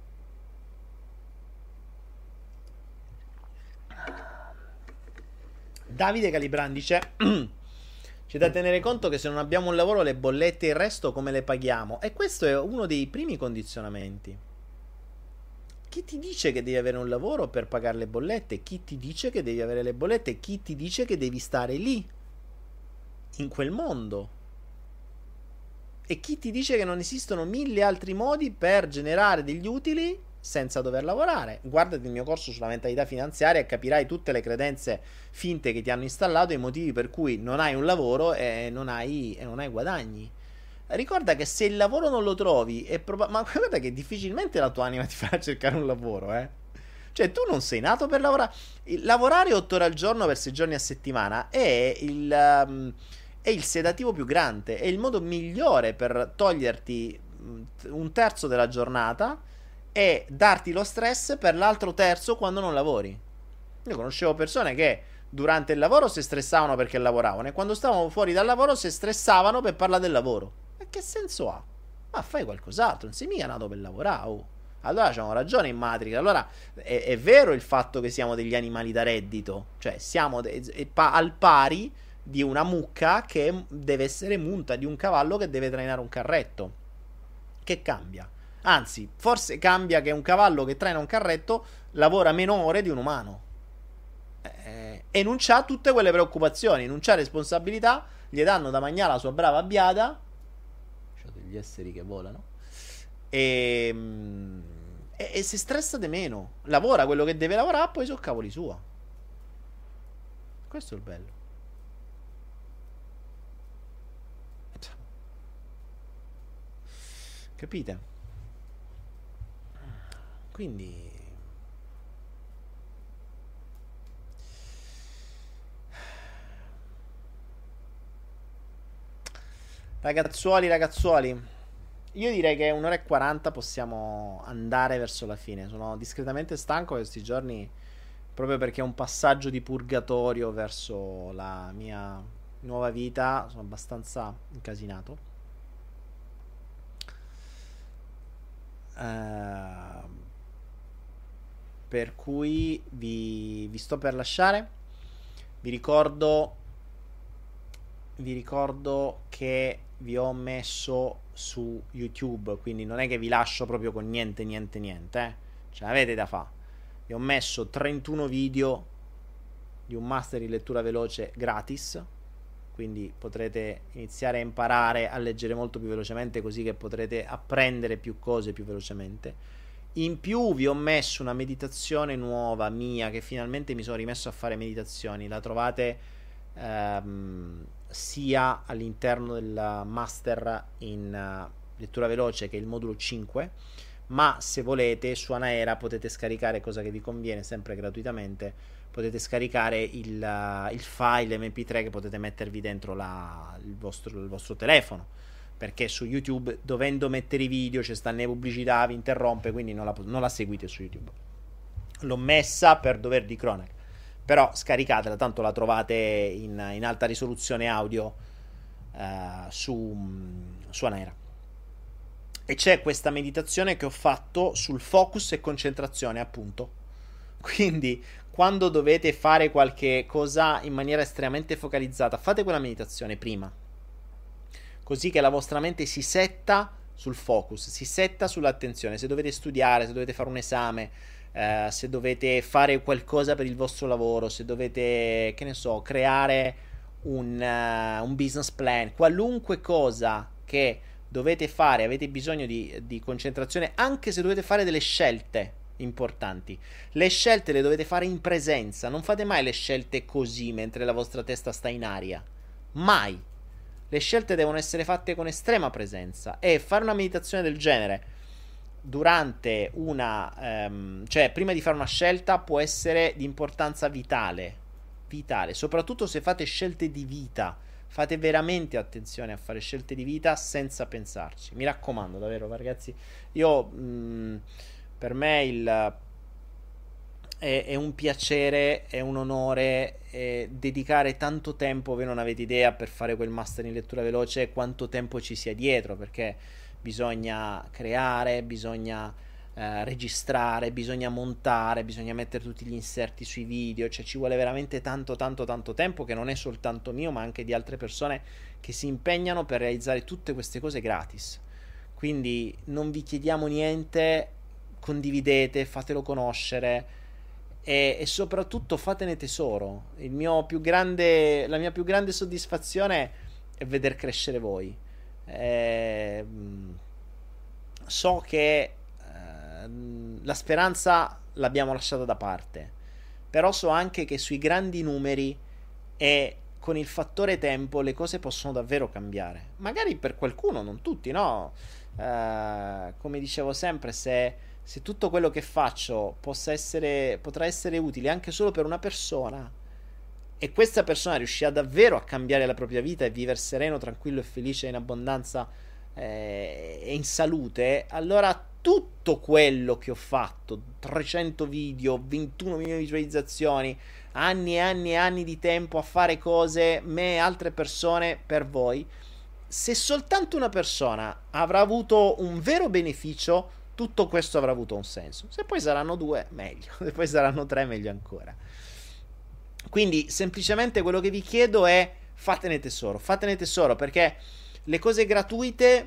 Davide Calibran dice: c'è da tenere conto che se non abbiamo un lavoro, le bollette e il resto come le paghiamo? E questo è uno dei primi condizionamenti. Chi ti dice che devi avere un lavoro per pagare le bollette? Chi ti dice che devi avere le bollette? Chi ti dice che devi stare lì, in quel mondo? E chi ti dice che non esistono 1000 altri modi per generare degli utili senza dover lavorare? Guardati il mio corso sulla mentalità finanziaria e capirai tutte le credenze finte che ti hanno installato, i motivi per cui non hai un lavoro e non hai guadagni. Ricorda che se il lavoro non lo trovi, ma guarda che difficilmente la tua anima ti farà cercare un lavoro, Cioè, tu non sei nato per lavorare. Lavorare 8 ore al giorno per 6 giorni a settimana è il sedativo più grande, è il modo migliore per toglierti un terzo della giornata e darti lo stress per l'altro terzo quando non lavori. Io conoscevo persone che durante il lavoro si stressavano perché lavoravano e quando stavano fuori dal lavoro si stressavano per parlare del lavoro. E che senso ha? Ma fai qualcos'altro, non sei mica nato per lavorare, oh. Allora c'hanno ragione in Matrix. Allora è vero il fatto che siamo degli animali da reddito, cioè siamo al pari di una mucca che deve essere munta, di un cavallo che deve trainare un carretto. Che cambia? Anzi, forse cambia che un cavallo che traina un carretto lavora meno ore di un umano. E non c'ha tutte quelle preoccupazioni, non c'ha responsabilità, gli danno da mangiare la sua brava biada. C'ho degli esseri che volano. E si stressa di meno. Lavora quello che deve lavorare, poi sono cavoli sua. Questo è il bello. Capite? Quindi ragazzuoli, io direi che 1 ora e 40 possiamo andare verso la fine. Sono discretamente stanco questi giorni proprio perché è un passaggio di purgatorio verso la mia nuova vita. Sono abbastanza incasinato. Eh, per cui vi sto per lasciare. Vi ricordo che vi ho messo su YouTube, quindi non è che vi lascio proprio con niente, ce l'avete da fare. Vi ho messo 31 video di un master in lettura veloce gratis, quindi potrete iniziare a imparare a leggere molto più velocemente, così che potrete apprendere più cose più velocemente. In più vi ho messo una meditazione nuova mia, che finalmente mi sono rimesso a fare meditazioni. La trovate sia all'interno del master in lettura veloce, che è il modulo 5, ma se volete su Anaera potete scaricare, cosa che vi conviene sempre gratuitamente, potete scaricare il file MP3 che potete mettervi dentro il vostro telefono, perché su YouTube, dovendo mettere i video, ci stanno le pubblicità, vi interrompe, quindi non la seguite su YouTube. L'ho messa per dover di cronaca, però scaricatela, tanto la trovate in alta risoluzione audio su Anaera. E c'è questa meditazione che ho fatto sul focus e concentrazione, appunto. Quindi quando dovete fare qualche cosa in maniera estremamente focalizzata, fate quella meditazione prima, così che la vostra mente si setta sul focus, si setta sull'attenzione. Se dovete studiare, se dovete fare un esame, se dovete fare qualcosa per il vostro lavoro, se dovete, che ne so, creare un business plan, qualunque cosa che dovete fare, avete bisogno di concentrazione, anche se dovete fare delle scelte importanti. Le scelte le dovete fare in presenza, non fate mai le scelte così mentre la vostra testa sta in aria, mai. Le scelte devono essere fatte con estrema presenza, e fare una meditazione del genere durante cioè prima di fare una scelta può essere di importanza vitale, soprattutto se fate scelte di vita. Fate veramente attenzione a fare scelte di vita senza pensarci, mi raccomando, davvero ragazzi. Io per me è un piacere, è un onore dedicare tanto tempo. Voi non avete idea, per fare quel master in lettura veloce, quanto tempo ci sia dietro, perché bisogna creare, bisogna registrare, bisogna montare, bisogna mettere tutti gli inserti sui video, cioè ci vuole veramente tanto tempo, che non è soltanto mio ma anche di altre persone che si impegnano per realizzare tutte queste cose gratis. Quindi non vi chiediamo niente, condividete, fatelo conoscere e soprattutto fatene tesoro. La mia più grande soddisfazione è veder crescere voi. So che la speranza l'abbiamo lasciata da parte, però so anche che sui grandi numeri e con il fattore tempo le cose possono davvero cambiare. Magari per qualcuno, non tutti, no? Come dicevo sempre, se se tutto quello che faccio potrà essere utile anche solo per una persona, e questa persona riuscirà davvero a cambiare la propria vita e vivere sereno, tranquillo e felice in abbondanza e in salute, allora tutto quello che ho fatto, 300 video, 21 milioni di visualizzazioni, anni e anni e anni di tempo a fare cose, me e altre persone per voi, se soltanto una persona avrà avuto un vero beneficio, tutto questo avrà avuto un senso. Se poi saranno due, meglio. Se poi saranno tre, meglio ancora. Quindi semplicemente quello che vi chiedo è fatene tesoro, perché le cose gratuite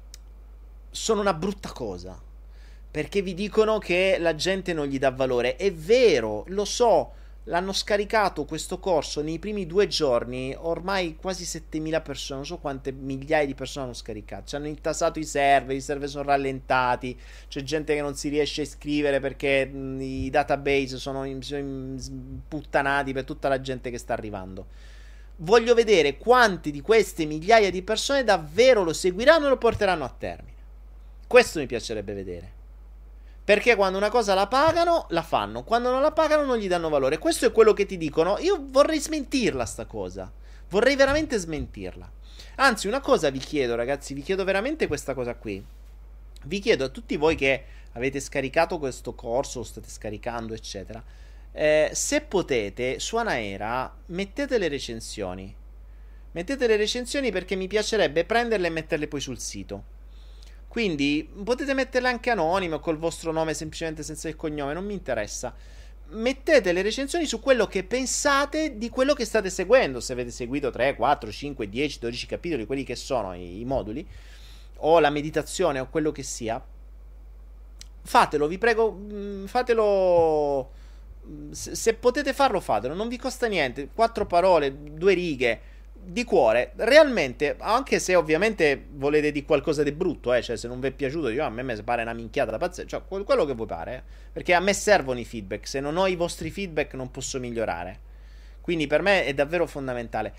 sono una brutta cosa, perché vi dicono che la gente non gli dà valore. È vero, lo so, l'hanno scaricato questo corso nei primi 2 giorni, ormai quasi 7000 persone, non so quante migliaia di persone hanno scaricato, ci hanno intasato i server sono rallentati, c'è gente che non si riesce a iscrivere perché i database sono puttanati per tutta la gente che sta arrivando. Voglio vedere quanti di queste migliaia di persone davvero lo seguiranno e lo porteranno a termine. Questo mi piacerebbe vedere. Perché quando una cosa la pagano, la fanno. Quando non la pagano, non gli danno valore. Questo è quello che ti dicono. Io vorrei smentirla sta cosa. Vorrei veramente smentirla. Anzi, una cosa vi chiedo, ragazzi. Vi chiedo veramente questa cosa qui. Vi chiedo a tutti voi che avete scaricato questo corso, lo state scaricando, eccetera. Se potete, su Anaera, mettete le recensioni. Mettete le recensioni perché mi piacerebbe prenderle e metterle poi sul sito. Quindi potete metterle anche anonime o col vostro nome, semplicemente senza il cognome, non mi interessa. Mettete le recensioni su quello che pensate di quello che state seguendo. Se avete seguito 3, 4, 5, 10, 12 capitoli, quelli che sono i moduli, o la meditazione o quello che sia, fatelo, vi prego, fatelo. Se potete farlo, fatelo, non vi costa niente. 4 parole, 2 righe di cuore, realmente, anche se ovviamente volete di qualcosa di brutto, cioè se non vi è piaciuto, a me mi pare una minchiata da pazzesco, cioè quello che vuoi pare, perché a me servono i feedback, se non ho i vostri feedback non posso migliorare, quindi per me è davvero fondamentale.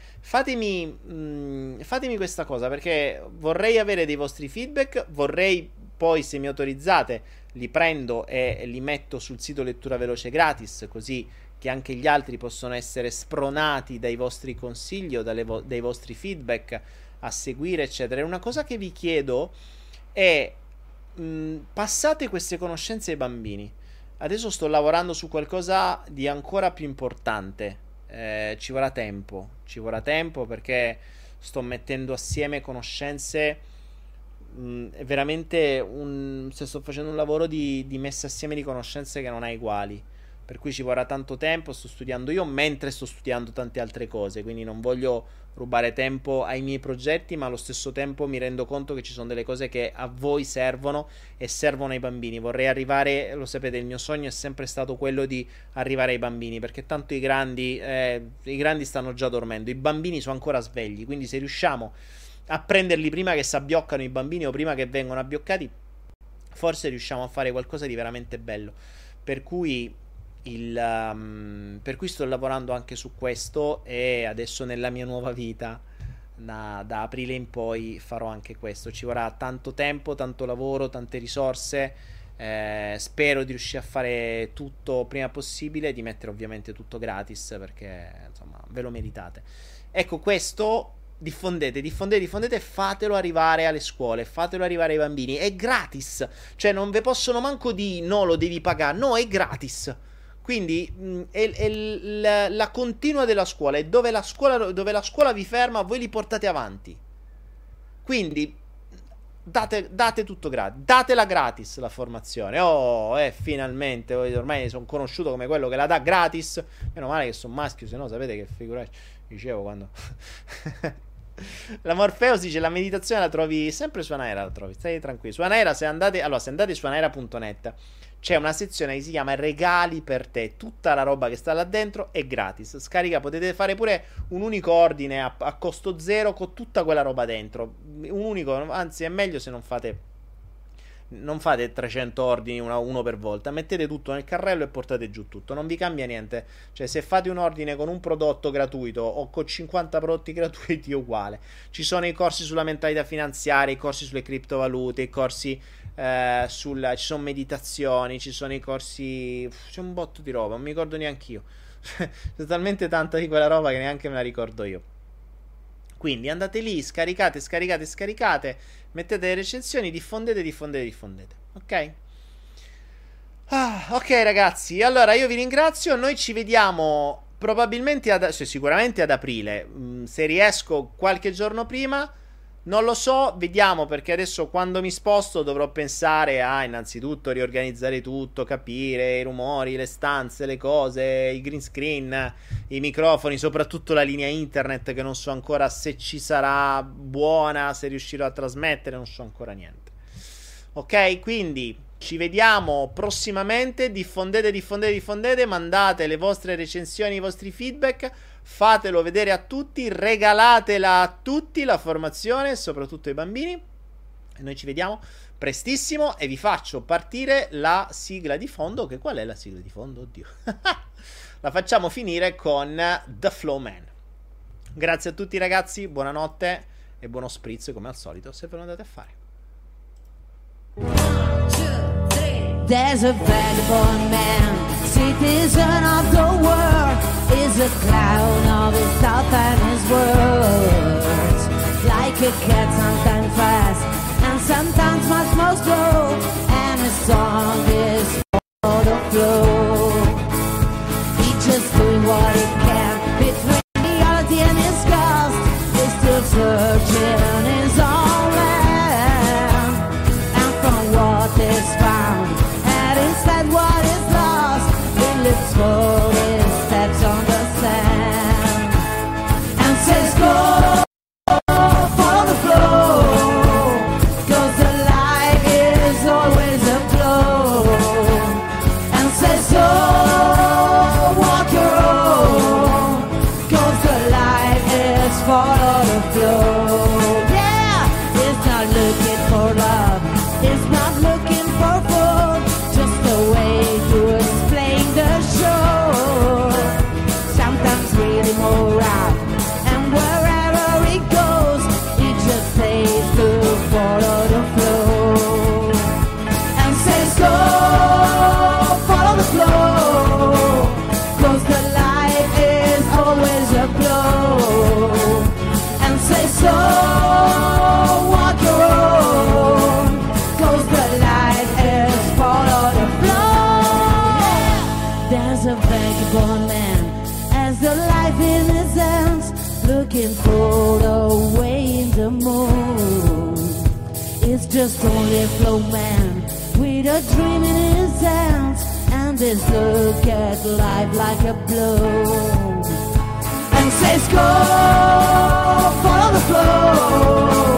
Fatemi questa cosa, perché vorrei avere dei vostri feedback, vorrei poi, se mi autorizzate, li prendo e li metto sul sito Lettura Veloce gratis, così che anche gli altri possono essere spronati dai vostri consigli o dai vostri feedback a seguire, eccetera. E una cosa che vi chiedo è passate queste conoscenze ai bambini. Adesso sto lavorando su qualcosa di ancora più importante. Ci vorrà tempo perché sto mettendo assieme conoscenze. È veramente sto facendo un lavoro di messa assieme di conoscenze che non ha eguali, per cui ci vorrà tanto tempo. Sto studiando io mentre sto studiando tante altre cose, quindi non voglio rubare tempo ai miei progetti, ma allo stesso tempo mi rendo conto che ci sono delle cose che a voi servono e servono ai bambini. Vorrei arrivare, lo sapete, il mio sogno è sempre stato quello di arrivare ai bambini, perché tanto i grandi stanno già dormendo, i bambini sono ancora svegli, quindi se riusciamo a prenderli prima che si abbioccano i bambini o prima che vengono abbioccati, forse riusciamo a fare qualcosa di veramente bello. Per cui sto lavorando anche su questo, e adesso nella mia nuova vita da aprile in poi farò anche questo. Ci vorrà tanto tempo, tanto lavoro, tante risorse. Spero di riuscire a fare tutto prima possibile, di mettere ovviamente tutto gratis, perché insomma ve lo meritate. Ecco, questo diffondete, fatelo arrivare alle scuole, fatelo arrivare ai bambini. È gratis, cioè non ve possono manco di no, lo devi pagare, no, è gratis. Quindi è la continua della scuola, è dove la scuola vi ferma, voi li portate avanti. Quindi date tutto gratis, datela gratis la formazione. Finalmente, ormai sono conosciuto come quello che la dà gratis. Meno male che sono maschio, se no sapete che figuraccia. Dicevo quando la Morpheus dice la meditazione la trovi sempre su Anaera, la trovi, stai tranquillo. Su Anaera, se andate su anaera.net c'è una sezione che si chiama regali per te, tutta la roba che sta là dentro è gratis, scarica, potete fare pure un unico ordine a costo zero con tutta quella roba dentro, un unico, anzi è meglio se non fate 300 ordini uno per volta, mettete tutto nel carrello e portate giù tutto, non vi cambia niente. Cioè se fate un ordine con un prodotto gratuito o con 50 prodotti gratuiti è uguale. Ci sono i corsi sulla mentalità finanziaria, i corsi sulle criptovalute, i corsi ci sono meditazioni, ci sono i corsi, c'è un botto di roba, non mi ricordo neanche io. C'è talmente tanta di quella roba che neanche me la ricordo io. Quindi andate lì, scaricate, mettete le recensioni, diffondete. Ok? Ok ragazzi, allora io vi ringrazio, noi ci vediamo probabilmente sicuramente ad aprile, se riesco qualche giorno prima, non lo so, vediamo, perché adesso quando mi sposto dovrò pensare a innanzitutto riorganizzare tutto, capire i rumori, le stanze, le cose, i green screen, i microfoni, soprattutto la linea internet che non so ancora se ci sarà buona, se riuscirò a trasmettere, non so ancora niente. Ok, quindi ci vediamo prossimamente, diffondete, mandate le vostre recensioni, i vostri feedback, fatelo vedere a tutti, regalatela a tutti la formazione, soprattutto ai bambini. E noi ci vediamo prestissimo e vi faccio partire la sigla di fondo, che qual è la sigla di fondo? Oddio. La facciamo finire con The Flow Man. Grazie a tutti ragazzi, buonanotte e buono spritz come al solito se ve lo andate a fare. There's a vagabond man, citizen of the world, is a clown of his thought and his words. Like a cat, sometimes fast, and sometimes much more slow, and his song is for the flow. He's just doing what he can, between reality and his ghost. He's still searching his own land, and from what is found, instead what is lost, he looks for his steps on the sand and says go, follow the flow, 'cause the light is always a flow, and says so, walk your own, 'cause the light is follow the flow. Yeah, it's not looking for love, it's not looking for food, just a way to explain the show. Sometimes really more out, and wherever it goes, it just stays to follow the flow. And says go, follow the flow, 'cause the light is always a glow. And says so, walk your own, 'cause the light is follow the flow. There's a vagabond man, has the life in his hands, looking for the way in the moon. It's just only a flow man with a dream in his hands, and his look at life like a blow. And says go, follow the flow,